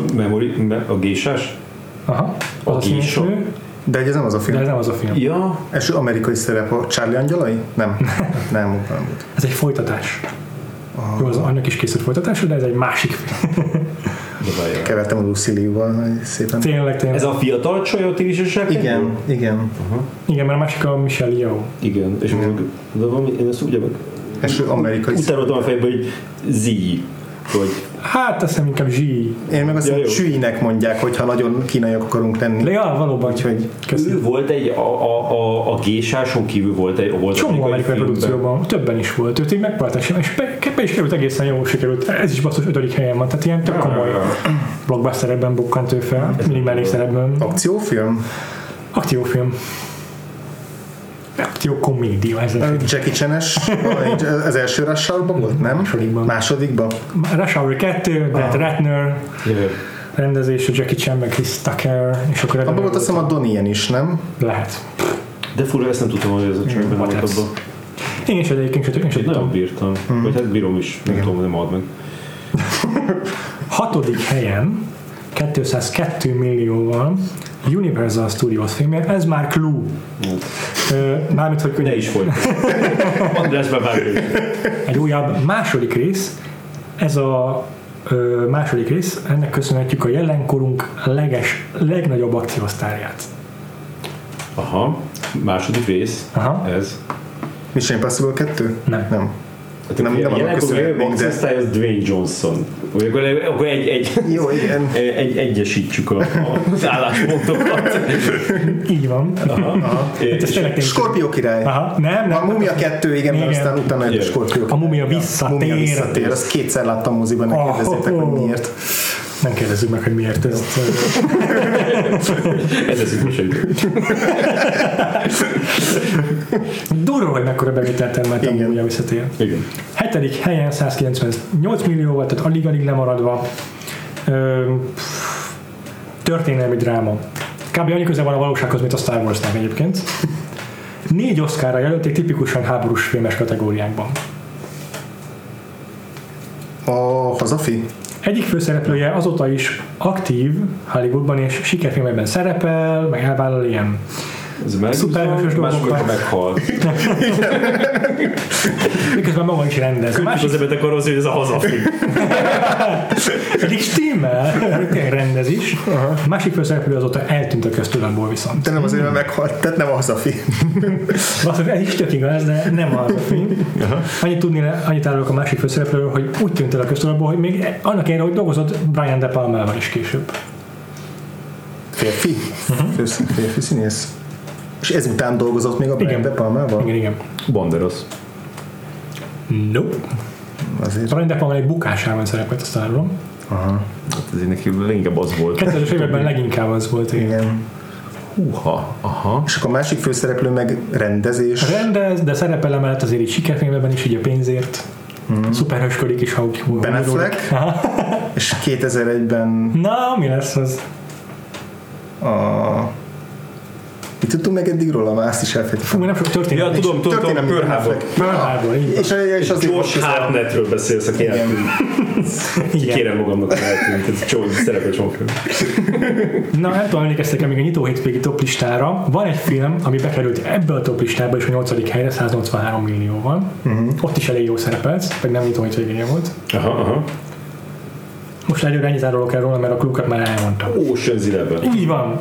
a gésás? Aha. Az a színésznő. De ez nem az a film. De ez nem az a film. Ja. Első amerikai szerep a Charlie Angyalai? Nem. Nem volt. Ez egy folytatás. Jó, annak is készült folytatásra, de ez egy másik film. Kevertem a Lucy Liu-val szépen. Tényleg. Ez a fiatal csaj a Tigris és Sárkány? Igen. Igen, mert a másik a Michelle Yeoh. Igen, és de valami, én ezt úgy első amerikai. Utána a fejben, hogy Z. Vagy... Hát azt hiszem inkább Z. Én meg azt mondom, Sűinek mondják, hogyha nagyon kínaiak akarunk lenni. Ja, valóban. Úgyhogy ő volt egy, a gésáson kívül volt egy csomó amerikai produkcióban, többen is volt. Őt így megpróbálták, és be is került, egészen jól sikerült. Ez is basszus 5. helyen van, tehát ilyen tök komoly blockbusterekben bukkant ő fel, mindig mellékszerepben. Akciófilm? Akciófilm. Akciókomédia. Jackie Chan-es? Az első Rush Hour-ban volt, nem? Másodikban? Rush Hour 2, Brett Ratner, rendezés, a Jackie Chan, meg Chris Tucker, és akkor... Abban volt azt hiszem a Donnie Yen is, nem? Lehet. De fura, ezt nem tudtam, hogy ez a csomagban volt abban. Én is egyébként sem tudtam. Nagyon bírtam. Vagy hát bírom is, nem tudom, nem ad meg. 6. helyen 202 millióval Universal Studios filmje, ez már Clue. Mármint, hogy ne is folyt. András bevárjuk. Egy újabb második rész, Ez a második rész, ennek köszönhetjük a jelenkorunk legnagyobb akciósztárját. Aha, második rész. Aha. Ez. Mission Impossible 2? Nem. Nem annak köszönhetnénk, de... Osztály az Dwayne Johnson. Akkor Jó, igen. Egyesítsük az álláspontokat. Így van. Aha. Skorpió király. Aha. Nem. A Mumia 2, igen, mert aztán utána egy Skorpió király. A Mumia visszatér. Azt kétszer láttam moziban, ne kérdezzétek, hogy miért. Nem kérdezzük meg, hogy miért ez. Ez az időség. Durva, hogy mekkora bevételt termelt a Mumia visszatér. Igen. 7. helyen 198 millióval, tehát alig lemaradva. Történelmi dráma. Kb. Annyi köze van a valósághoz, mint a Star Warsnak egyébként. 4 Oscarra jelölték tipikusan háborús filmes kategóriákban. A hazafi? Egyik főszereplője azóta is aktív Hollywoodban, és sikerfilmekben szerepel, meg elvállal ilyen szuperhősös dolgokat. Meghal. Miközben maga is rendez. Az ebbet akarod, hogy ez a hazafi. Pedig stimmel, rendez is. Másik főszereplő azóta eltűnt a köztudatból viszont. De nem azért, mert meghalt, tehát nem a hazafi. Ez is tök igaz, de nem a hazafi. Annyit árulok a másik főszereplőről, hogy úgy tűnt el a köztudatból, hogy még annak ellenére, hogy dolgozott Brian De Palmával is később. Férfi? Férfi színész? És ezután dolgozott még a Brian De Palmával? Igen. Banderas. Nope. Brian De Palma egy bukásában szerepelt, azt árulom. Aha. Hát ez neki leginkább az volt. 2000-es években leginkább az volt. Igen. Húha, aha. És akkor a másik főszereplő meg rendezés. Rendez, de szerepel emellett azért így sikerfilmben is, így a pénzért. Szuperhősködik is, ha Ben Affleck. És 2001-ben... Na, mi lesz az? Mit tudtunk meg eddig róla? Már azt is elfejtettem. Fú, nem sok történet. Ja, tudom, Pearl Harbor. És az Josh Hartnettről beszélsz, aki eltűnt. Kikérem magamnak, hogy eltűnt. Ez szerepel csomófilm. Na, nem tudom, emlékeztek-e még a nyitó hétvégi toplistára. Van egy film, ami bekerült ebbe a toplistába, és a 8. helyre 183 millióval. Ott is elég jó szerepelt, meg nem nyitó hétvégéje volt. Aha. Most előre ennyit árulok el róla, mert a klukat már elmondtam. Ocean's Eleven. Így van.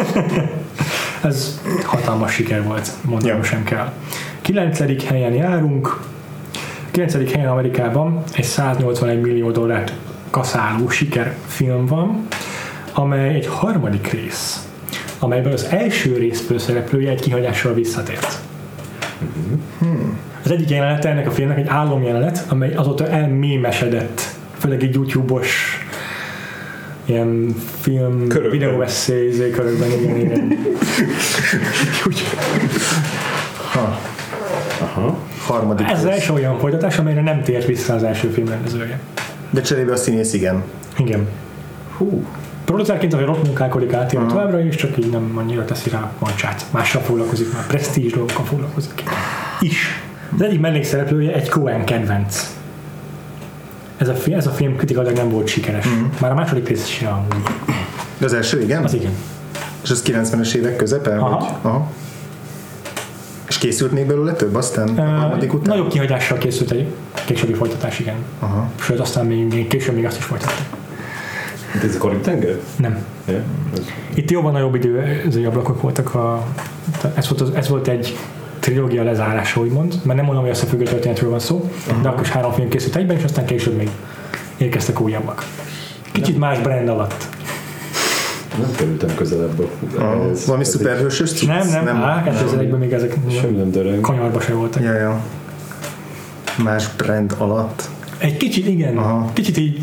Ez hatalmas siker volt, mondanom sem kell. 9. helyen járunk. 9. helyen Amerikában egy 181 millió dollárt kaszáló sikerfilm van, amely egy harmadik rész, amelyben az első rész főszereplője egy kihagyással visszatért. Az egyik jelenete ennek a filmnek egy álomjelenet, amely azóta elmémesedett, főleg egy YouTube-os ilyen film, videóvesszélyzé körökben, igen. Harmadik ez az első olyan folytatás, amelyre nem tért vissza az első film rendezője. De cserébe a színész igen. Igen. Producerként azért ott munkálkodik át ilyen továbbra is, csak így nem annyira teszi rá mancsát. Mással foglalkozik, már presztízs dolgokkal foglalkozik. Is. Az egyik mellékszereplője egy Coen kedvenc. Ez a film kritikailag nem volt sikeres. Már a második rész is amúgy. De az első, igen? Az igen. És az 90-es évek közepe? Aha. És készült még belőle több aztán a harmadik után? Nagyobb kihagyással készült egy későbbi folytatás, igen. Aha. Sőt, aztán még később még azt is folytatták. Ez a Karib-tenger? Nem. Yeah. Itt jóval nagyobb időablakok voltak. Ez volt egy trilógia lezárása, úgymond, mert nem mondom, hogy összefüggő történetről van szó, de akkor is 3 film készült egyben, és aztán később még érkeztek újabbak. Kicsit más brand alatt. Nem kerültem közelebb. Valami szuperhősös cucc? Nem. 2001-ben még ezek kanyarba se voltak. Ja. Más brand alatt. Egy kicsit, igen. Kicsit így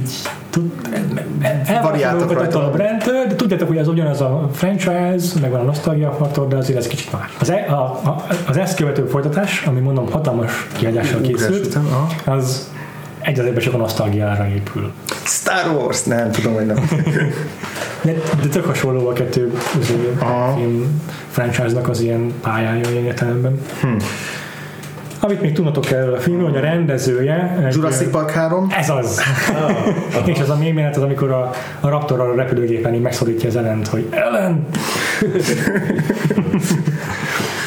elvállalókat attól a brandtől, de tudjátok, hogy az ugyanaz a franchise, meg van a nosztalgia faktor, de azért ez kicsit más. Az ezt követő folytatás, ami mondom hatalmas kihagyással készült, az egy az egyben csak a nosztalgiára épül. Star Wars! Nem, tudom, hogy nem. De tök hasonló a kettő film franchise-nak az ilyen pályája ilyen értelemben. Amit még tudnatok erről a filmről, hogy a rendezője... Jurassic Park 3? Ez az! És az a mémélet az, amikor a Raptorral a repülőgépen így megszólítja az Ellent, hogy Ellen!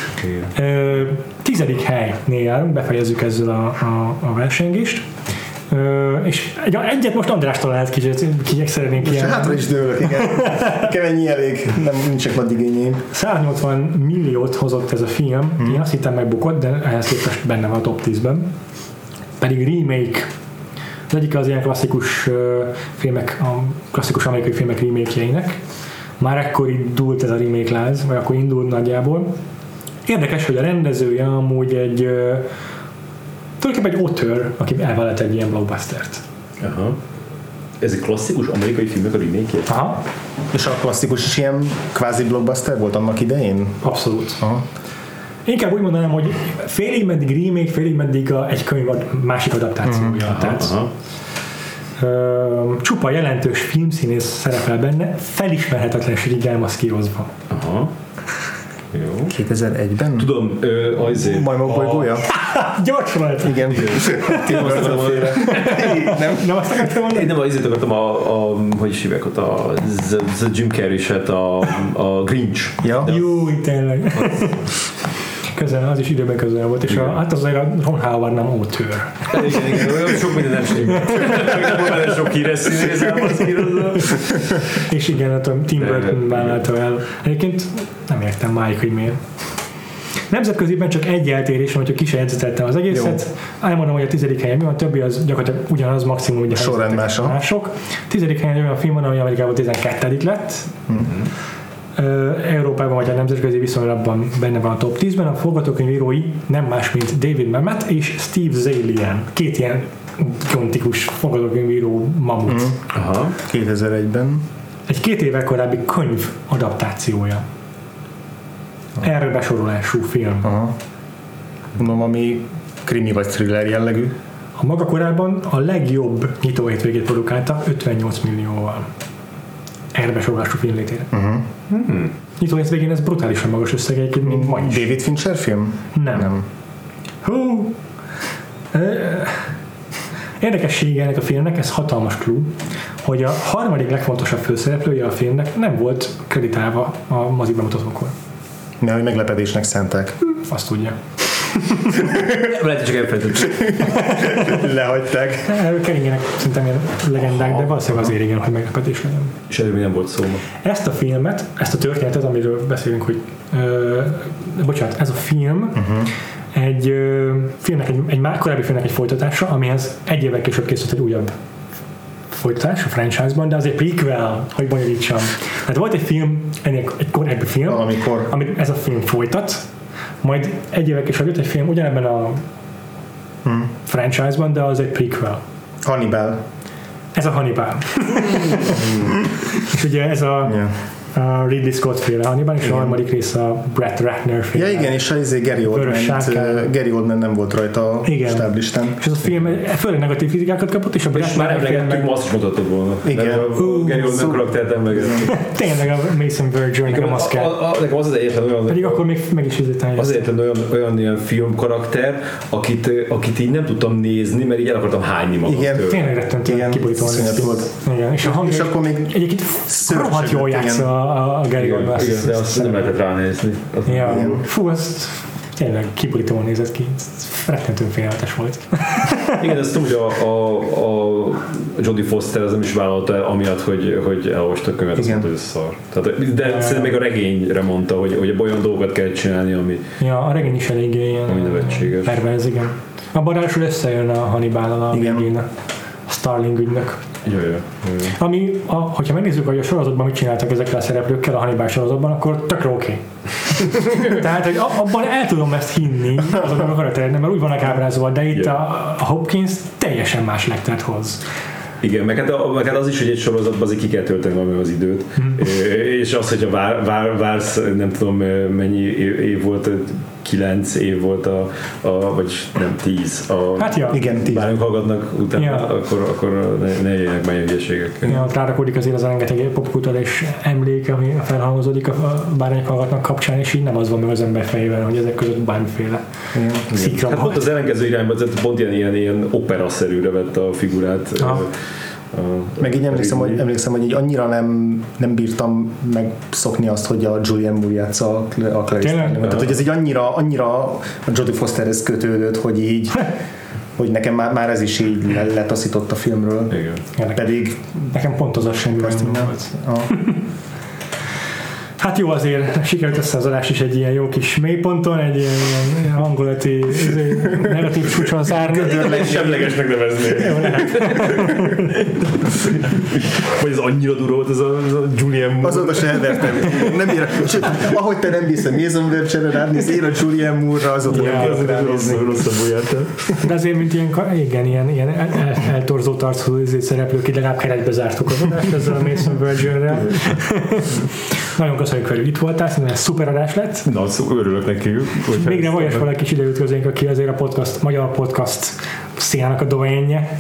10. helynél járunk, befejezzük ezzel a versengést. És egyet most Andrástól lehet kicsit szeretnénk ilyen. Hátra is dőlök, igen. Kemennyi elég, nincsenek nagy igényeim. 180 milliót hozott ez a film, én azt hittem megbukott, de ehhez képest benne van a top 10-ben. Pedig remake. Az egyik az ilyen klasszikus filmek, a klasszikus amerikai filmek remake-jeinek. Már ekkor indult ez a remake láz, vagy akkor indult nagyjából. Érdekes, hogy a rendezője amúgy tulajdonképpen egy auteur, aki elvállalt egy ilyen blockbustert. Aha. Ez egy klasszikus amerikai filmek a remake-je? Aha. És a klasszikus is ilyen kvázi blockbuster volt annak idején? Abszolút. Aha. Inkább úgy mondanám, hogy félig meddig remake, félig meddig egy könyv másik adaptációja. Csupa jelentős filmszínész szerepel benne, felismerhetetlenségig elmaszkírozva. Aha. Jó. 2001-ben? Tudom, azért. Majmok bolygója? Gyors volt! Igen. Nem azt akartam mondani? Én nem azért akartam hogy is hívják ott a Jim Carrey-set, a Grinch. Ja. Jó, tényleg. Közel, az is időben közel volt, és hát azért a Ron Howard nem auteur. Igen, olyan sok minden nem stimmel. Olyan sok híres színész elmaszkírozza. És igen, a Tim Burton vállalta el. Egyébként nem értem máig, hogy miért. Nemzetköziben csak egy eltérés van, hogyha kisejegyzetettem az egészet. Elmondom, hogy a 10. helyen mi van, a többi az gyakorlatilag ugyanaz, maximum ugye mások. 10. helyen olyan film van, ami Amerikában 12. lett. Európában vagy a nemzetközi viszonylatban benne van a top 10-ben, a forgatókönyvírói nem más, mint David Mamet és Steve Zaillian. Két ilyen gigantikus forgatókönyvíró mamut. Aha. 2001-ben. Egy 2 évvel korábbi könyv adaptációja. Erre besorolású film. Aha. Mondom, ami krimi vagy thriller jellegű. A maga korában a legjobb nyitó hétvégét produkálta 58 millióval. Erre besorolású film létére. Nyitó hétvégén ez brutálisan magas összeg egyébként, mint ma is. David Fincher film? Nem. Hú! Érdekessége ennek a filmnek, ez hatalmas klub, hogy a harmadik legfontosabb főszereplője a filmnek nem volt kreditálva a mozi bemutatókor. Hogy meglepetésnek szánták. Azt tudja. Lehet, hogy csak elfelejtettek. Lehagyták. Keringenek szerintem ilyen legendák, de valószínűleg azért igen, hogy meglepetés legyen. És erről nem volt szó ma. Ezt a filmet, ezt a történetet, amiről beszélünk, hogy bocsánat, ez a film egy filmnek, egy már korábbi filmnek egy folytatása, amihez egy évvel később készült egy újabb folytatás a franchise-ban, de az egy prequel, hogy bonyolítsam. Tehát volt egy film, egy korábbi film, amit ez a film folytat, majd egy évvel később jött egy film ugyanebben a franchise-ban, de az egy prequel. Hannibal. Ez a Hannibal. És ugye ez a Ridley Scott féle Hannibal, és a harmadik rész a Brett Ratner féle. Ja igen, és az Gary Oldman nem volt rajta a stáblistán. És ez a film főleg negatív kritikákat kapott, és a Brett Ratner már emlegettük, ma azt is mondhatod volna. Igen. Gary Oldman karaktert emlegettük. Tényleg a Mason Verger-nek a maszkát. Nekem az egyetlen olyan... Pedig akkor még meg is üzletelni. Az egyetlen olyan ilyen filmkarakter, akit így nem tudtam nézni, mert így el akartam hányni magam. Igen, tényleg rettentően kiborítóan volt. Igen, és akkor még egyébként rohadt jól játsza a Gary Oldman. Igen, de azt nem lehetett ránézni. Fú, azt tényleg kiborítóan nézett ki. Rettentően félelmetes volt. Igen, ezt tudom, hogy a Jodie Foster az nem is vállalta amiatt, hogy elolvasta a könyvet, azt mondta, hogy ez szar. Tehát, de szerintem még a regényre mondta, hogy olyan dolgokat kell csinálni, ami... Ja, a regény is eléggé ilyen... Ami nevetséges. Perverz, igen. Abban ráadásul összejön a Hannibal-al a végén, a Starling ügynök. Jaj. Ami, hogyha megnézzük, hogy a sorozatban mit csináltak ezekkel a szereplőkkel a Hannibal sorozatban, akkor tökre oké. Tehát, hogy abban el tudom ezt hinni, azoknak a karakternek, mert úgy vannak ábrázolva, de itt a Hopkins teljesen más lektert hoz. Igen, meg hát az is, hogy egy sorozatban azért ki kell tölteni valami az időt. És az, hogyha vársz, nem tudom mennyi év volt, 9 év volt vagy nem 10. Hát ja. Igen, 10. Bármilyen hallgatnak utána, akkor ne jöjjenek már hülyeségek. Ja, rárakódik azért az a rengeteg popkulturális emlék, ami felhangozódik a bármelyik hallgatnak kapcsán, és így nem az van meg az ember fejében, hogy ezek között bármiféle szikra van. Hát pont az ellenkező irányban, pont ilyen operaszerűre vette a figurát. Meg így emlékszem, hogy így annyira nem bírtam megszokni azt, hogy a Julianne Moore játsza a Clarice. Tehát, hogy ez így annyira a Jodie Fosterhez kötődött, hogy így hogy nekem már ez is így letaszított a filmről. Igen. Pedig nekem pont az semmi volt. Hát jó, azért sikerült össze az adás is egy ilyen jó kis mélyponton, egy ilyen hangulati negatív csúcson zárni. Semlegesnek nevezni. Vagy ez annyira durva volt, ez a Julian Moore. Azóta se elvertem. Nem ér, ahogy te nem bízsz a Mason Verchere ránézni, én a Julian Moore-ra azóta nem bízsz ránézni. Rosszabbul jártam. De azért, mint ilyen eltorzott arcú szereplők, így legalább keretbe zártuk az adást ezzel a Mason Verchere-rel. Nagyon köszönjük, hogy itt voltál, szerintem ez szuper adás lett. Na, örülök neki. Végre vajas valaki is idejött közénk, aki azért a magyar podcast színának a doménje.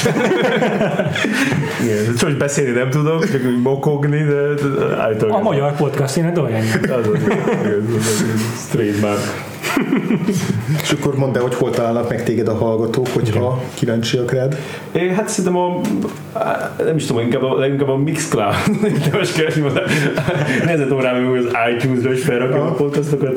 Igen, csak beszélni nem tudom, csak úgy mokogni, de általában. A magyar podcast színának a doménje. Az trademark. És akkor mondd el, hogy hol találnak meg téged a hallgatók, hogyha kíváncsiak rád. Hát szerintem nem is tudom, inkább a Mixcloud, nem is keresni, nehezen tudom rá, hogy az iTunes-ra is felrakja a podcastokat,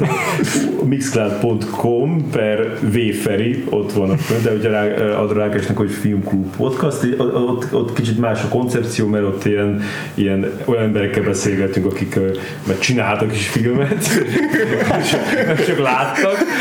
mixcloud.com/vferi, ott vannak, de hogyha arra rákeresnek, hogy Filmklub Podcast, ott kicsit más a koncepció, mert ott ilyen olyan emberekkel beszélgetünk, akik már csináltak is filmet, nem csak láttak,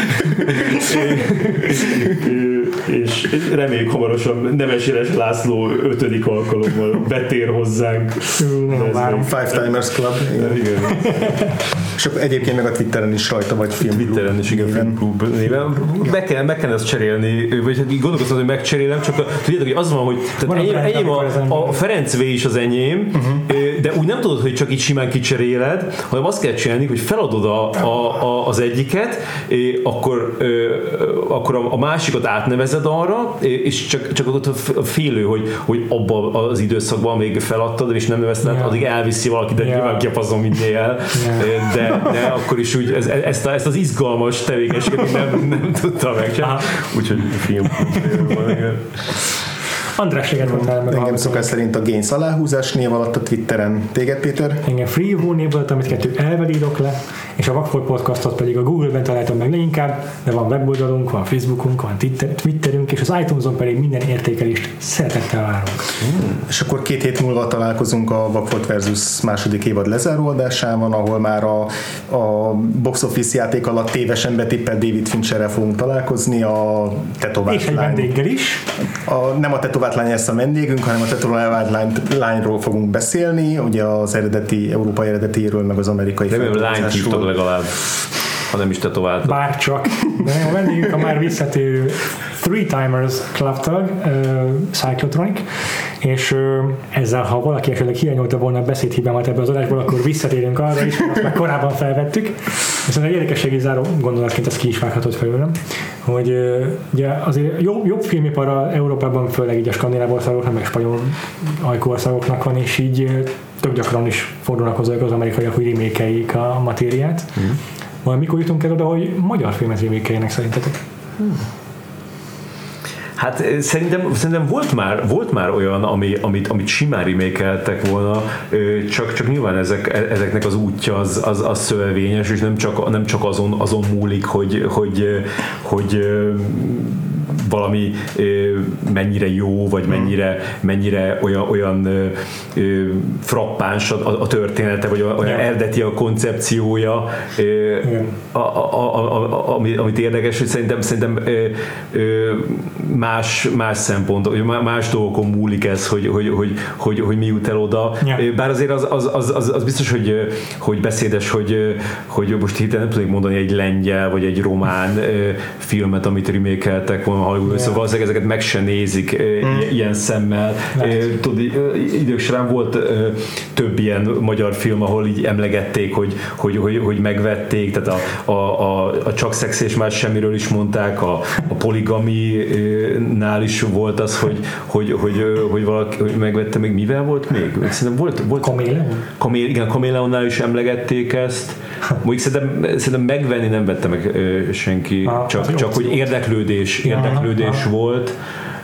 és reméljük hamarosan Nemes Éles László 5. alkalommal betér hozzánk. Five Timers Club. Igen. És akkor egyébként meg a Twitteren is rajta vagy Filmklub. Twitteren is, igen, Filmklub néven. Meg kell ezt cserélni, vagy hát gondolkoztam, hogy megcserélem, csak tudjátok, hogy az van, hogy enyém a Ferenc V is az enyém, de úgy nem tudod, hogy csak így simán kicseréled, hanem azt kell csinálni, hogy feladod az egyiket, akkor a másikat átnevezed arra, és csak ott félő, hogy abban az időszakban még feladtad, és nem nevezted, addig elviszi valaki, de nyilván kiapazom mindjárt, de akkor is úgy ezt az izgalmas tevékenységet nem tudtam megcsinálni. Úgyhogy film. András, téged voltál meg. Engem szokás szerint a Gains aláhúzás név alatt a Twitteren. Téged, Péter? Engem Freevo név alatt, amit kettő elvel írok le, és a Vakfolt podcastot pedig a Google-ben találtam meg leginkább, de van weboldalunk, van Facebookunk, van Twitterünk, és az iTunes-on pedig minden értékelést szeretettel várunk. És akkor 2 hét múlva találkozunk a Vakfolt versus második évad lezáróadásában, ahol már a box office játék alatt tévesen betippelt David Fincherrel fogunk találkozni, a tetovált és egy vendéggel is. Nem a tetovált lány lesz a vendégünk, hanem a tetovált lányról fogunk beszélni, ugye az európai eredetéről, meg az amerikai feldolgozásról. Legalább, ha nem is tetováltak. Bárcsak. De a vendégünk a már visszatérő Three Timers Club tag, Cyclotronic, és ezzel, ha valaki esetleg hiányolta volna a beszédhibámat ebből az adásból, akkor visszatérünk arra is, mert már korábban felvettük. Viszont egy érdekességi záró gondolatként ezt ki is vághatod felőlem, hogy ugye azért jobb filmipara Európában, főleg így a skandináv országoknak, meg spanyol ajkú országoknak van, és így tök gyakran is fordulnak hozzá az amerikaiak, hogy remake-eljék a matériát. Mikor jutunk el oda, hogy magyar filmet remake-eljenek szerintetek? Hát szerintem volt már olyan, amit simán remake-eltek volna, csak nyilván ezeknek az útja az szövevényes, és nem csak azon múlik, hogy valami mennyire jó, vagy mennyire olyan frappáns a története, vagy olyan eredeti a koncepciója, amit érdekes, hogy szerintem más szempont, más dolgokon múlik ez, hogy mi jut el oda. Bár azért az biztos, hogy beszédes, hogy most hirtelen nem tudnék mondani egy lengyel, vagy egy román filmet, amit remake-eltek volna Hollywoodban, szóval valószínűleg ezeket meg se nézik ilyen szemmel. Tudod, idők során volt több ilyen magyar film, ahol így emlegették, hogy megvették, tehát a Csak szex és más semmiről is mondták, a Poligami-nál is volt az, hogy valaki megvette, még mivel volt még? Szerintem volt Kameleonnál is emlegették ezt. Mondjuk szerintem megvenni nem vette meg senki, csak hogy érdeklődés volt.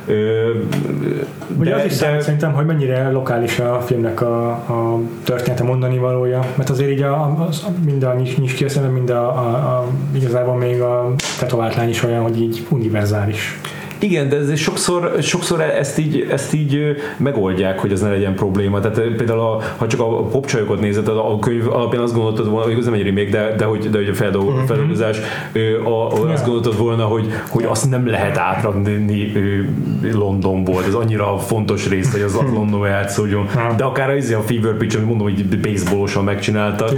Ugye az is szerintem, hogy mennyire lokális a filmnek a története mondani valója, mert azért így mind a nyis kieszemben, mind igazából még a tetovált lány is olyan, hogy így univerzális. Igen, de ez sokszor ezt így megoldják, hogy ez ne legyen probléma. Tehát például ha csak a popcsajokat nézed, a könyv alapján azt gondoltad volna, hogy ez nem egy remake, de hogy a feldolgozás, azt gondoltad volna, hogy azt nem lehet átrakni Londonból. Ez annyira fontos rész, hogy az Londonban játszódjon. De akár a Fever Pitch, amit mondom, hogy baseballosan megcsináltak.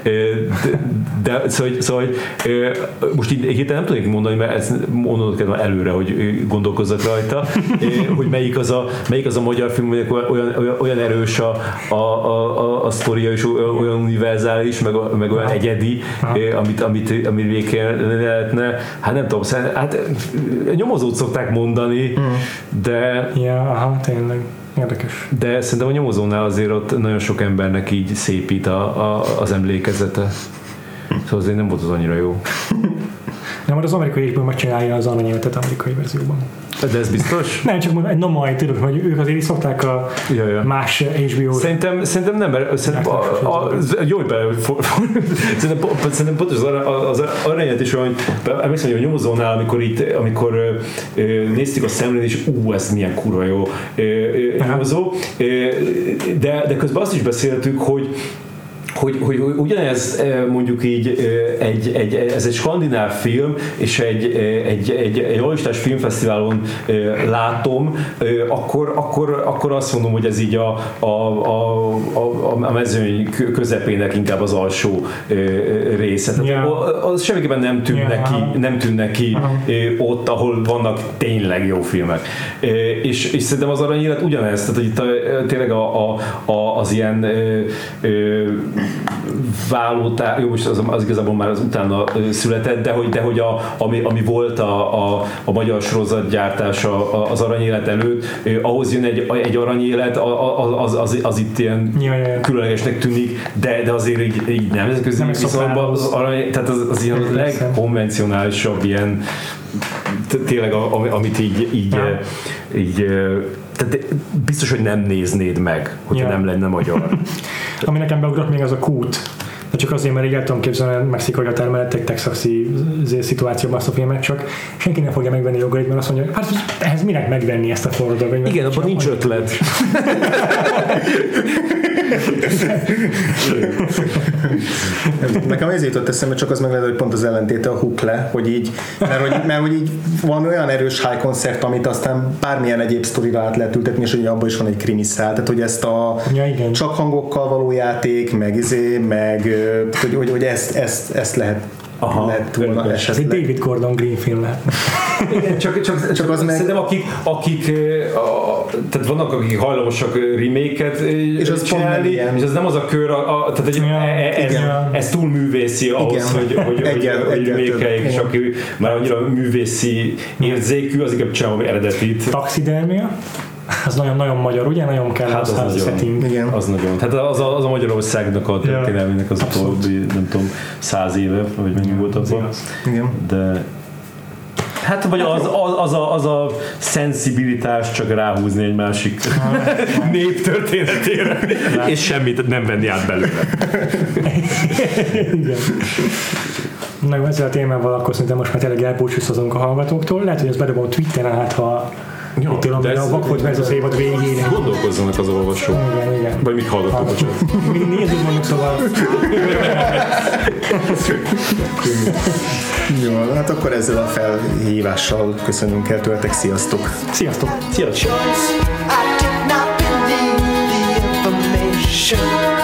Szóval most így hirtelen nem tudnék mondani, mert ezt mondod kell előre, hogy gondolkozzak rajta, hogy melyik az a magyar film, hogy olyan erős a sztoria, és olyan univerzális, meg olyan egyedi, amit végén lehetne. Hát nem tudom, hát nyomozót szokták mondani, de... Ja, aha, tényleg. Érdekes. De szerintem a nyomozónál azért ott nagyon sok embernek így szépít az emlékezete. Szóval azért nem volt az annyira jó. De majd az amerikai HBO megcsinálja az aranyéletet amerikai verzióban. De ez biztos? Nem, csak mondom, no majd, tudod, hogy ők azért is szokták a más HBO-t. Szerintem nem, mert szerintem szerintem pont az aranyélet is olyan, emlékszem, hogy a nyomozónál, amikor néztük a szemlén, és ez milyen kurva jó nyomozó, de közben azt is beszéltük, hogy ugyanez mondjuk így ez egy skandináv film, és egy Alistás filmfesztiválon látom, akkor azt mondom, hogy ez így a mezőny közepének inkább az alsó része. Az semmiképpen nem tűnnek ki ott, ahol vannak tényleg jó filmek. És szerintem az aranyélet ugyanez, tehát hogy itt tényleg az ilyen válótár, jó, most az igazából már az utána született, de hogy ami volt a magyar sorozatgyártása az aranyélet előtt, ahhoz jön egy aranyélet, az itt ilyen különlegesnek tűnik, de azért így nemzetközi viszonyban tehát az ilyen legkonvencionálisabb ilyen, tényleg amit így tehát biztos, hogy nem néznéd meg, hogyha nem lenne magyar. Ami nekem beugrott még az a Kút. De csak azért, mert így el tudom képzelni a mexikai határ mellett egy texasi szituációban azt a filmet, csak senki nem fogja megvenni jogait, mert azt mondja, hát ehhez minek megvenni ezt a forró dolgot? Igen, abban nincs ötlet. Nekem ezért jutott eszembe, csak az meg lehet, hogy pont az ellentéte a Hook le, hogy így, mert hogy így van olyan erős high concept, amit aztán bármilyen egyéb sztorira át lehet ültetni, és hogy abban is van egy krimiszál, tehát hogy ezt a csak hangokkal való játék, hogy ezt lehet volna esetleg. Ez egy David Gordon Green film lehet. Igen, csak az szerintem akik tehát vannak, akik hajlamosak remake-et csinálni, és az nem az a kör, tehát ez túl művészi ahhoz, hogy remake-eljék, és aki már annyira művészi érzékű, az inkább csinálom eredetit. Taxidermia? Az nagyon-nagyon magyar, ugye? Nagyon kell hát az a setting. Igen. Az nagyon. Tehát az a Magyarországnak a történelmének az utóbbi, nem tudom, 100 éve, vagy mennyi volt abban. Igen. De hát vagy az a szensibilitás csak ráhúzni egy másik nép történetére, és semmit nem venni át belőle. Igen. Na jó, ezzel a témával akkor szerintem most már tényleg elbúcsúzhatunk a hallgatóktól. Lehet, hogy ezt bedobom Twitteren, hát ha itt tudom, hogy a Vakfolt versus évad végén. Gondolkozzanak az olvasók. Igen. Vagy mit hallgatok, bocsánat. Nézzük mondjuk, szóval. Jó, hát akkor ezzel a felhívással köszönünk el tőletek. Sziasztok! Sziasztok! Sziasztok!